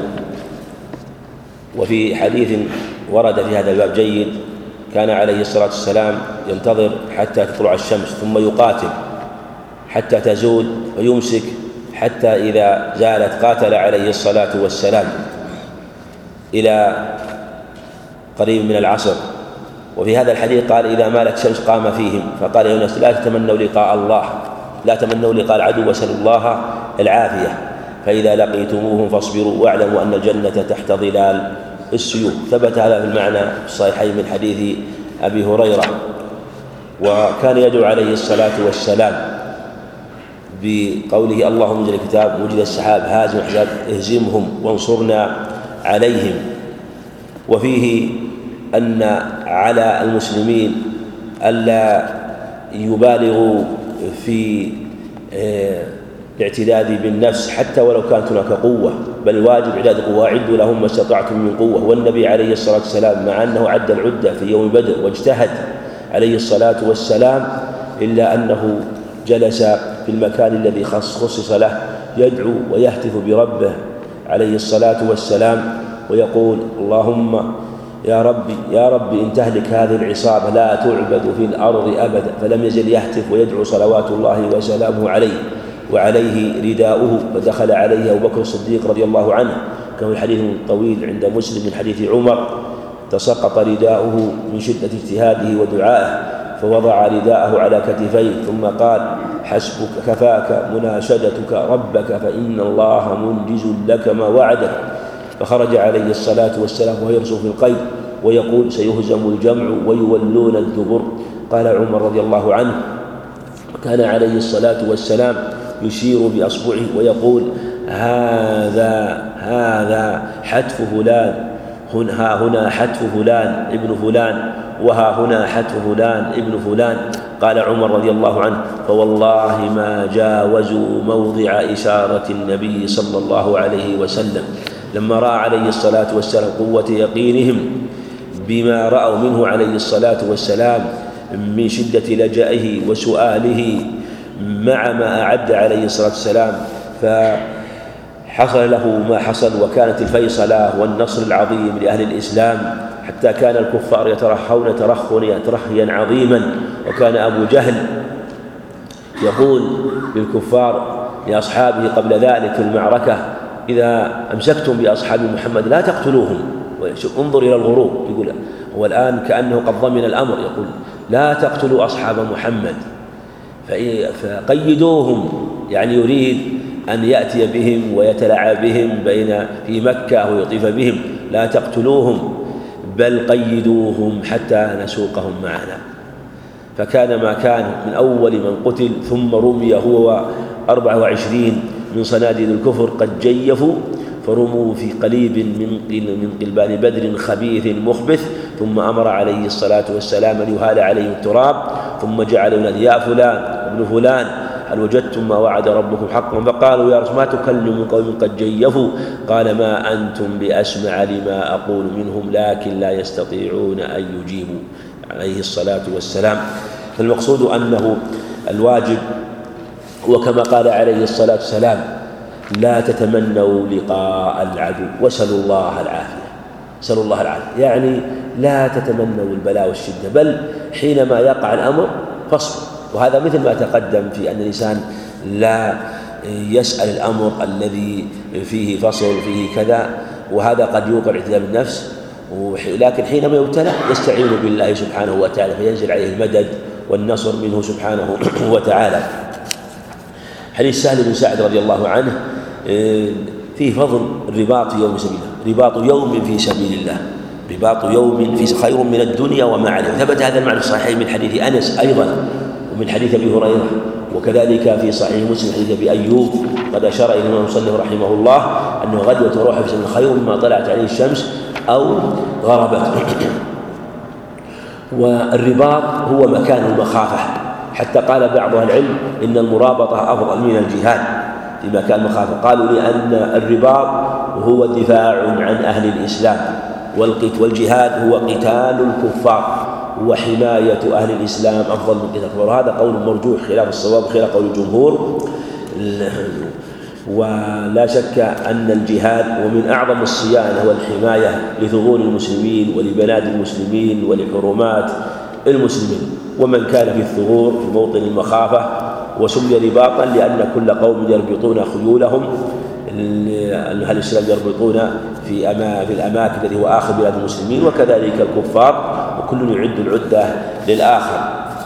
وفي حديث ورد في هذا الباب جيد: كان عليه الصلاة والسلام ينتظر حتى تطلع الشمس ثم يقاتل حتى تزول ويمسك حتى إذا زالت قاتل عليه الصلاة والسلام إلى قريب من العصر. وفي هذا الحديث قال: إذا مالت شمس قام فيهم فقال: يا الناس لا تتمنوا لقاء الله، لا تمنوا لقاء العدو واسألوا الله العافية، فإذا لقيتموهم فاصبروا واعلموا أن الجنة تحت ظلال السيوف. ثبت هذا في المعنى في الصحيحين من حديث أبي هريرة. وكان يدعو عليه الصلاة والسلام بقوله: اللهم انزل الكتاب مجد السحاب هازم الأحزاب اهزمهم وانصرنا عليهم. وفيه أن على المسلمين ألا يبالغوا في الاعتداد بالنفس حتى ولو كانت هناك قوة، بل الواجب إعداد القوة، وأعدوا لهم ما استطعتم من قوة. والنبي عليه الصلاة والسلام مع أنه عد العدة في يوم بدر واجتهد عليه الصلاة والسلام، إلا أنه جلس في المكان الذي خصص له يدعو ويهتف بربه عليه الصلاة والسلام ويقول: اللهم يا ربي إن تهلك هذه العصابة لا تعبد في الأرض أبدا. فلم يزل يهتف ويدعو صلوات الله وسلامه عليه، وعليه رداؤه، فدخل عليه أبو بكر الصديق رضي الله عنه كما الحديث الطويل عند مسلم من حديث عمر: تسقط رداؤه من شدة اجتهاده ودعائه، فوضع رداءه على كتفيه ثم قال: حسبك كفاك مناشدتك ربك فإن الله منجز لك ما وعدك. فخرج عليه الصلاة والسلام وهو يرسم في القيد ويقول: سيهزم الجمع ويولون الدبر. قال عمر رضي الله عنه: كان عليه الصلاة والسلام يشير بأصبعه ويقول: هذا حتف فلان، ها هنا حتف فلان ابن فلان، وها هنا حتف فلان ابن فلان. قال عمر رضي الله عنه: فوالله ما جاوزوا موضع إشارة النبي صلى الله عليه وسلم لما رأى عليه الصلاة والسلام قوة يقينهم بما رأوا منه عليه الصلاة والسلام من شدة لجائه وسؤاله مع ما أعد عليه الصلاة والسلام، فحصل له ما حصل، وكانت الفيصلة والنصر العظيم لأهل الإسلام، حتى كان الكفار يترخون ترخيا عظيما. وكان أبو جهل يقول للكفار لأصحابه قبل ذلك في المعركة: إذا أمسكتم بأصحاب محمد لا تقتلوهم. انظر إلى الغروب، يقول هو الآن كأنه قد ضمن الأمر، يقول: لا تقتلوا أصحاب محمد فقيدوهم، يعني يريد أن يأتي بهم ويتلاعب بهم في مكة ويطيف بهم. لا تقتلوهم بل قيدوهم حتى نسوقهم معنا. فكان ما كان من أول من قتل ثم رمي هو 24 من صناديد الكفر قد جيفوا، فرموا في قليب من قلبان بدر خبيث مخبث، ثم أمر عليه الصلاة والسلام أن يهال عليهم التراب، ثم جعل ينادي: يا فلان ابن فلان هل وجدتم ما وعد ربكم حقا؟ فقالوا: يا رسول ما تكلم قوم قد جيفوا. قال: ما أنتم بأسمع لما أقول منهم لكن لا يستطيعون أن يجيبوا عليه الصلاة والسلام. فالمقصود أنه الواجب، وكما قال عليه الصلاة والسلام: لا تتمنوا لقاء العدو واسألوا الله العافية. سألوا الله العافية، يعني لا تتمنوا البلاء والشدة، بل حينما يقع الأمر فاصبروا. وهذا مثل ما تقدم في أن الإنسان لا يسأل الأمر الذي فيه فصل فيه كذا، وهذا قد يوقع اعتداء بالنفس، لكن حينما يبتلى يستعين بالله سبحانه وتعالى فينزل عليه المدد والنصر منه سبحانه وتعالى. حديث سهل بن سعد رضي الله عنه فيه فضل الرباط في يوم سبيل الله. رباط يوم في سبيل الله، رباط يوم في خير من الدنيا وما عليه. ثبت هذا المعنى في صحيح من حديث أنس أيضا، ومن حديث أبي هريرة، وكذلك في صحيح مسلم حديث أبي أيوب. قد أشار إلى الإمام المصنف رحمه الله أنه غدوة روح في سبيل خير مما طلعت عليه الشمس أو غربت. والرباط هو مكان المخافة، حتى قال بعض العلم إن المرابطة أفضل من الجهاد في مكان المخافة. قالوا لأن الرباط هو الدفاع عن أهل الإسلام، والجهاد هو قتال الكفار وحماية أهل الإسلام أفضل من قتال الكفار. وهذا قول مرجوح خلاف الصواب خلاف قول الجمهور. ولا شك أن الجهاد ومن أعظم الصيانة والحماية لثغور المسلمين ولبلاد المسلمين ولحرمات المسلمين، ومن كان في الثغور في موطن المخافة. وسمي رباطا لأن كل قوم يربطون خيولهم، أهل الإسلام يربطون في الأماكن التي هو آخر بلاد المسلمين، وكذلك الكفار، وكل يعد العدة للآخر.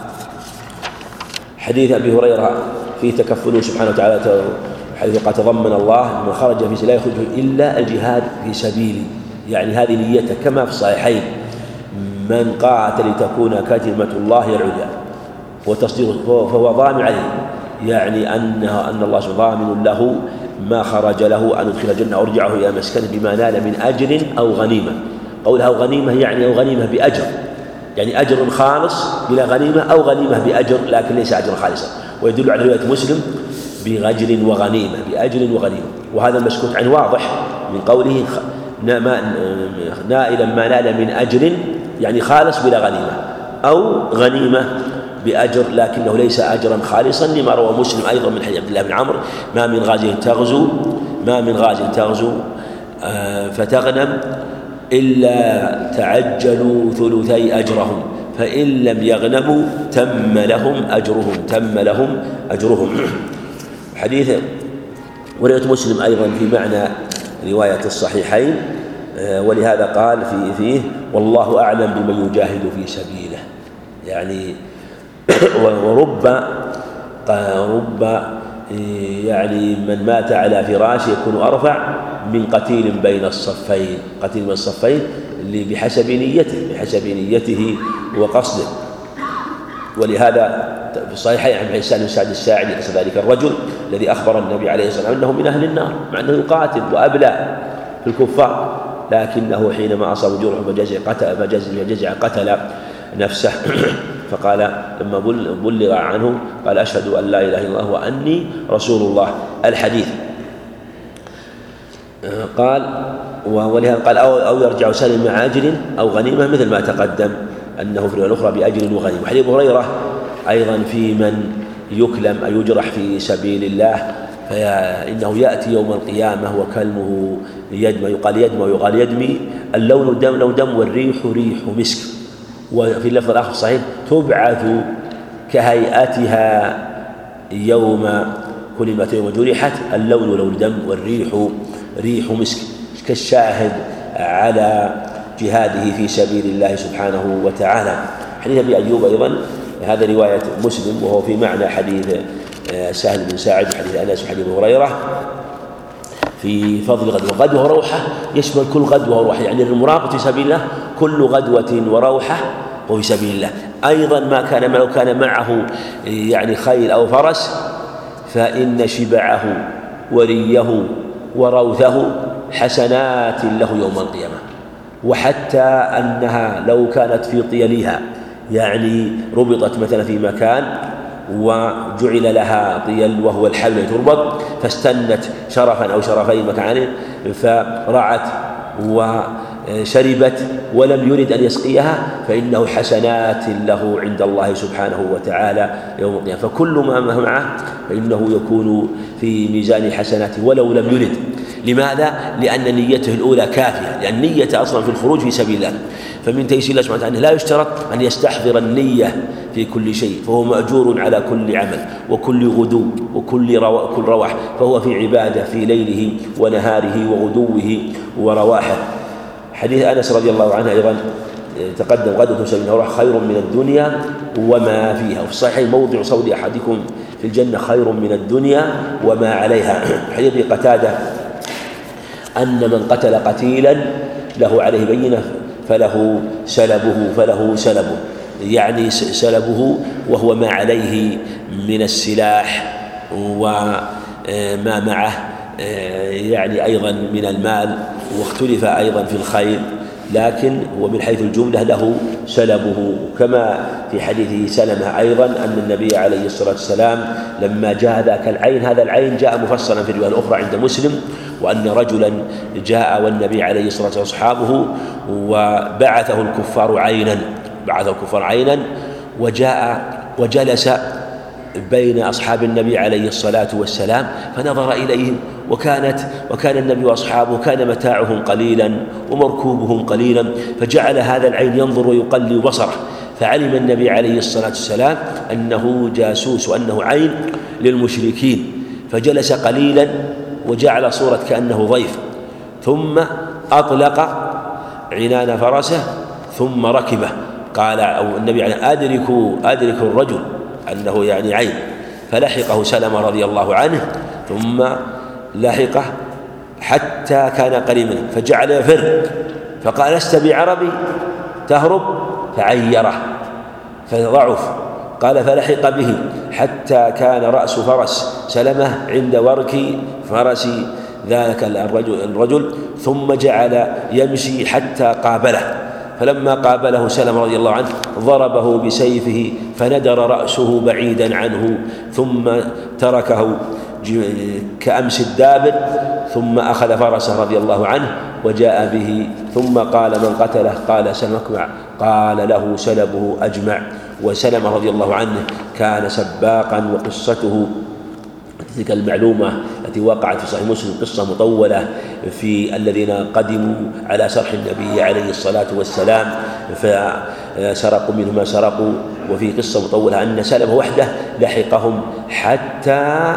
حديث أبي هريرة فيه تكفله سبحانه وتعالى، حيث قد تضمن الله: من خرج في لا يخرج إلا الجهاد في سبيلي، يعني هذه نيته كما في الصحيحين: من قاتل لتكون كلمة الله العليا وتصديق فهو ضامن عليه، يعني أن الله ضامن له ما خرج له أن يدخل الجنة أو يرجعه إلى مسكنه بما نال من أجر أو غنيمة. قولها أو غنيمة يعني أو غنيمة بأجر، يعني أجر خالص بلا غنيمة، أو غنيمة بأجر لكن ليس أجر خالصا. ويدل على رواية مسلم بأجر وغنيمة. وهذا المسكوت عنه واضح من قوله نائلا ما نال من أجر، يعني خالص بلا غنيمة، أو غنيمة بأجر لكنه ليس أجرا خالصا، لما روى مسلم أيضا من حديث عبد الله بن عمرو: ما من غازي تغزو فتغنم إلا تعجلوا ثلثي أجرهم، فإن لم يغنموا تم لهم أجرهم. حديث ورواية مسلم أيضا في معنى رواية الصحيحين، ولهذا قال فيه: والله أعلم بمن يجاهد في سبيله. يعني ورب يعني من مات على فراشه يكون أرفع من قتيل بين الصفين بحسب نيته وقصده. ولهذا في الصحيحين عن حسان بن سعد الساعدي ذلك الرجل الذي أخبر النبي عليه الصلاة والسلام أنه من أهل النار، مع أنه يقاتل وأبلى في الكفار، لكنه حينما أصاب جرح فجزع قتل نفسه. فقال لما بلغ عنه قال: أشهد أن لا إله إلا الله وأني رسول الله. الحديث قال ولهذا قال: أو يرجع سالم مع أجر أو غنيمة، مثل ما تقدم أنه في الرواية الأخرى بأجر وغنيمة. حديث أبي هريرة أيضا في من يكلم أو يجرح في سبيل الله فإنه يأتي يوم القيامة وكلمه يدمى، يقال يدمي اللون دم والريح ريح مسك. وفي اللفظ الآخر الصحيح: تبعث كهيئتها يوم كلمت يوم جرحت، اللون لون دم والريح ريح مسك، كالشاهد على جهاده في سبيل الله سبحانه وتعالى. حديث أبي أيوب أيضا هذا رواية مسلم، وهو في معنى حديث سهل بن ساعد وحديث أنس وحديث أبي هريرة في فضل غدوة وروحة، يشمل كل غدوة وروحة، يعني المرابط في سبيل الله كل غدوة وروحة وفي سبيل الله. أيضا لو كان معه يعني خيل أو فرس فإن شبعه وريه وروثه حسنات له يوم القيامة. وحتى أنها لو كانت في طيلها، يعني ربطت مثلا في مكان وجعل لها طيل وهو الحبل تربط، فاستنت شرفا أو شرفين مكان فرعت وشربت ولم يرد أن يسقيها، فإنه حسنات له عند الله سبحانه وتعالى يوم القيامة. فكل ما معه فإنه يكون في ميزان حسناته ولو لم يرد. لماذا؟ لأن نيته الأولى كافية، لأن نيته أصلا في الخروج في سبيل الله. فمن تيسير الله سبحانه وتعالى لا يشترط أن يستحضر النية في كل شيء، فهو مأجور على كل عمل وكل غدو وكل رواح، فهو في عبادة في ليله ونهاره وغدوه ورواحه. حديث أنس رضي الله عنه أيضا تقدم: غدوة سبيل الله خير من الدنيا وما فيها. وفي الصحيح: موضع صوت أحدكم في الجنة خير من الدنيا وما عليها. حديث قتادة أن من قتل قتيلا له عليه بينة فله سلبه، يعني سلبه وهو ما عليه من السلاح وما معه يعني أيضا من المال. واختلف أيضا في الخيل، لكن هو من حيث الجملة له سلبه. كما في حديث سلمة أيضا أن النبي عليه الصلاة والسلام لما جاء ذاك العين، هذا العين جاء مفصلا في الرواية الأخرى عند مسلم، وأن رجلا جاء والنبي عليه الصلاة والسلام وأصحابه وبعثه الكفار عينا وجاء وجلس بين أصحاب النبي عليه الصلاة والسلام فنظر إليهم، وكان النبي وأصحابه كان متاعهم قليلا ومركوبهم قليلا، فجعل هذا العين ينظر ويقلب بصره، فعلم النبي عليه الصلاة والسلام أنه جاسوس وأنه عين للمشركين، فجلس قليلا وجعل صورة كأنه ضيف، ثم أطلق عنان فرسه ثم ركبه. قال أو النبي عليه أدرك الرجل أنه يعني عين، فلحقه سلمة رضي الله عنه ثم لحقه حتى كان قريبا فجعل يفر، فقال: لست بعربي تهرب؟ فعيره فضعف. قال: فلحق به حتى كان رأس فرس سلمة عند ورك فرس ذلك الرجل، ثم جعل يمشي حتى قابله، فلما قابله سلمة رضي الله عنه ضربه بسيفه فندر رأسه بعيدا عنه ثم تركه كأمس الدابر، ثم أخذ فرسه رضي الله عنه وجاء به، ثم قال من قتله؟ قال سلم أكمع، قال له سلبه أجمع. وسلمة رضي الله عنه كان سباقا، وقصته تلك المعلومة التي وقعت في صحيح مسلم قصة مطولة في الذين قدموا على سرح النبي عليه الصلاة والسلام فسرقوا منه ما سرقوا، وفي قصة مطولة أن سلمة وحده لحقهم حتى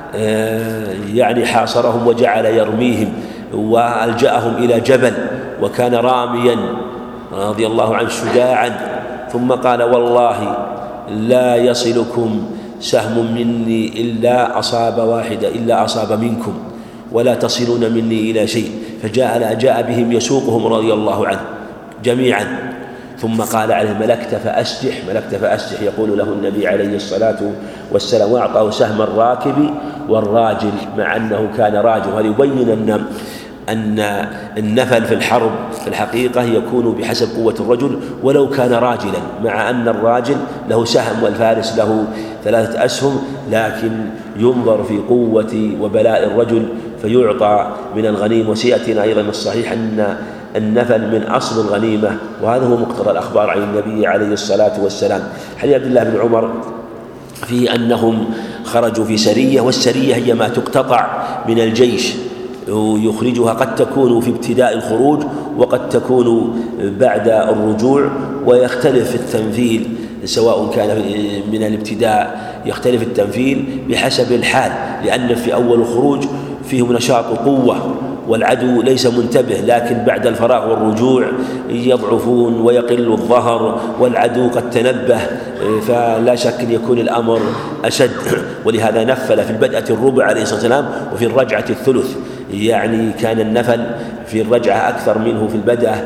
يعني حاصرهم وجعل يرميهم وألجأهم إلى جبل، وكان راميا رضي الله عنه شجاعا، ثم قال والله لا يصلكم سهم مني إلا أصاب واحدة إلا أصاب منكم، ولا تصلون مني إلى شيء. فجاء بهم يسوقهم رضي الله عنه جميعا، ثم قال عليه ملكت فأسجح يقول له النبي عليه الصلاة والسلام، وأعطاه سهم الراكب والراجل مع أنه كان راجل. وهذا يبين أن النفل في الحرب في الحقيقة يكون بحسب قوة الرجل ولو كان راجلا، مع أن الراجل له سهم والفارس له 3 أسهم، لكن ينظر في قوة وبلاء الرجل فيعطى من الغنيمة. وسيأتينا أيضا الصحيح أن النفل من أصل الغنيمة، وهذا هو مقتضى الأخبار عن النبي عليه الصلاة والسلام. حديث عبد الله بن عمر في أنهم خرجوا في سرية، والسرية هي ما تقتطع من الجيش يخرجها، قد تكون في ابتداء الخروج وقد تكون بعد الرجوع، ويختلف التنفيذ سواء كان من الابتداء، يختلف التنفيذ بحسب الحال، لأن في أول الخروج فيه نشاط وقوة والعدو ليس منتبه، لكن بعد الفراغ والرجوع يضعفون ويقل الظهر والعدو قد تنبه، فلا شك أن يكون الأمر أشد. ولهذا نفل في البدءة الربع عليه الصلاة والسلام وفي الرجعة الثلث، يعني كان النفل في الرجعة أكثر منه في البدءة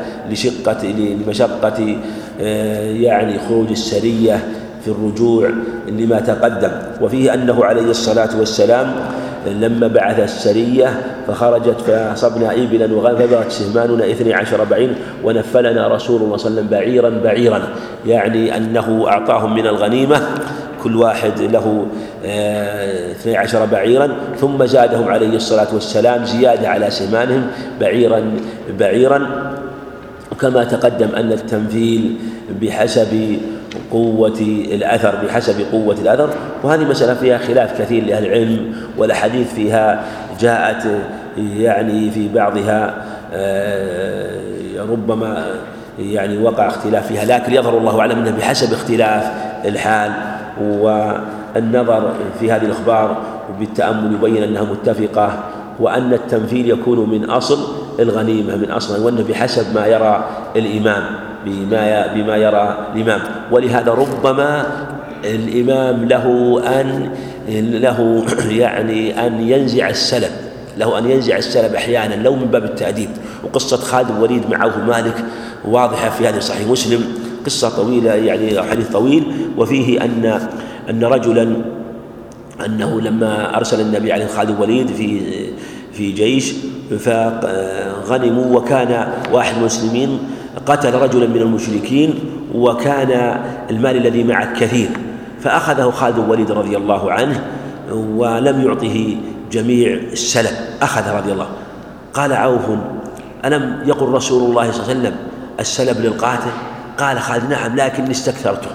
لمشقة يعني خروج السرية في الرجوع لما تقدم. وفيه أنه عليه الصلاة والسلام لما بعث السرية فخرجت فأصبنا إبلا وغفرت سهماننا 12 بعير ونفلنا رسول الله صلى الله عليه وسلم بعيرا، يعني أنه أعطاهم من الغنيمة كل واحد له 12 بعيرا، ثم زادهم عليه الصلاة والسلام زيادة على سهمانهم بعيرا. وكما تقدم أن التنفيل بحسب قوة الأثر، وهذه مسألة فيها خلاف كثير لأهل العلم، والأحاديث فيها جاءت يعني في بعضها ربما يعني وقع اختلاف فيها، لكن يظهر الله أعلم أنه بحسب اختلاف الحال والنظر في هذه الأخبار بالتأمل يبين أنها متفقة، وأن التنفيل يكون من أصل الغنيمة من أصل، وأنه بحسب ما يرى الإمام بما يرى الإمام. ولهذا ربما الإمام له يعني أن ينزع السلب أحيانا لو من باب التأديب. وقصة خالد بن الوليد مع عوف مالك واضحة في هذا صحيح مسلم، قصة طويلة يعني حديث طويل، وفيه أن رجلا أنه لما أرسل النبي عليه خالد بن الوليد في جيش فغنموا، وكان واحد من المسلمين قتل رجلا من المشركين وكان المال الذي معه كثير، فأخذه خالد بن الوليد رضي الله عنه ولم يعطه جميع السلب، أخذ رضي الله. قال عوف ألم يقل رسول الله صلى الله عليه وسلم السلب للقاتل؟ قال خالد نعم، لكن استكثرته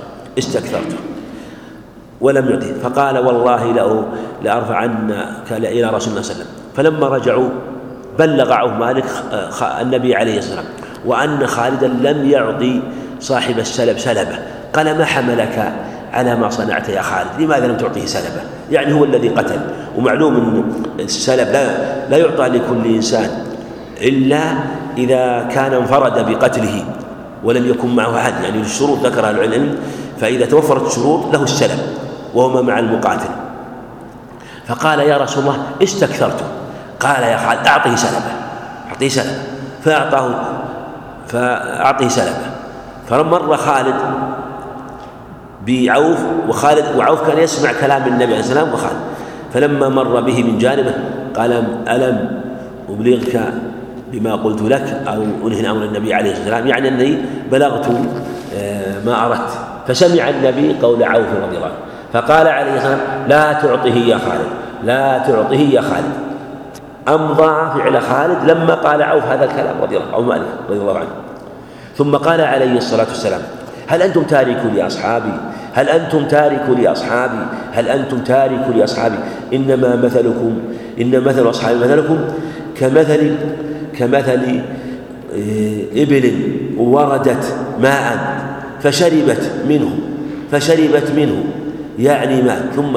ولم يعطه. فقال والله لأرفعنك إلى رسول الله صلى الله عليه وسلم. فلما رجعوا بلغ عوف مالك النبي عليه الصلاة والسلام وأن خالدا لم يعطي صاحب السلب سلبه. قال ما حملك على ما صنعت يا خالد؟ لماذا لم تعطيه سلبه؟ يعني هو الذي قتل، ومعلوم أن السلب لا يعطى لكل إنسان إلا إذا كان انفرد بقتله ولم يكن معه أحد، يعني الشروط ذكرها العلم، فإذا توفرت الشروط له السلب وهما مع المقاتل. فقال يا رسول الله استكثرته. قال يا خالد أعطيه سلبه، فأعطيه سلبه. فمر خالد بعوف وعوف كان يسمع كلام النبي عليه الصلاة والسلام وخالد، فلما مر به من جانبه قال ألم أبلغك بما قلت لك أو أنهي أمر النبي عليه الصلاة والسلام، يعني أني بلغت ما أردت. فسمع النبي قول عوف رضي الله عنه، فقال عليه الصلاة والسلام لا تعطه يا خالد، لا تعطيه يا خالد. أمضى فعل خالد لما قال عوف هذا الكلام رضي الله عنه، مالك رضي الله عنه. ثم قال عليه الصلاة والسلام: هل أنتم تاركوا لأصحابي؟ هل أنتم تاركوا لأصحابي؟ هل أنتم تاركوا لأصحابي؟ إنما مثل أصحابي مثلكم كمثل إبل وردت ماء فشربت منه يعني ماء، ثم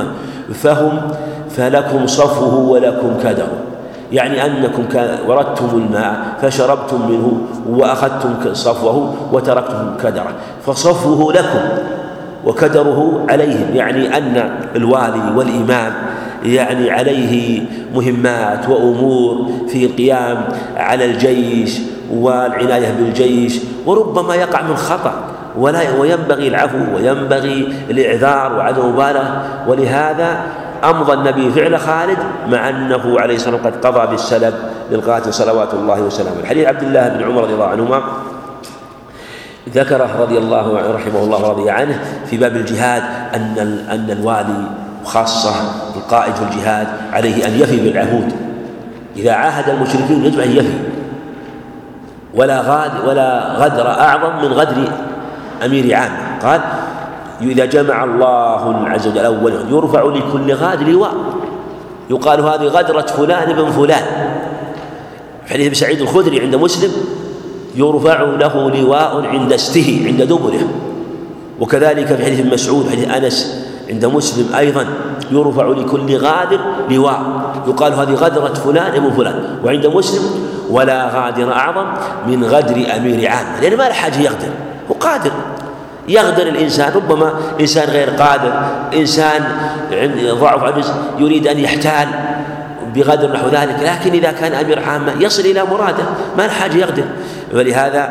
فلكم صفوه ولكم كدره، يعني أنكم وردتم الماء فشربتم منه وأخذتم صفوه وتركتم كدره، فصفوه لكم وكدره عليهم، يعني أن الوالي والإمام يعني عليه مهمات وأمور في القيام على الجيش والعناية بالجيش، وربما يقع من خطأ وينبغي العفو وينبغي الإعذار وعدم المبالغة. ولهذا أمضى النبي فعل خالد مع أنه عليه الصلاة والسلام قد قضى بالسلب للقاتل صلوات الله وسلامه. الحديث عبد الله بن عمر رضي الله عنهما ذكره رضي الله عنه رحمه الله ورضي عنه في باب الجهاد أن الوالي وخاصة القائد في الجهاد عليه أن يفي بالعهود. إذا عاهد المشركين يجب أن يفي، ولا غدر أعظم من غدر أمير عام. قال: إذا جمع الله عز وجل أولا يرفع لكل غادر لواء، يقال هذه غدرة فلان بن فلان. في حديث سعيد الخدري عند مسلم: يرفع له لواء عند استه عند دبره. وكذلك في حديث مسعود حديث أنس عند مسلم أيضا: يرفع لكل غادر لواء، يقال هذه غدرة فلان ابن فلان. وعند مسلم: ولا غادر أعظم من غدر أمير عام، لأن ما له حاجة يغدر، هو قادر يغدر الإنسان، ربما إنسان غير قادر، إنسان ضعف عجز يريد أن يحتال بغدر نحو ذلك، لكن إذا كان أمير عامة يصل إلى مراده ما له حاجة يغدر. ولهذا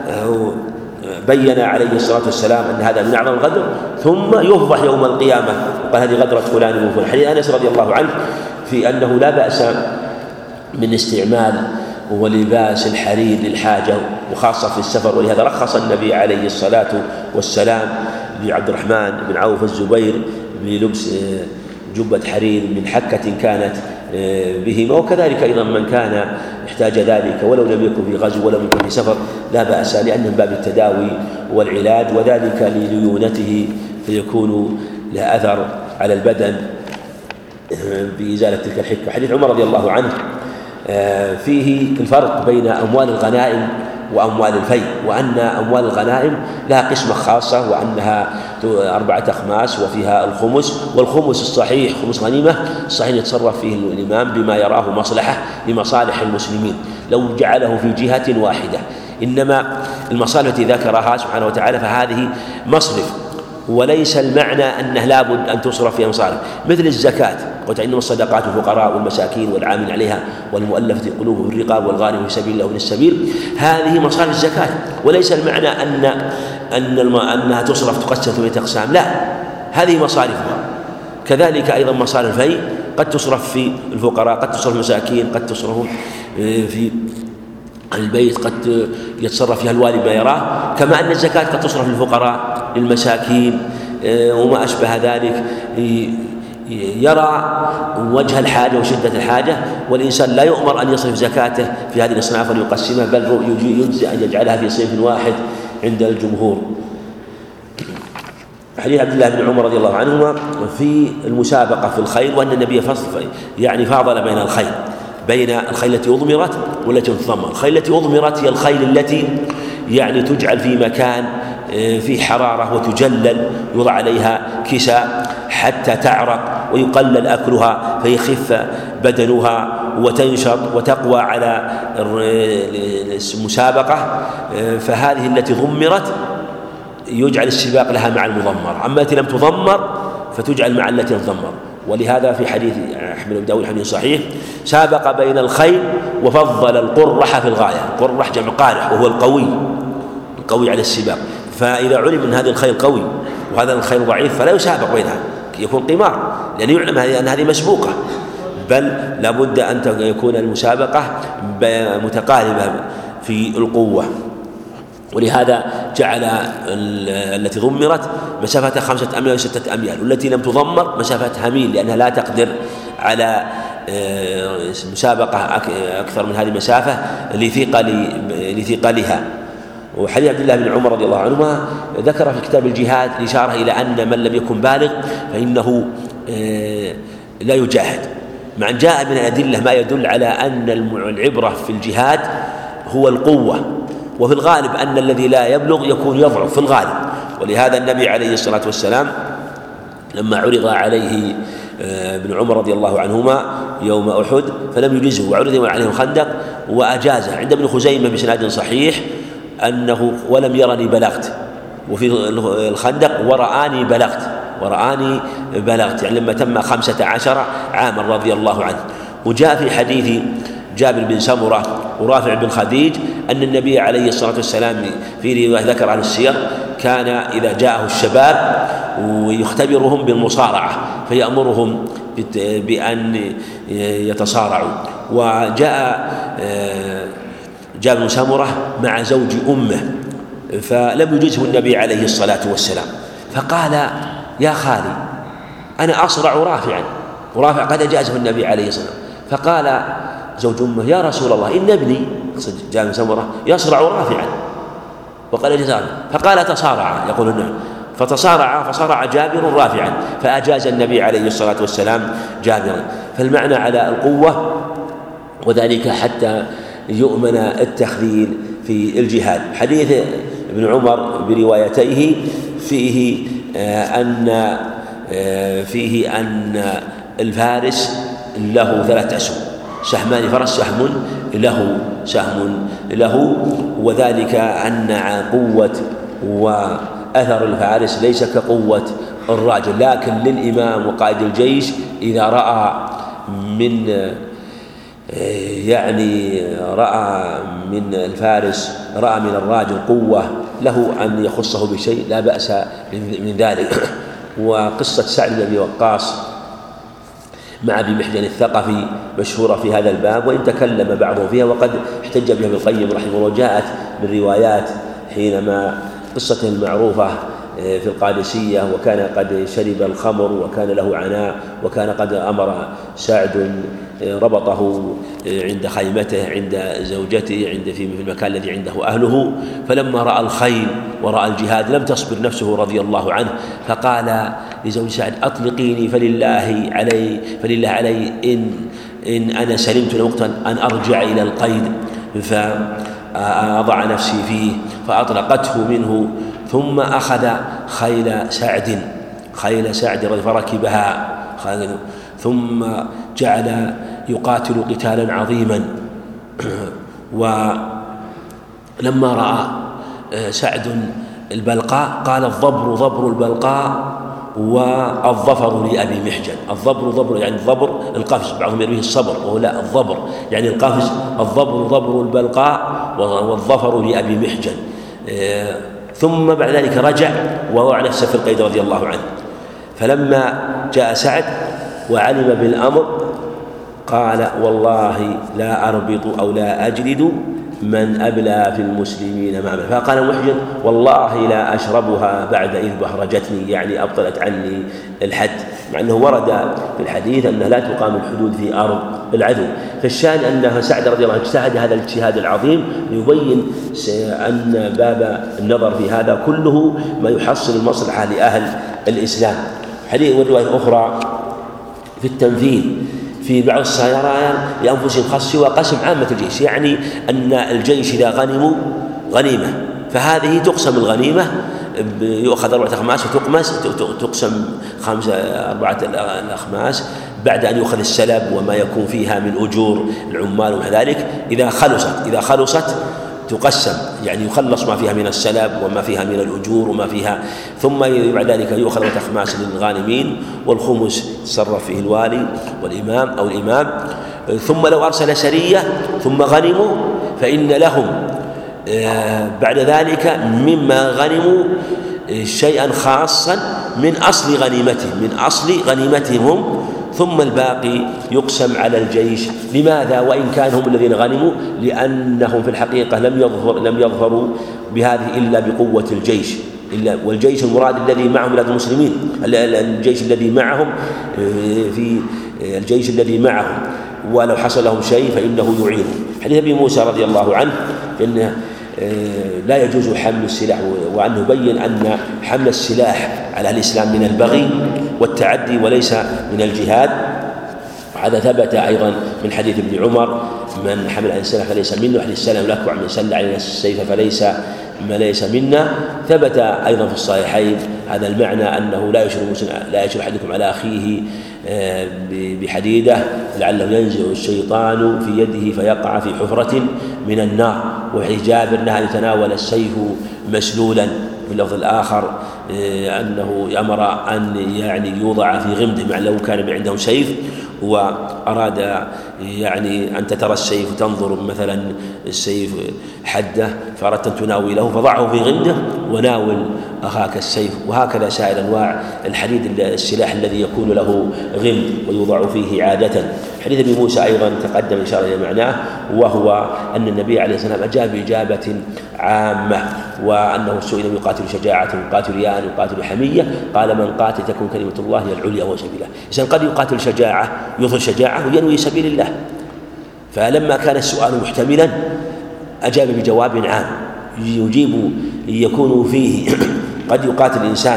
بين عليه الصلاة والسلام أن هذا من أعظم الغدر، ثم يفضح يوم القيامة. قال: هذه غدرة فلان وفلان. حديث أنس رضي الله عنه في أنه لا بأس من استعمال ولباس الحرير للحاجة وخاصة في السفر، ولهذا رخص النبي عليه الصلاة والسلام لعبد الرحمن بن عوف الزبير بلبس جبة حرير من حكة كانت بهما، وكذلك أيضا من كان احتاج ذلك ولو لم يكن في غزو ولم يكن في سفر لا بأس، لأنه من باب التداوي والعلاج، وذلك لليونته فيكون له أثر على البدن بإزالة تلك الحكة. حديث عمر رضي الله عنه فيه الفرق بين أموال الغنائم وأموال الفيء، وأن أموال الغنائم لها قسمة خاصة وأنها 4 أخماس وفيها الخمس، والخمس الصحيح خمس غنيمة الصحيح يتصرف فيه الإمام بما يراه مصلحة لمصالح المسلمين لو جعله في جهة واحدة. إنما المصالح التي ذكرها سبحانه وتعالى فهذه مصرف، وليس المعنى أنه لابد أن تصرف في مصارف، مثل الزكاة قلت: إنما الصدقات الفقراء والمساكين والعاملين عليها والمؤلفة قلوبهم والرقاب والغارمين في سبيل الله وابن السبيل، هذه مصارف الزكاة، وليس المعنى أنها تصرف تقسم 8 أقسام، لا، هذه مصارفها. كذلك أيضا مصارف الفيء قد تصرف في الفقراء، قد تصرف في المساكين، قد تصرف في البيت، قد يتصرف فيها الوالي ما يراه، كما أن الزكاة قد تصرف للفقراء للمساكين وما أشبه ذلك، يرى وجه الحاجة وشدة الحاجة، والإنسان لا يؤمر أن يصرف زكاته في هذه الأصناف ويقسمها، بل يجزي أن يجعلها في صنف واحد عند الجمهور. حديث عبد الله بن عمر رضي الله عنهما في المسابقة في الخيل، وأن النبي فاضل بين الخيل، بين الخيل التي أضمرت والتي تضمر. الخيل التي أضمرت هي الخيل التي يعني تجعل في مكان في حرارة وتجلل، يوضع عليها كساء حتى تعرق ويقلل أكلها فيخف بدنها وتنشط وتقوى على المسابقة، فهذه التي ضمرت يجعل السباق لها مع المضمر. أما التي لم تضمر فتجعل مع التي تضمر. ولهذا في حديث أحمد بن داود حديث صحيح سابق بين الخيل وفضل القرح في الغاية. القرح جمع قارح وهو القوي على السباق، فإذا علم أن هذه الخيل قوي وهذا الخيل ضعيف فلا يسابق بينها، يكون قمار، لأن يعلم أن هذه مسبوقة، بل لابد أن يكون المسابقة متقاربة في القوة. ولهذا جعل التي ضمرت مسافة 5 أميال و6 أميال، والتي لم تضمر مسافتها ميل، لأنها لا تقدر على مسابقة أكثر من هذه المسافة لثقلها. وحديث عبد الله بن عمر رضي الله عنهما ذكر في كتاب الجهاد الإشارة إلى أن من لم يكن بالغ فإنه لا يجاهد، مع أن جاء من الأدلة ما يدل على أن العبرة في الجهاد هو القوة، وفي الغالب أن الذي لا يبلغ يكون يضعف في الغالب. ولهذا النبي عليه الصلاة والسلام لما عرض عليه ابن عمر رضي الله عنهما يوم أحد فلم يجزه، وعرض عليه الخندق وأجازه. عند ابن خزيمة بسناد صحيح أنه ولم يرني بلغت، وفي الخندق ورآني بلغت يعني لما تم 15 عاما رضي الله عنه. وجاء في حديث جابر بن سمرة ورافع بن خديج أن النبي عليه الصلاة والسلام في رواية ذكر عن السير كان إذا جاءه الشباب ويختبرهم بالمصارعة فيأمرهم بأن يتصارعوا. وجاء جابر بن سمرة مع زوج أمه فلم يجزه النبي عليه الصلاة والسلام، فقال يا خالي أنا أصرع رافعا، ورافع قد أجازه النبي عليه الصلاة والسلام. فقال زوج أمه يا رسول الله إن ابني جابر بن سمرة يصرع رافعا وقال جزانا، فقال تصارعا يقول النبي، فتصارعا فصرع جابر رافعا فأجاز النبي عليه الصلاة والسلام جابرا. فالمعنى على القوة، وذلك حتى يؤمن التخذيل في الجهاد. حديث ابن عمر بروايتيه فيه أن الفارس له 3 أسهم، سهمان فرس سهم له وذلك أن قوة وأثر الفارس ليس كقوة الراجل، لكن للإمام وقائد الجيش إذا رأى من الفارس رأى من الراجل قوة له أن يخصه بشيء لا بأس من ذلك. وقصة سعد بن أبي وقاص مع أبي محجن الثقفي مشهورة في هذا الباب، وإن تكلم بعضهم فيها وقد احتج بها ابن القيم رحمه الله. جاءت من روايات حينما قصته المعروفة في القادسية وكان قد شرب الخمر وكان له عناء، وكان قد أمر سعد ربطه عند خيمته عند زوجته في المكان الذي عنده أهله، فلما رأى الخيل ورأى الجهاد لم تصبر نفسه رضي الله عنه، فقال لزوج سعد أطلقيني فلله علي إن أنا سلمت لوقتا أن أرجع إلى القيد، فأضع نفسي فيه فأطلقته منه، ثم أخذ خيل سعد فركبها ثم جعل يقاتل قتالا عظيما. ولما رأى سعد البلقاء قال الضبر ضبر البلقاء والظفر لأبي محجن. الضبر يعني الضبر القفز، بعضهم يرويه الصبر وهو لا الضبر يعني القفز، الضبر ضبر البلقاء والظفر لأبي محجن. ثم بعد ذلك رجع ووضع نفسه في القيد رضي الله عنه. فلما جاء سعد وعلم بالأمر قال والله لا أربط أو لا أجلد من أبلى في المسلمين معه. فقال محجن والله لا أشربها بعد إذ بهرجتني، يعني أبطلت عني الحد، مع أنه ورد في الحديث أنها لا تقام الحدود في أرض العدو. فالشان أنها سعد رضي الله عنه اجتهد هذا الاجتهاد العظيم ليبين أن باب النظر في هذا كله ما يحصل المصلحة لأهل الإسلام. حديث والرواية أخرى في التنفيذ في بعض السيارات لأنفسهم خاص وقسم عامة الجيش، يعني أن الجيش إذا غنموا غنيمة فهذه تقسم الغنيمة، يؤخذ 4 أخماس تقسم 4 الأخماس بعد أن يؤخذ السلب وما يكون فيها من أجور العمال وذلك. إذا خلصت تقسم، يعني يخلص ما فيها من السلب وما فيها من الأجور وما فيها، ثم بعد ذلك يؤخذ 4 أخماس للغانمين، والخمس تصرف فيه الوالي والإمام أو الإمام. ثم لو أرسل سرية ثم غنموا فإن لهم بعد ذلك مما غنموا شيئا خاصا من أصل غنيمتهم ثم الباقي يقسم على الجيش. لماذا؟ وإن كانوا هم الذين غنموا، لأنهم في الحقيقة لم يظفروا بهذه إلا بقوة الجيش، والجيش المراد الذي معهم بلاد المسلمين، الجيش الذي معهم الجيش الذي معه، ولو حصل لهم شيء فإنه يعينه. حديث أبي موسى رضي الله عنه إنه لا يجوز حمل السلاح، وأنه بين أن حمل السلاح على الإسلام من البغي والتعدي وليس من الجهاد. وهذا ثبت أيضا من حديث ابن عمر: من حمل على السلاح فليس منا، حديث السلام الأكوع: من سل علينا السيف فليس منا. ثبت أيضا في الصحيحين هذا المعنى، أنه لا يشر أحدكم على أخيه بحديدة لعله ينزع الشيطان في يده فيقع في حفرة من النار. وفي جابر نهى يتناول السيف مسلولا. في اللفظ الآخر أنه أمر أن يوضع في غمده، مع لو كان عندهم سيف وأراد أن تترى السيف تنظر مثلا السيف حده فأردت أن تناوله فضعه في غمده وناول أخاك السيف. وهكذا سائر أنواع الحديد، السلاح الذي يكون له غمد ويوضع فيه عادة. حديث ابي موسى أيضا تقدم إن شاء الله معناه، وهو أن النبي عليه الصلاة والسلام أجاب بإجابة عامة، وأنه سئل: يقاتل شجاعة يقاتل رياء يقاتل حمية؟ قال: من قاتل تكون كلمة الله هي العليا وهو سبيل الله. إذن قد يقاتل شجاعة، يظهر شجاعة وينوي سبيل الله. فلما كان السؤال محتملا أجاب بجواب عام يجيب يكون فيه قد يقاتل الإنسان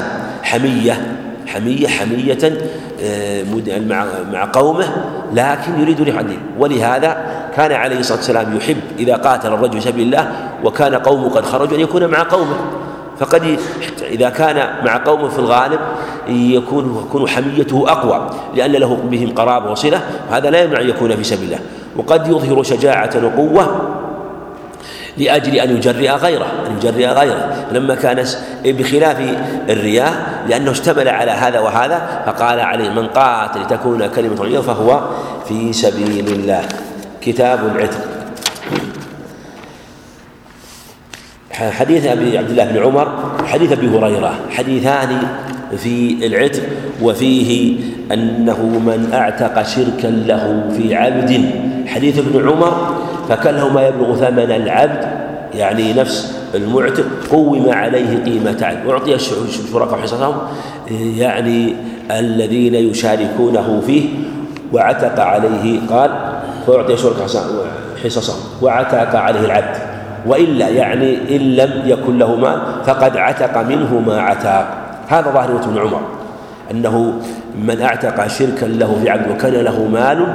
حمية مع قومه، لكن يريد رفع الدين. ولهذا كان عليه الصلاة والسلام يحب إذا قاتل الرجل سبيل الله وكان قومه قد خرجوا أن يكون مع قومه. فقد إذا كان مع قومه في الغالب يكون حميته أقوى، لأن له بهم قرابة وصلة، وهذا لا يمنع أن يكون في سبيل الله. وقد يظهر شجاعة وقوة لأجل أن يجرئ غيره، لما كان بخلاف الرياء لأنه اشتمل على هذا وهذا، فقال عليه: من قاتل لتكون كلمة الله فهو في سبيل الله. كتاب العتق. حديث أبي عبد الله بن عمر حديث أبي هريرة حديثان في العتق، وفيه أنه من أعتق شركا له في عبد. حديث ابن عمر: فكله ما يبلغ ثمن العبد، يعني نفس المعتق، قوم عليه قيمة عبد. أعطي الشركاء حصصهم، يعني الذين يشاركونه فيه، وعتق عليه، قال: فأعطي الشركاء حصصهم وعتق عليه العبد، وإلا يعني إن لم يكن له مال فقد عتق منه ما عتق. هذا ظاهر ابن عمر، أنه من أعتق شركا له في عبد وكان له مال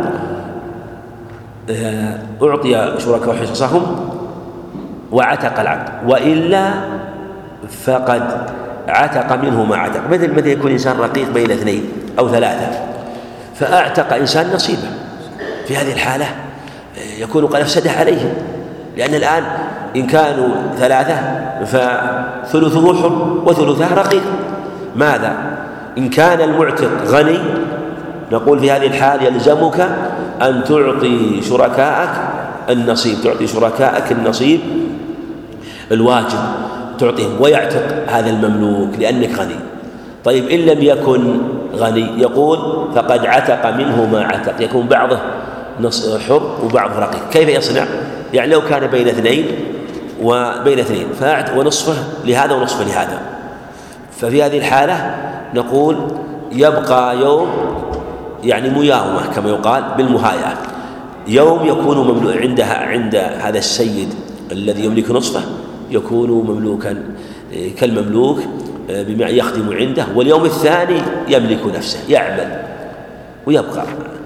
أعطي شركاء حصصهم وعتق العبد، وإلا فقد عتق منه ما عتق. مثل يكون إنسان رقيق بين 2 أو 3، فأعتق إنسان نصيبه، في هذه الحالة يكون قد أفسده عليهم، لأن الآن إن كانوا 3 فثلثه حر وثلثه رقيق. ماذا؟ إن كان المعتق غني نقول في هذه الحال يلزمك أن تعطي شركائك النصيب الواجب، تعطيهم ويعتق هذا المملوك لأنك غني. طيب إن لم يكن غني يقول: فقد عتق منه ما عتق، يكون بعضه حر وبعضه رقيق. كيف يصنع؟ يعني لو كان بين 2 ونصفه لهذا ونصفه لهذا، ففي هذه الحالة نقول يبقى يوم، يعني مياومة كما يقال بالمهاية، يوم يكون مملوك عند هذا السيد الذي يملك نصفه، يكون مملوكا كالمملوك بما يخدم عنده، واليوم الثاني يملك نفسه يعمل ويبقى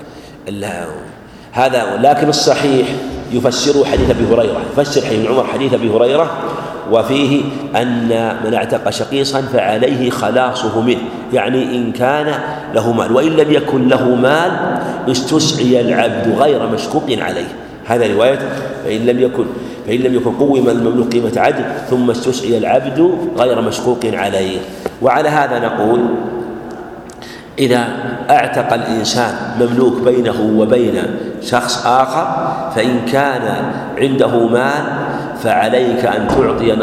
هذا. لكن الصحيح يفسر حديث أبي هريرة، يفسر حديث عمر حديث أبي هريرة، وفيه أن من اعتق شقيصا فعليه خلاصه منه، يعني إن كان له مال، وإن لم يكن له مال استسعي العبد غير مشقوق عليه. هذا رواية: فإن لم يكن قوم المملوك قيمة عدل ثم استسعي العبد غير مشقوق عليه. وعلى هذا نقول: إذا اعتق الإنسان مملوك بينه وبين شخص آخر، فإن كان عنده مال فعليك أن تعطي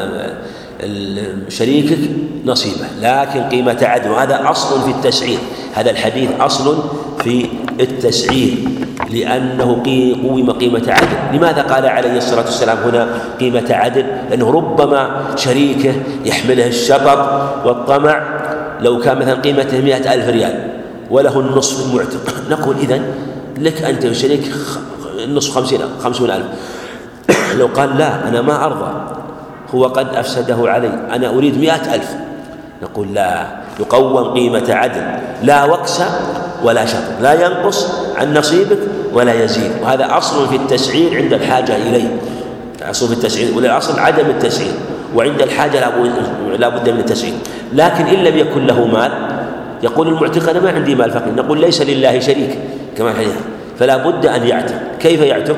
شريكك نصيبه، لكن قيمة عدل. وهذا أصل في التسعير، هذا الحديث أصل في التسعير، لأنه قوم قيمة عدل. لماذا قال عليه الصلاة والسلام هنا قيمة عدل؟ لأنه ربما شريكه يحمله الشطط والطمع، لو كان مثلا قيمته 100,000 ريال وله النصف المعتق، نقول إذن لك أنت وشريك النصف 50,000. لو قال لا أنا ما أرضى، هو قد أفسده علي، أنا أريد 100,000، نقول لا، يقوم قيمة عدل، لا وكس ولا شطر، لا ينقص عن نصيبك ولا يزيد. وهذا أصل في التسعير عند الحاجة إليه، أصل في التسعير، والأصل عدم التسعير، وعند الحاجة لا بد من التسعير. لكن إن لم يكن له مال، يقول المعتق أنا ما عندي مال فقير، نقول ليس لله شريك كما الحديث، فلا بد أن يعتق. كيف يعتق؟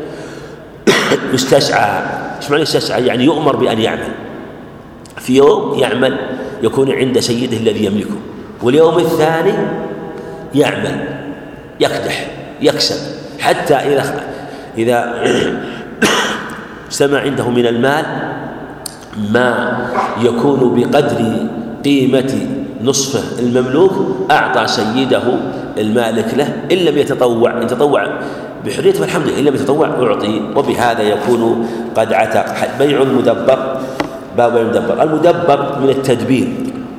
يستسعى. ايش معنى يستسعى؟ يعني يؤمر بأن يعمل في يوم، يعمل يكون عند سيده الذي يملكه، واليوم الثاني يعمل يكدح يكسب، حتى إذا اجتمع عنده من المال ما يكون بقدر قيمة نصفه المملوك، أعطى سيده المالك له. إن لم يتطوع بحريته فالحمد لله، إن لم يتطوع أعطي، وبهذا يكون قد عتق. بيع المدبر، باب المدبر. المدبر من التدبير،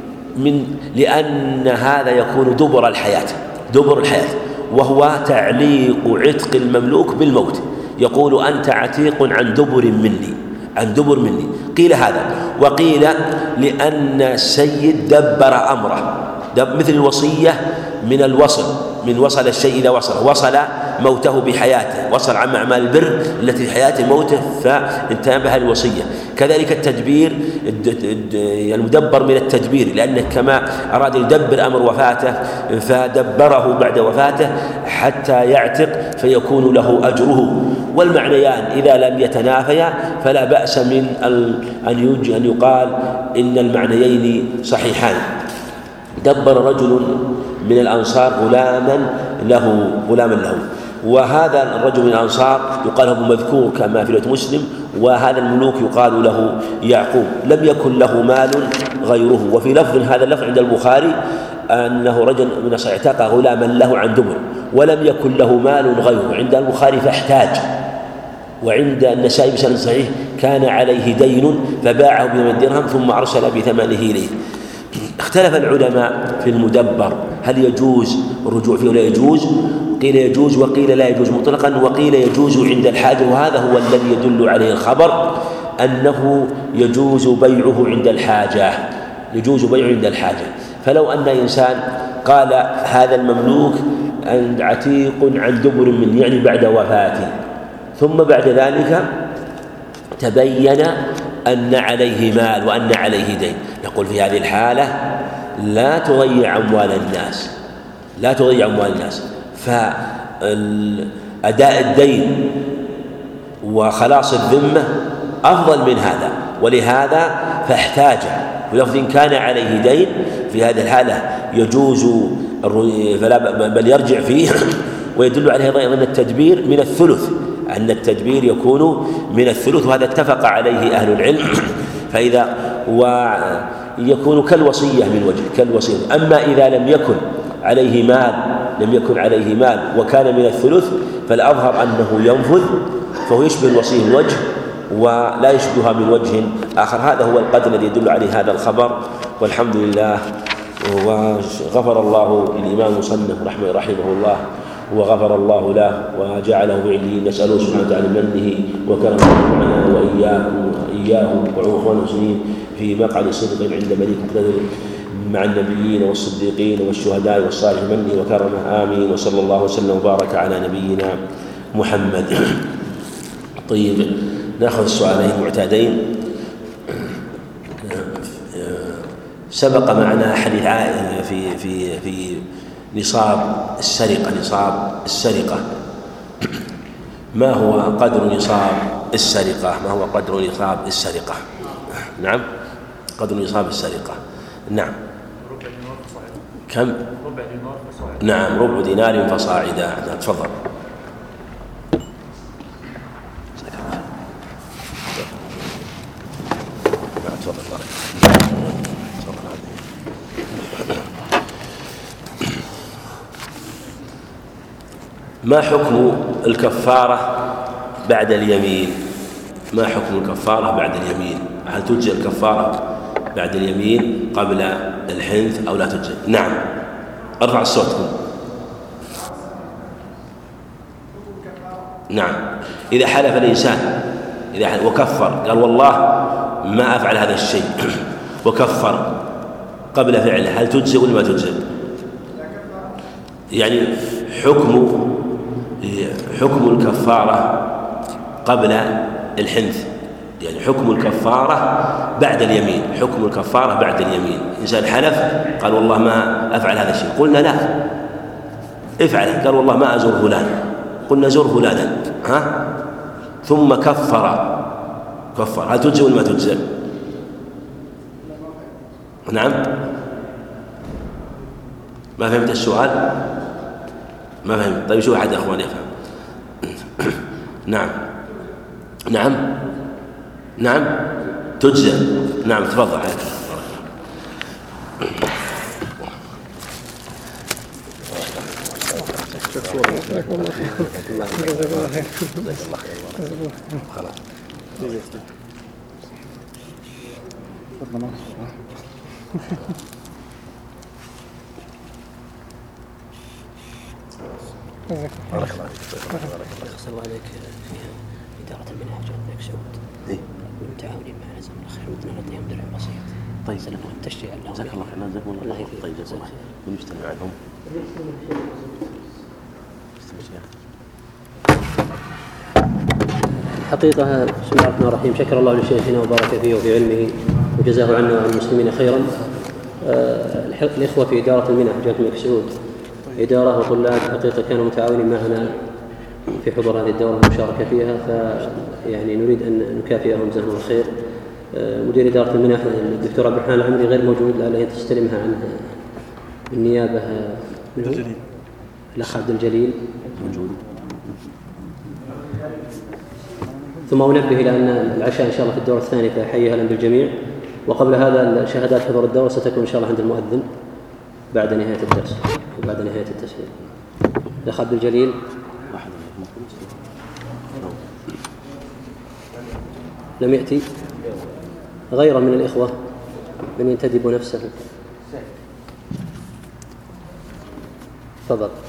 لأن هذا يكون دبر الحياة، وهو تعليق عتق المملوك بالموت. يقول أنت عتيق عن دبر مني، قيل هذا. وقيل لأن السيد دبر أمره، مثل الوصية من الوصل، من وصل الشيء إذا وصل موته بحياته، وصل عن أعمال البر التي في حياته موته فانتبه الوصية. كذلك التدبير، المدبر من التدبير، لأنه كما أراد يدبر أمر وفاته فدبره بعد وفاته حتى يعتق فيكون له أجره. والمعنيان إذا لم يتنافيا فلا بأس من أن يقال إن المعنيين صحيحان. دبر رجل من الأنصار غلاما له، وهذا الرجل من الأنصار يقال له مذكور كما في رواية مسلم، وهذا الملوك يقال له يعقوب، لم يكن له مال غيره. وفي لفظ، هذا اللفظ عند البخاري، أنه رجل من الأنصار اعتق غلاما له عن دبر ولم يكن له مال غيره، عند البخاري فاحتاج. وعند النسائي بسند صحيح كان عليه دين فباعه ب100 درهم ثم أرسل بثمنه إليه. اختلف العلماء في المدبر، هل يجوز الرجوع فيه ولا يجوز؟ قيل يجوز وقيل لا يجوز مطلقا، وقيل يجوز عند الحاجة، وهذا هو الذي يدل عليه الخبر أنه يجوز بيعه عند الحاجة. فلو أن إنسان قال هذا المملوك عتيق عن دبر مني، يعني بعد وفاتي، ثم بعد ذلك تبين أن عليه مال وأن عليه دين، نقول في هذه الحالة لا تضيع أموال الناس، فأداء الدين وخلاص الذمة أفضل من هذا. ولهذا فاحتاج، ولفظ كان عليه دين، في هذه الحالة يجوز بل يرجع فيه. ويدل عليه أيضا أن التدبير من الثلث، أن التدبير يكون من الثلث، وهذا اتفق عليه أهل العلم. فإذا ويكون كالوصية من وجه، كالوصية. أما إذا لم يكن عليه مال وكان من الثلث فالأظهر أنه ينفذ، فهو يشبه الوصية من وجه ولا يشبهها من وجه آخر. هذا هو القدر الذي يدل عليه هذا الخبر، والحمد لله. وغفر الله للإمام المصنف رحمه الله، وغفر الله له وجعله بعليين. نسأله سبحانه وتعالى منه وكرمه معنا وإياه وإخوان المسلمين في مقعد صدق عند مليك مقتدر مع النبيين والصديقين والشهداء والصالحين منه وكرمه، آمين. وصلى الله وسلم وبارك على نبينا محمد. طيب، نأخذ السؤالين المعتادين. سبق معنا حديث في نصاب السرقة. ما هو قدر نصاب السرقة؟ نعم، قدر نصاب السرقة. نعم، كم؟ ربع دينار فصاعدا. نعم، ربع دينار فصاعدا. تفضل. ما حكم الكفارة بعد اليمين؟ هل تجزئ الكفارة بعد اليمين قبل الحنث أو لا تجزئ؟ نعم، ارفع الصوت. نعم، إذا حلف الإنسان وكفر قال والله ما أفعل هذا الشيء وكفر قبل فعله، هل تجزئ ولا ما تجزئ؟ يعني حكم الكفارة قبل الحنث، يعني حكم الكفارة بعد اليمين، حكم الكفارة بعد اليمين. إنسان حلف قال والله ما أفعل هذا الشيء، قلنا لا افعله، قال والله ما أزور فلان، قلنا زور فلانا، ثم كفر، هل تجزئ ولا ما تجزئ؟ نعم، ما فهمت السؤال؟ ما فهمت. طيب شو أحد أخواني يفهم؟ نعم تجزئ. نعم تفضل. بارك الله فيك. أحسن الله عليك. فيها إدارة المنهج الملك سعود متعاونين مع نزم الخير، ودنا نديهم درع بسيط. طيب سلام تشجيع الله. جزاك الله خير. جزاكم الله خير. طيب جزاك الله خير. ونجتمع عنهم. حقيقة بسم الله الرحمن الرحيم، شكر الله لشيخنا وبارك فيه وفي علمه وجزاه عنا وعن المسلمين خيرا. الإخوة في إدارة المنح جامعة الملك سعود إدارة وطلاب حقيقة كانوا متعاونين معنا في حضور هذه الدورة والمشاركة فيها، فيعني نريد أن نكافئهم جزاهم الله خير. مدير إدارة المنح الدكتور عبد الرحمن العمري غير موجود، لعله تستلمها عنها بالنيابة الأخ عبد الجليل موجود. ثم أنبه إلى أن العشاء إن شاء الله في الدورة الثانية، فحيي أهلا بالجميع. وقبل هذا شهادات حضور الدورة ستكون إن شاء الله عند المؤذن بعد نهاية الدرس وبعد نهاية التسليم. الأخ عبد الجليل لم يأتي، غير من الإخوة من ينتدب نفسه. تفضل.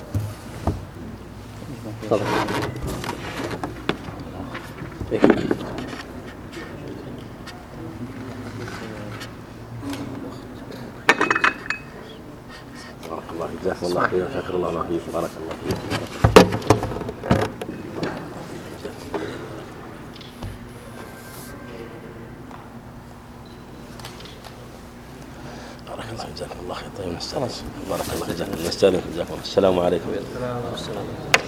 بارك الله فيك. جزاك الله خير. شكر الله فيك. بارك الله فيك. بارك الله فيك. جزاك الله خير. طيب نستأنس. بارك الله فيك. نستأنس. جزاكم الله. السلام عليكم. السلام.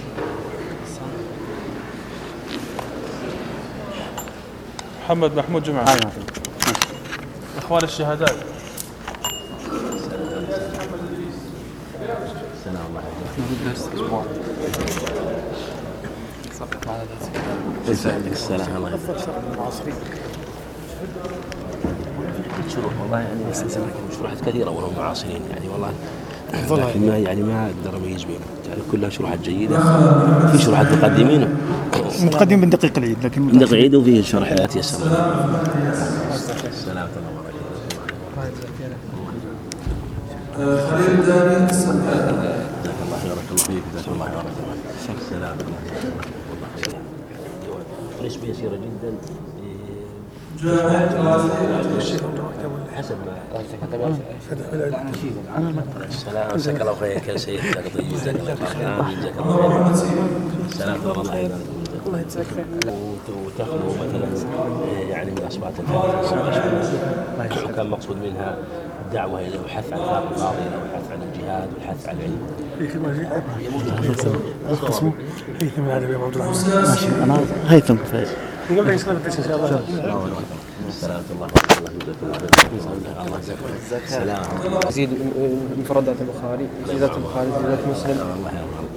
محمد محمود جمعة. أخوان الشهادات. السلام عليكم. السلام عليكم. شروح والله يعني شروحات كثيرة وهم معاصرين يعني والله، لكن ما أقدر أميز بينهم، يعني كلها شروحات جيدة. في شروحات مقدمين متقدم من دقيق العيد، لكن من دقيق العيد وفيه شرح لا يتيسر. السلام عليكم. خليل الداني. جزاك الله خير. بارك الله فيك. جزاك الله خير. السلام عليكم. نسبة يسيرة جدا حسب ما السلام. جزاك الله خير. كل سيد جزاك الله خير. جزاك الله خير. السلام عليكم. الله يجزاك خير. وتخلو مثلا يعني من أصبعة الفاتحة، وكان مقصود منها الدعوة إلى الحث عن الأخلاق الفاضلة والحث عن الجهاد والحث عن العلم. أنا هيثم قبل أن يسلم الدرس إن شاء الله. السلام الله. الله يجزاك. السلام. يزيد مفردات البخاري، زيادات البخاري، زيادات مسلم. الله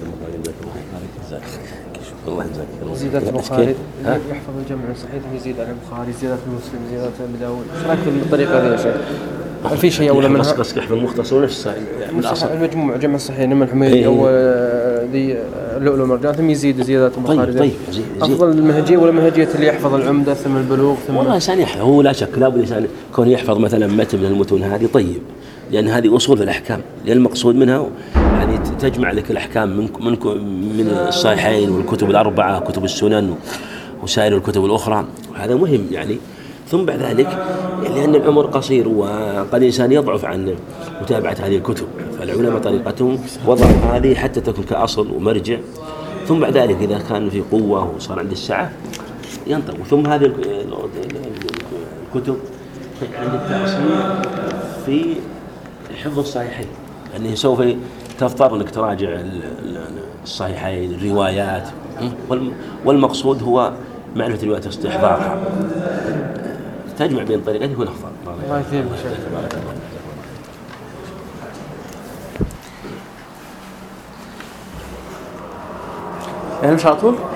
يجزاك. زيادات البخاري يحفظ الجمع صحيح، يزيد على البخاري، زيادات مسلم، زيادات أبي داود. ايش رايك بالطريقه هذه يا شيخ؟ هل في شيء أولى منها؟ قصدك يحفظ المختصر نفسه من الأصل؟ المجموع جمع الصحيح من الحميدي أو ذي اللؤلؤ والمرجان، ثم يزيد زيادات البخاري. طيب أفضل المنهجية ولا منهجية اللي يحفظ العمدة ثم البلوغ ثم؟ والله إنسان يحفظ، هو لا شك لابد الإنسان كون يحفظ مثلا متن من المتون هذه طيب، لأن هذه أصول في الأحكام، لأن المقصود منها يعني تجمع لك الأحكام من الصحيحين والكتب الأربعة، كتب السنن وسائر الكتب الأخرى، وهذا مهم يعني. ثم بعد ذلك لأن العمر قصير وقد الإنسان يضعف عن متابعة هذه الكتب، فالعلماء طريقتهم وضعوا هذه حتى تكون كأصل ومرجع. ثم بعد ذلك إذا كان في قوة وصار عند السعة ينطق. ثم هذه الكتب عند التأصيل في حفظ الصحيحين، أنه سوف تضطر أنك تراجع الصحيحين الروايات، والمقصود هو معرفة الروايات استحضارها، تجمع بين طريقين يكون أفضل. الله يثيبك شيخ. يعني مش على طول؟